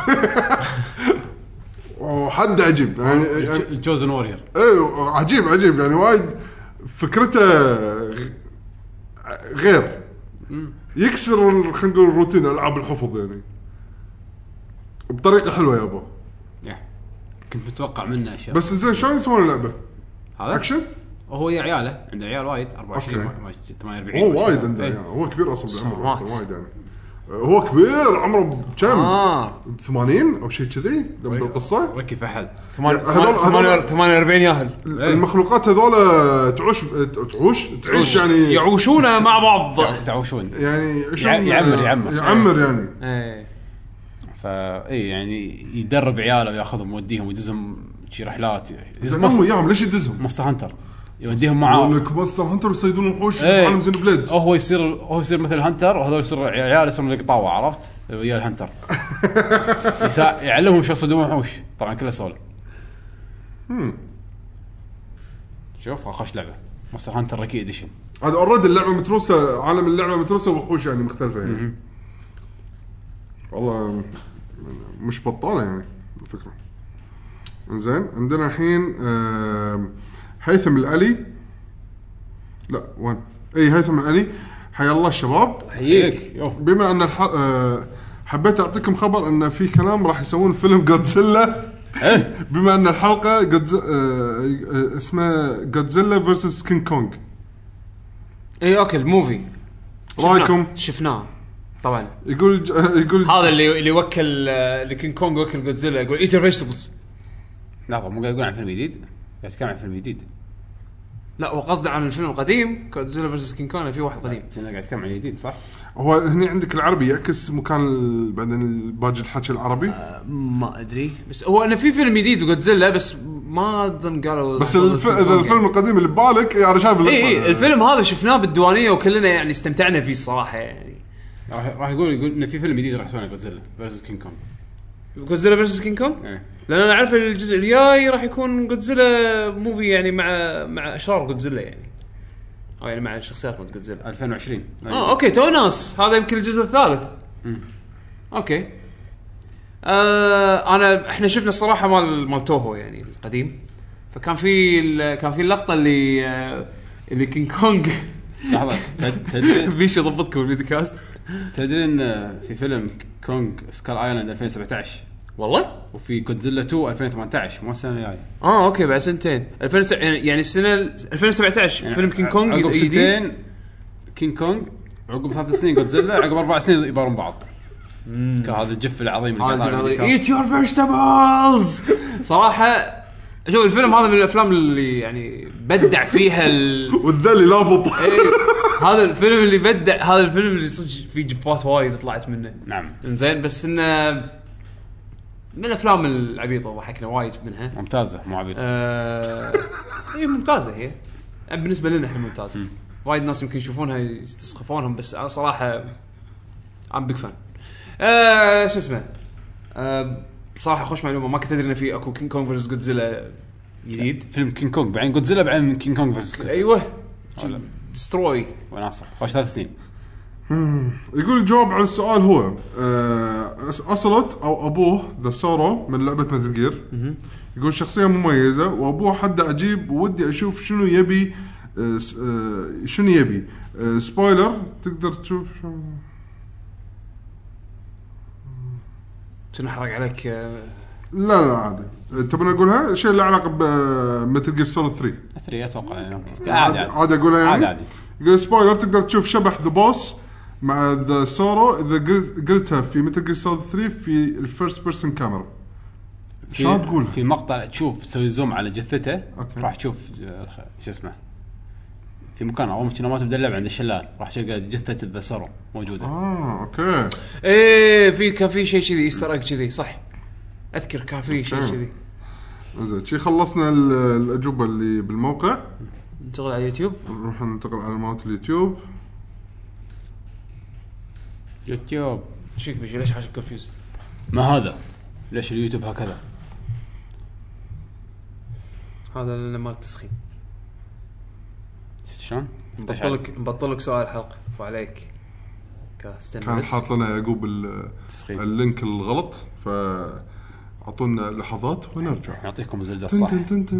وحد عجيب يعني الجوزن وورير. ايوه عجيب يعني وايد فكرته غير يكسر خلينا نقول الروتين العاب الحفظ يعني بطريقه حلوه يا ابو. كنت متوقع منه اشياء بس زين شلون يسوون اللعبه هذا اكشن؟ هو يا عياله عنده عيال وايد 24 48 هو وايد عنده يعني هو كبير اصلا بالعمر وايد يعني هو كبير عمره كم 80 او شيء كذي بالقصه. ركي فحل 48 ياهل. المخلوقات هذول تعيش يعني يعوشون مع بعض تعوشون يعني يعمر يعني فاي يعني يدرب عياله وياخذهم ويوديهم ويدزهم شي رحلات. يدزهم وياهم ليش يدزهم؟ مونستر هانتر يوديهم معاه. يقول لك مونستر هانتر يصيدون الوحوش بعالم زين بلاد. هو يصير مثل هانتر، وهذول يصير عيال يصيرون القطاوه. عرفت ويا الهانتر يعلمهم شو يصيدون وحوش. طبعا كله سولو. شوف خوش لعبه مونستر هانتر ريكي اديشن. هذا اوريدي اللعبه متروسه، عالم اللعبه متروسه وحوش يعني مختلفه يعني. والله مش بطاله يعني الفكره. انزين عندنا الحين هيثم العلي. لا وين هيثم العلي. حيا الله الشباب. حييك. بما ان حبيت اعطيكم خبر ان في كلام راح يسوون فيلم جودزيلا. بما ان الحلقه اسمها جودزيلا فيرسس كينج كونغ. اوكي الموفي رايكم؟ شفناه طبعا. يقول هذا اللي وكل لكينج كونغ وكل جودزيلا يقول ايت فيجيتابلز. لا مو قاعد يقول عن فيلم جديد، قاعد يتكلم عن فيلم جديد. لا هو قصده عن الفيلم القديم جودزيلا فيرسس كينج كونغ. في واحد قديم كنا قاعد يتكلم عن جديد صح. هو هنا عندك العربي يعكس مكان بعدين باقي الحكي العربي. ما ادري بس هو انا في فيلم جديد جودزيلا بس ما اظن قالوا. بس اذا الفيلم القديم اللي ببالك يعني شايف الفيلم هذا شفناه بالديوانيه وكلنا يعني استمتعنا فيه الصراحه يعني. راح يقول ان في فيلم جديد راح يسوونه جودزيلا فيرسس كينج كونغ. جودزيلا فيرسس كينج كونغ لان انا عارف الجزء الجاي راح يكون جودزيلا موفي يعني مع اشرار جودزيلا يعني، او يعني مع الشخصيات مال جودزيلا 2020. اوكي تو ناس هذا يمكن الجزء الثالث. اوكي احنا شفنا الصراحه مال توهو يعني القديم. فكان كان في اللقطه اللي كينج كونغ لحظه تدري بيش يضبطكم الفيديو كاست. تدري ان في فيلم كونغ سكال ايلاند 2017 والله وفي جودزيلا 2 2018 مو السنه الجايه. اوكي بعد سنتين يعني السنه 2017 يعني فيلم كينج كونغ عقب سنتين كينج كونغ عقب 3 سنين جودزيلا عقب 4 سنين يبارون بعض. هذا الجف العظيم اللي قاطع ايت يور فيجيتابلز صراحه. شوف الفيلم هذا من الافلام اللي يعني بدع فيها والذلي لابط. هذا الفيلم اللي بدع، هذا الفيلم اللي صدق فيه جفات وايد طلعت منه. نعم زين بس انه من الافلام العبيطه ضحكنا وايد منها. ممتازه مو عبيطه. هي ممتازه هي بالنسبه لنا احنا ممتازه. وايد ناس يمكن يشوفونها يستسقفونهم بس انا صراحه ام بيج فان. شو اسمه بصراحه خوش معلومه ما كنت ادري ان في اكو كينج كونغ فيرس جودزيلا جديد. فيلم كينج كونغ بعدين جودزيلا بعدين كينج كونغ فيرس جودزيلا. ايوه دستروي وناصر خوش 3 سنين. يقول الجواب على السؤال هو أصلت أو أبوه ذا سورو من لعبة ميتل جير. يقول شخصية مميزة وأبوه حد عجيب ودي أشوف شنو يبي. سبويلر تقدر تشوف شنو حرق عليك. لا عادي تبغى نقولها شيء له علاقة بميتل جير سوليد 3 أتوقع يعني عادي أقولها يعني عادي. يقول سبويلر تقدر تشوف شبح ذا بوس مع ذا سورو إذا قلتها في ميتل جير سوليد 3 في الفيرست بيرسون كاميرا. شو تقول في مقطع تشوف تسوي زوم على جثته راح تشوف شو اسمه في مكان اول ما تبدا اللعبه عند الشلال راح تلقى جثه ذا سورو موجوده. اوكي ايه كان في شيء كذي يسترق كذي صح اذكر كان في شيء كذي. زين شي خلصنا الاجوبه اللي بالموقع. ننتقل على اليوتيوب. نروح ننتقل على مالت اليوتيوب. شيك بيش ليش حاش كونفيوز ما هذا ليش اليوتيوب هكذا. هذا اللي مال التسخين. شلون نبطلك سؤال الحلقه وعليك كان حاط لنا يعقوب اللينك الغلط فاعطونا لحظات ونرجع نعطيكم زلدة الصح.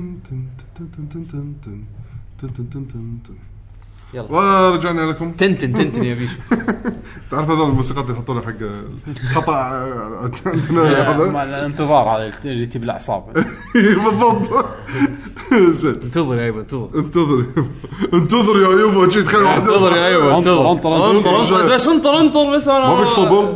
يلا ورجعنا لكم. تنتن يا بيشو. تعرف هذول الموسيقات اللي يحطونها حق خطأ عندنا هذا مال الانتظار هذا اللي تجيب الاعصاب. بالضبط. زين انتظر يا ايوب انتظر يا ايوب شيء تخيل واحد انتظر يا ايوب انتظر بس انطر بس انا ما فيك صبر.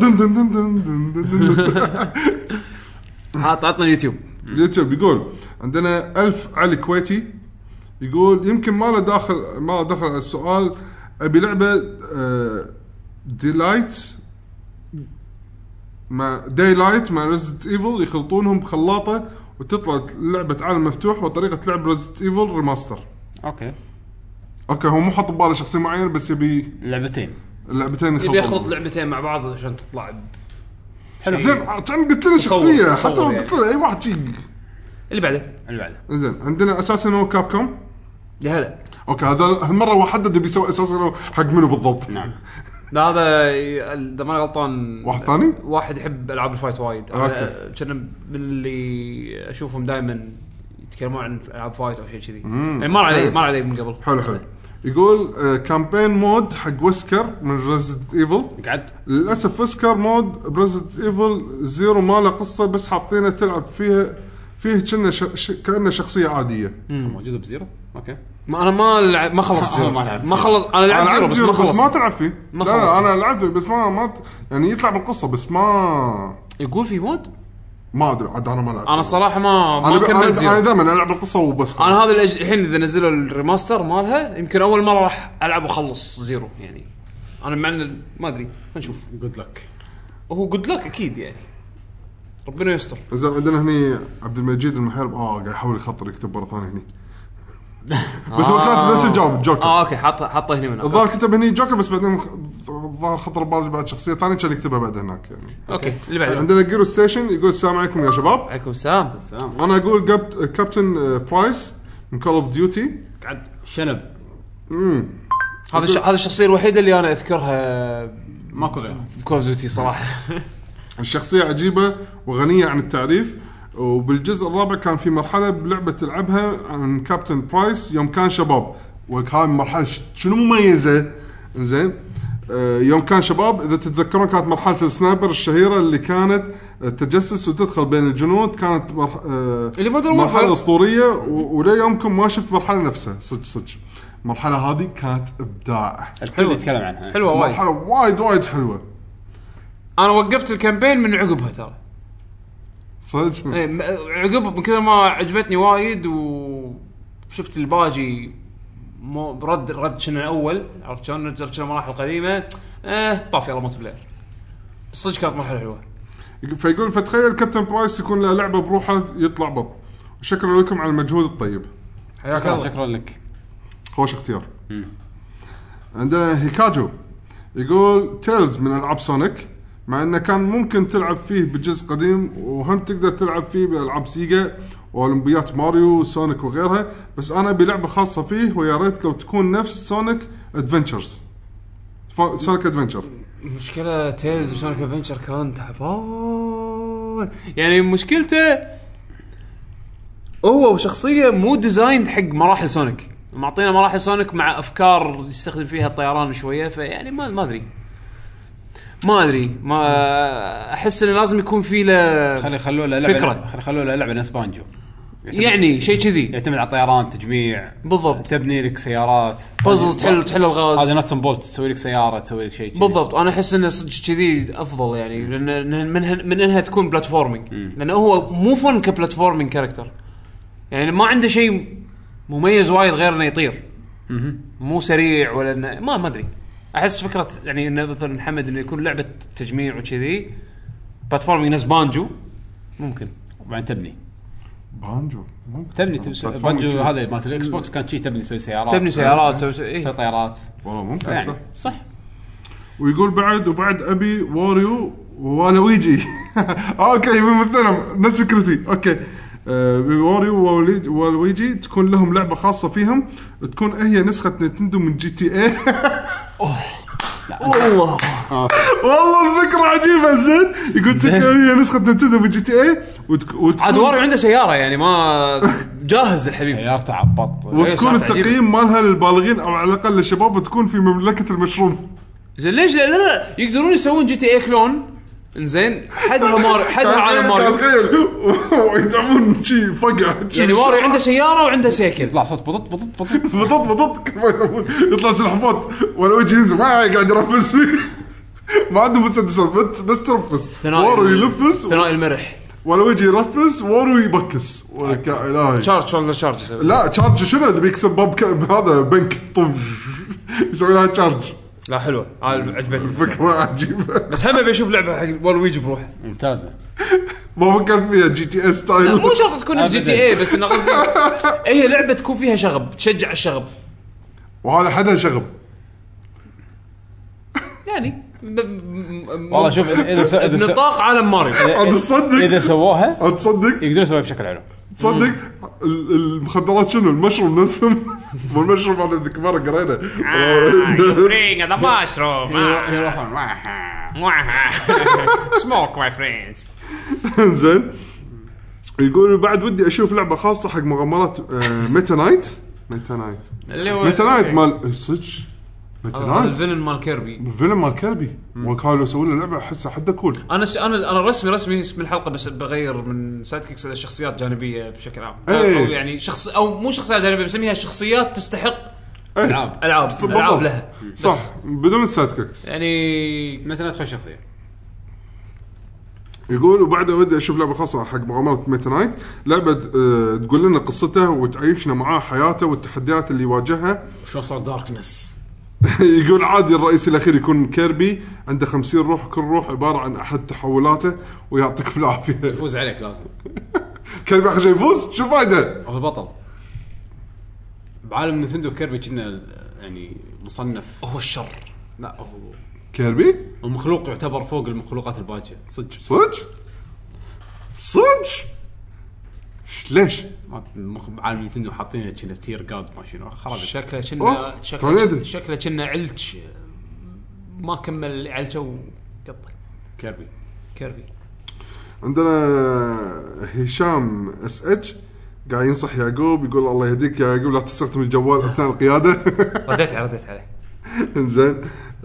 عطنا اليوتيوب يقول عندنا 1000 علي كويتي يقول يمكن ما له دخل على السؤال. ابي لعبه ديلايت مع ريزيدنت ايفل يخلطونهم بخلاطه وتطلع لعبه عالم مفتوح وطريقه لعب ريزيدنت ايفل ريماستر. اوكي هو مو حاط بباله شخصيه معينه بس يبي لعبتين يبي يخلط لعبتين مع بعض عشان تطلع حلو. زين كان قلت لنا شخصيه حتى لو قلت لنا اي واحد شيء اللي بعده. زين عندنا اساسا هو كابكوم. يا هلا اوكي هذا هالمره هو حدد بيسوي اساسا حق منه بالضبط. نعم لا هذا اذا ما غلطان واحد ثاني واحد يحب العاب الفايت وايد. كنا من اللي اشوفهم دائما يتكلمون عن العاب فايت او شيء كذي يعني مر علي من قبل. حلو يقول كامبين مود حق ويسكر من ريزيدنت ايفل. قعد للاسف ويسكر مود بريزيدنت ايفل 0 ما له قصه بس حاطينه تلعب فيه كأنه شخصيه عاديه. موجوده بزيرو. اوكي ما انا ما خلصت زيرو. ما خلص انا لعبت زيرو بس ما خلصت. ما تلعب فيه. لا انا لعبت بس ما يعني يطلع بالقصه بس ما يقول في مود ما ادري عاد انا ما لعبت. انا صراحه ما كملت زيرو. انا دائما العب القصه وبس. انا هذا الحين اذا نزلوا الريماستر مالها يمكن اول مره راح العب وخلص زيرو يعني. انا مع ما ادري نشوف. جود لك وهو جود لك اكيد يعني ربنا يستر. اذا عندنا هني عبد المجيد المحارب قاعد يحاول يخطر يكتب مره ثانيه هني بس هو كاتب نفس الجواب جوكر. اوكي حطه هنا من الظاهر كتب هني جوكر بس بعدين الظاهر خطر ببالي بعد شخصيه ثانيه كان يكتبها بعد هناك يعني. اوكي اللي بعده عندنا جيرو ستيشن يقول السلام عليكم يا شباب. عليكم السلام. انا اقول كابتن برايس من كول اوف ديوتي. قعد شنب. هذا الشخصيه الوحيده اللي انا اذكرها ماكو غيرها كول اوف ديوتي صراحه. الشخصيه عجيبه وغنيه عن التعريف. وبالجزء الرابع كان في مرحله بلعبه تلعبها عن كابتن برايس يوم كان شباب، وكان مرحله شنو مميزه زين. يوم كان شباب اذا تتذكرون كانت مرحله السنايبر الشهيره اللي كانت تجسس وتدخل بين الجنود، كانت مرحله اسطوريه ولا يومكم ما شفت مرحله نفسها صدق. المرحله هذه كانت ابداع، الكل يتكلم عنها، حلوه وايد، مرحله وايد حلوه. انا وقفت الكامبين من عقبها ترى صدق عقب من كثر ما عجبتني وايد، وشفت الباجي رد شنو الاول، عرفت شلون نزلت مراحل قديمه طاف يلا موت بلاير، صدق كانت مرحله حلوه. فيقول فتخيل كابتن برايس يكون له لعبه بروحه يطلع بط. شكرا لكم على المجهود الطيب. حياك الله. شكرا لك. خوش اختيار. عندنا هيكاجو يقول تيلز من العاب سونيك، مع انه كان ممكن تلعب فيه بجزء قديم، وهم تقدر تلعب فيه بالعاب سيجا واولمبيات ماريو سونيك وغيرها، بس انا ابي لعبه خاصه فيه، ويا ريت لو تكون نفس سونيك ادفنتشرز. سونيك ادفنتشر مشكله تيلز بسونيك ادفنتشر كان تعبان، يعني مشكلته هو وشخصيه مو ديزاين حق مراحل سونيك، معطينا مراحل سونيك مع افكار يستخدم فيها الطيران شويه، فيعني ما ادري ما احس انه لازم يكون في له خلوا له فكره، خلوا له لعبه نسبانجو، يعني شيء كذي يعتمد على طيران تجميع بالضبط، تبني لك سيارات بازلز تحل الغاز، هذا ناتس اند بولت تسوي لك سياره، تسوي لك شيء بالضبط. انا احس انه صدق كذي افضل، يعني لان من انها تكون بلاتفورمينج، لانه هو مو فن كبلاتفورمينج كاركتر، يعني ما عنده شيء مميز وايد غير انه يطير، مو سريع ولا ما ادري. احس فكره يعني انه مثلا محمد انه يكون لعبه تجميع وكذي بلاتفورمينج ناس بانجو ممكن، وبعدين تبني بانجو بانجو هذا مالت الاكس بوكس كان شيء تبني تسوي سيارات، تسوي طيارات والله ممكن يعني صح. ويقول بعد ابي واريو ولويجي اوكي مثلا نفس فكرتي. اوكي واريو ولويجي تكون لهم لعبه خاصه فيهم، تكون هي نسخه نينتندو من جي تي اي. والله الفكره عجيبه. زين يقول تكون هي نسخه نينتندو من جي تي اي، عاد واريو عنده سياره، يعني ما جاهز الحبيب، سيارته عبط، وتكون التقييم مالها للبالغين او على الاقل للشباب، وتكون في مملكه المشروم. زين ليش لا يقدرون يسوون جي تي اي كلون، انزين حدها ماريو، حدها عالم ماريو، تخيل ويدعمون شيء فقع، يعني ماريو عنده سياره وعنده سيكل، يطلع صوت بطط يطلع سلحفات ولا وجه ينزل ما قاعد يرفس فيه، ما عنده مسدسات بس ترفس. وارو يلفس ثنائي المرح، ولا وجه يرفس وارو يبكس تشارج لا تشارج شنو اذا بيكسب باب هذا بنك طف يسوي لها تشارج. لا حلوه عجبتني فكره عجيبه، بس هم بيشوف لعبه حق والويجي بروح ممتازه، ما فكرت فيها جي تي اس ستايل. مو شرط تكون جي تي اي، بس انا قصدي اي لعبه تكون فيها شغب، تشجع الشغب، وهذا حدا شغب يعني والله شوف اذا نطاق عالم ماريو تصدق اذا سووها تصدق يقدرون يسووها بشكل حلو. تصدق المخدرات شنو المشروم نفسهم والمشروم على الكبار قرينا برينج ذا مشروم سموك ماي فريندز. زين يقول بعد ودي اشوف لعبه خاصه حق مغامرات ميتا نايت مال صدق الفيلن مال كيربي وكانوا يسوون له لعبه احسها حده كول. انا رسمي اسم الحلقه، بس بغير من سايد كيكس الى شخصيات جانبيه بشكل عام، او يعني شخص او مو شخصيات جانبيه بسميها شخصيات تستحق العاب لها صح بدون سايد كيكس، يعني مثلا تدخل شخصيه. يقول وبعده ودي اشوف لعبه خاصه حق مغامرات ميتا نايت، لعبه تقول لنا قصته وتعيشنا معاه حياته والتحديات اللي يواجهها، شو صار داركنس. يقول عادي الرئيس الأخير يكون كيربي، عنده 50 روح، كل روح عبارة عن أحد تحولاته ويعطيك بالعافية. يفوز عليك لازم كيربي آخر شيء يفوز، شو فايدة؟ هذا بطل بعالم نينتندو. كيربي كنا يعني مصنف هو الشر، لا هو كيربي المخلوق يعتبر فوق المخلوقات الباجية. صدق ليش؟ عالم نينتندو حاطينه كنا تير جاد ما شنو خرب شكله كنا علش ما كمل علشه وقطه. كيربي عندنا هشام اس اتش قاعد ينصح يعقوب، يقول الله يهديك يا يعقوب لا تستخدم الجوال اثناء القياده. رديت عليه. انزين.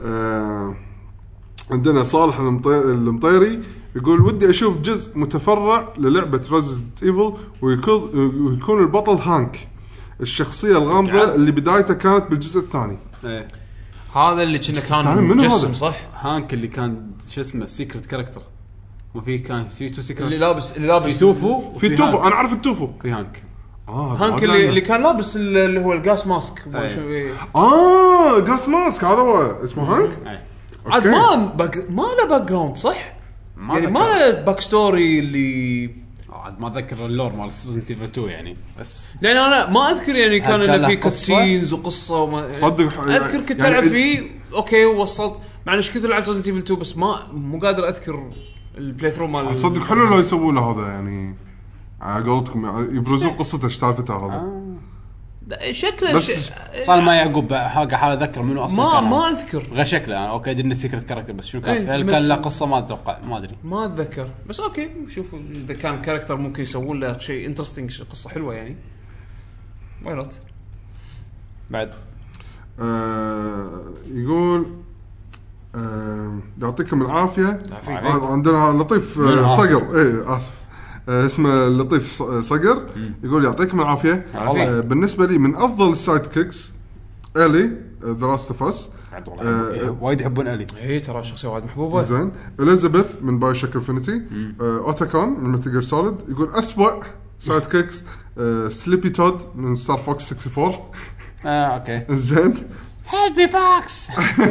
عندنا صالح المطيري يقول ودي اشوف جزء متفرع للعبه ريزيدنت ايفل ويكون البطل هانك، الشخصيه الغامضه اللي بدايته كانت بالجزء الثاني. ايه هذا اللي كان مجسم صح؟ هانك اللي كان شو اسمه سيكرت كاركتر، وفي كان في تو سيكرت اللي لابس في توفو في توفو انا عارف التوفو في هانك. هانك اللي كان لابس اللي هو الجاس ماسك. جاس ماسك هذا هو اسمه هانك. عاد ما له باك جراوند صح؟ يعني ما له باك ستوري اللي عاد ما اتذكر اللور مال ريزيدنت ايفل 2 يعني، بس لان انا ما اذكر يعني كان انه في كاتسينز وقصه وما صدق اذكر كنت العب فيه اوكي ووصلت مع ايش كثر لعبت ريزيدنت ايفل 2 بس مو قادر اذكر البلاي ثرو مال. صدق حلو لو يسوون له هذا يعني على قولتكم يبرزون قصته ايش سالفتها هذا. شكله صار ما يعقوب حاله ذكر منه اصلا ما اذكر غير شكله. انا اوكي دنا سيكرت كاركتر بس شنو كان هل كان له قصه ما اتوقع ما ادري ما اتذكر بس اوكي شوف اذا كان كاركتر ممكن يسوون له شيء انترستينج قصه حلوه يعني وينت بعد. يقول يعطيكم العافيه. عندنا لطيف صقر اسف اسمه لطيف صقر يقول يعطيكم العافيه. بالنسبه لي من افضل السايد كيكس الي ذا لاست اوف اس، وايد يحبون الي. اي ترى شخصيه وايد محبوبه. زين. اليزابيث من باي شوك انفينيتي. اوتاكون من ميتال جير سوليد يقول اسوأ سايد كيكس سليبي تود من ستار فوكس 64. اوكي زين. هيلب مي فوكس.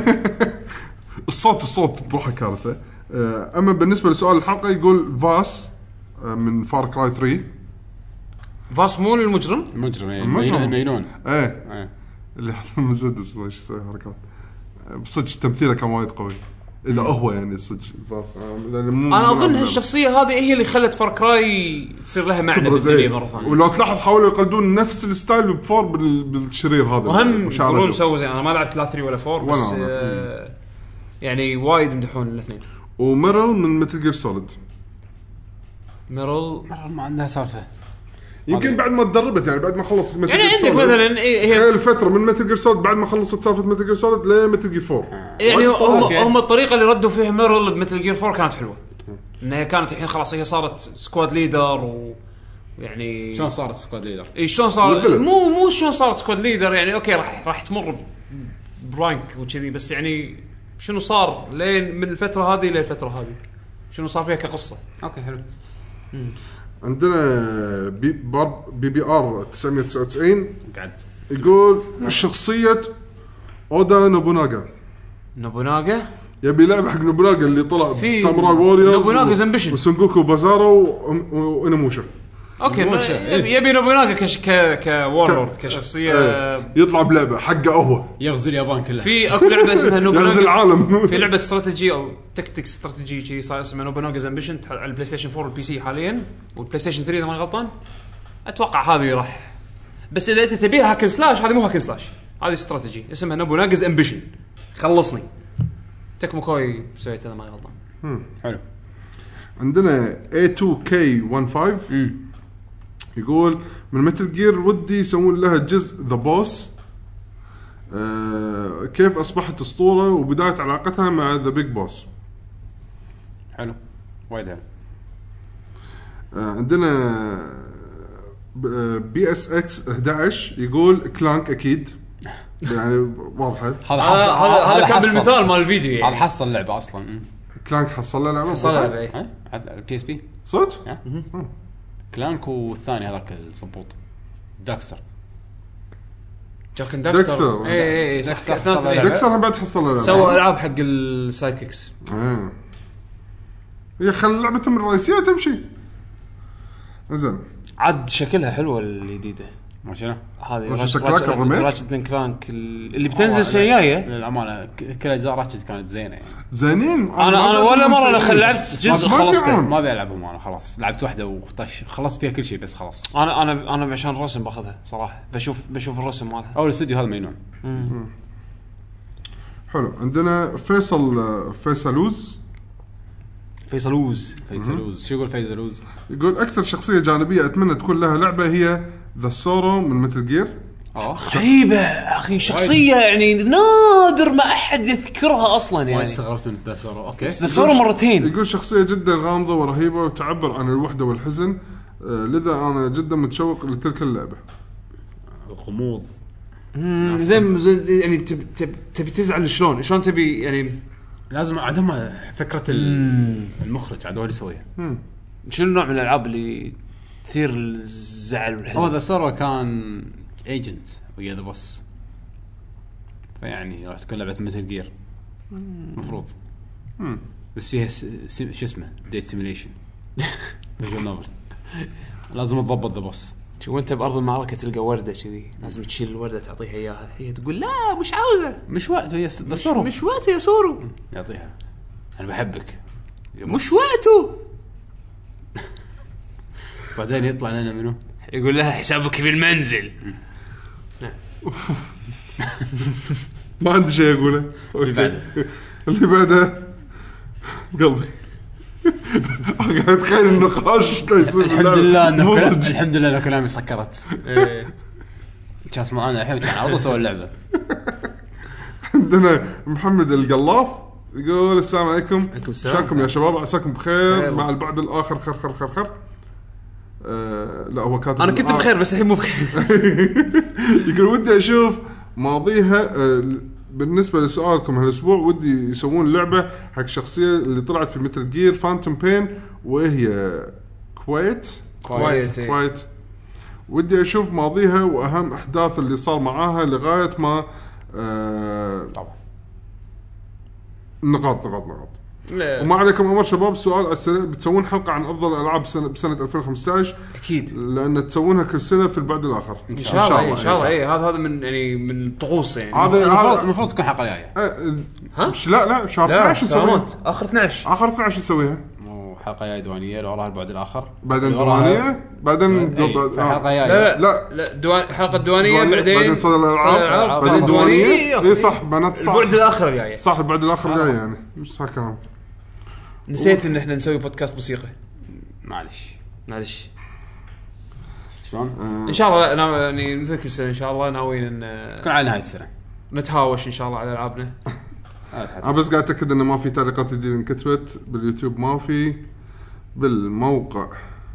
الصوت بروحه كارثه. اما بالنسبه لسؤال الحلقه يقول فاس من فار كراي 3. فاس مو المجرم المجنون ايه اللي المسدس ما يسوي حركات بصدق تمثيله كان وايد قوي اذا هو يعني صدق فاس. انا اظن هالشخصيه هذه هي اللي خلت فار كراي تصير لها معنى بالدنيا مره ثانيه. ولو تلاحظ حاولوا يقلدون نفس الستايل بفور بالشرير هذا وهم يقولون سووا زين. انا ما لعبت لا 3 ولا 4 بس يعني وايد يمدحون الاثنين. وميرل من ميتال جير سوليد. ميرل ما عندها سالفه يمكن بعد ما تدربت يعني بعد ما خلصت يعني عندك مثلا هي الفتره من ميتال جير سوليد بعد ما خلصت سالفه ميتال جير سوليد لميتال جير 4 يعني هم الطريقه اللي ردوا فيها ميرل بميتال جير 4 كانت حلوه. انها كانت الحين خلاص هي صارت سكواد ليدر ويعني شلون صارت سكواد ليدر؟ اي شلون صارت مو شلون صارت سكواد ليدر يعني اوكي راح تمر برانك وكذي بس يعني شنو صار لين من الفتره هذه للفتره هذه شنو صار فيها كقصه. اوكي حلو. عندنا بي ار 999 قاعد يقول شخصيه اودا نوبوناغا يبي لعبه حق نوبوناغا اللي طلع في ساموراي ووريرز نوبوناغا زامبيشن وسنغوكو بازارو واناموشا. اوكي يبي نوبوناغا كوارلورد كشخصيه يطلع بلعبه حقه هو يغزو اليابان كلها. في اكو لعبه اسمها نوبوناغا يغزو العالم. في لعبه استراتيجي او تكتيك استراتيجي شيء صار اسمها نوبوناغا زامبيشن على البلاي ستيشن 4 والبي سي حاليا والبلاي ستيشن 3 اذا ما غلطان. اتوقع هذه راح بس اذا انت تبيها هاكن سلاش هذه مو هاكن سلاش هذه استراتيجي اسمها نوبوناغا امبيشن. خلصني تكمو كوي سويت اذا ما غلطان. حلو. عندنا A2K15 يقول من ميتل جير ودي يسوون لها جزء ذا بوس كيف اصبحت اسطوره وبدايه علاقتها مع ذا بيج بوس. حلو وايد حلو. عندنا بي اس اكس 11 يقول كلانك اكيد يعني واضحه. هذا كان بالمثال مال الفيديو يعني. هذا حصل اللعبه اصلا. كلانك حصل لعبه ايه على البي اس بي صدق. كلانك والثاني هذاك الصبوط داكستر جاكن داكستر. اي داكستر بعد حصل له سووا العاب حق السايد كيكس. هي خل لعبتهم الرئيسيه تمشي زين. عاد شكلها حلوه الجديده ما شنو هذه راتشت كلانك اللي بتنزل السنه الجايه. للامانه كل اجزاء راتشت كانت زينه يعني. زينين. انا ولا مره انا لعبت جزء خلصته ما ابي العبهم انا خلاص لعبت واحده وطش خلصت فيها كل شيء بس خلاص. انا عشان الرسم باخذها صراحه بشوف الرسم مالها. اول استوديو هذا مينون. حلو. عندنا فيصلوز فيصلوز شو يقول فيصلوز؟ يقول اكثر شخصيه جانبيه اتمنى تكون لها لعبه هي ذا سورو من متل جير. غريبة أخي شخصية يعني نادر ما أحد يذكرها أصلا يعني. وايد استغربت من ذا سورو. أوكي. ذا سورو مرتين. يقول شخصية جدا غامضة ورهيبة وتعبر عن الوحدة والحزن. لذا أنا جدا متشوق لتلك اللعبة. الغموض. زين يعني تبي تزعل شلون تبي يعني لازم عندهم فكرة المخرج عاد هو اللي يسويها. شنو نوع من الألعاب اللي تثير الزعل والحزن؟ ذا سورو كان ايجنت ويا ذا بوس، فيعني راح تكون لعبه ميتل جير مفروض. بس هي شو اسمه ديت سيميليشن فيجوال نوفل. لازم تضبط ذا بوس. شو انت بارض المعركه تلقى ورده كذي لازم تشيل الورده تعطيها اياها، هي تقول لا مش عاوزه، مش وقته يا ذا سورو، مش وقته يا سورو، يعطيها انا بحبك مش وقته. بعدين يطلع لنا منه يقول لها حسابك في المنزل. ما عندي شيء اقوله. اللي بعده قلبي قاعد اتخيل النقاش الحمد لله كلامي سكرت. كاس ما انا الحين كان عاوز اسوي اللعبه. عندنا محمد القلاف يقول السلام عليكم، شلونكم يا شباب؟ عساكم بخير مع البعد الاخر. خير. لا هو كاتب انا كنت بخير بس الحين مو بخير. يقول ودي اشوف ماضيها. بالنسبه لسؤالكم هالاسبوع ودي يسوون لعبه حق الشخصيه اللي طلعت في ميتل جير فانتوم بين وهي كويت. ودي اشوف ماضيها واهم احداث اللي صار معاها لغايه ما طبعا نقاط. وما عليكم امر شباب، سؤال بتسوون حلقه عن افضل الالعاب بسنه 2015 اكيد، لان تسوونها كل سنه في البعد الاخر ان شاء الله. اي هذا من يعني من الطقوس يعني. هذا المفروض تكون حلقه جايه. لا شهر 12 نسويها. اخر 12 نسويها. حلقه جايه ديوانيه لو وراها البعد الاخر، بعدين ديوانيه، بعدين حلقه جايه. لا حلقه ديوانيه بعدين صدى الالعاب، بعدين ديوانيه. اي صح بنات، صح البعد الاخر جاي. صح البعد الاخر جاي يعني مش هكذا. نسيت ان احنا نسوي بودكاست موسيقى، معلش. شلون ان شاء الله انا يعني مثل كل سنه ان شاء الله ناويين ان نكون على نهايه السنه نتهاوش ان شاء الله على العابنا. بس قاعد اتاكد انه ما في تعليقات جديده انكتبت باليوتيوب، ما في بالموقع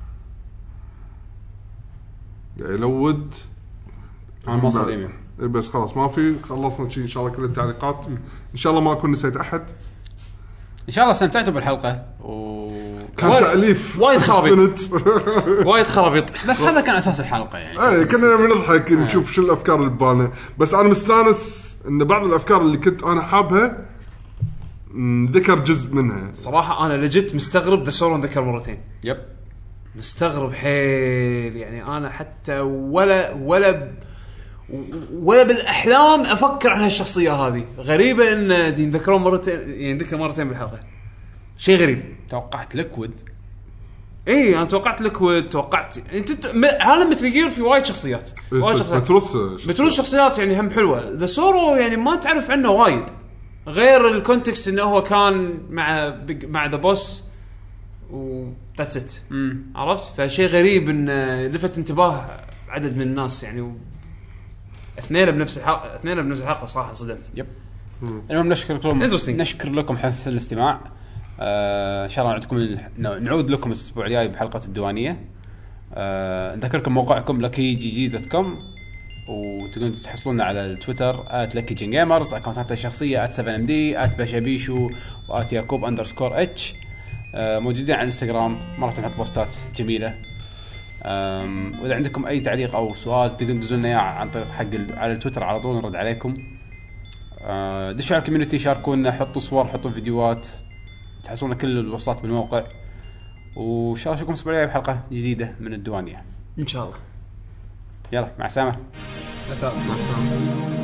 يلود انا ما صار بس خلاص ما في، خلصنا شيء ان شاء الله كل التعليقات. ان شاء الله ما اكون نسيت احد. ان شاء الله استمتعتوا بالحلقه كان تأليف وايد خرابيط بس هذا كان اساس الحلقه يعني. كنا بنضحك نشوف شو الافكار اللي ببالنا، بس انا مستانس ان بعض الافكار اللي كنت انا حابها ذكر جزء منها. صراحه انا لجيت مستغرب ذا سورو ذكر مرتين. مستغرب حيل يعني. انا حتى ولا بالاحلام افكر عن هالشخصيه هذه. غريبه ان يذكرون مرتين، يعني ذكر مرتين بالحلقه، شيء غريب. توقعت ليكويد. انا توقعت ليكويد، توقعت يعني عالم مثل جير في وايد شخصيات، بتروس شخصيات يعني هم حلوه. ذا سورو يعني ما تعرف عنه وايد غير الكونتكست انه هو كان مع ذا بوس وذاتس ات. عرفت؟ فشيء غريب ان لفت انتباه عدد من الناس يعني، اثنين بنفس الحلقه صراحه صدمت. المهم نشكر لكم حسن الاستماع. ان شاء الله نعود لكم الاسبوع الجاي بحلقه الديوانيه. نذكركم موقعكم luckyGG.com، وتقدرون تحصلونا على التويتر @luckygengamers، اكونتاتنا الشخصيه @7md @بشبيشو @يعقوب_h. موجودين على الانستغرام، مرات نحط بوستات جميله. واذا عندكم اي تعليق او سؤال تقدرون تدزون اياه عن طريق على التويتر، على طول نرد عليكم. دشوا على الكوميونتي، شاركونا، حطوا صور، حطوا فيديوهات، تحصلون كل الوصلات بالموقع. وان شاء الله اشوفكم الاسبوع الجاي بحلقه جديده من الديوانيه ان شاء الله. يلا مع السلامه. مع السلامه.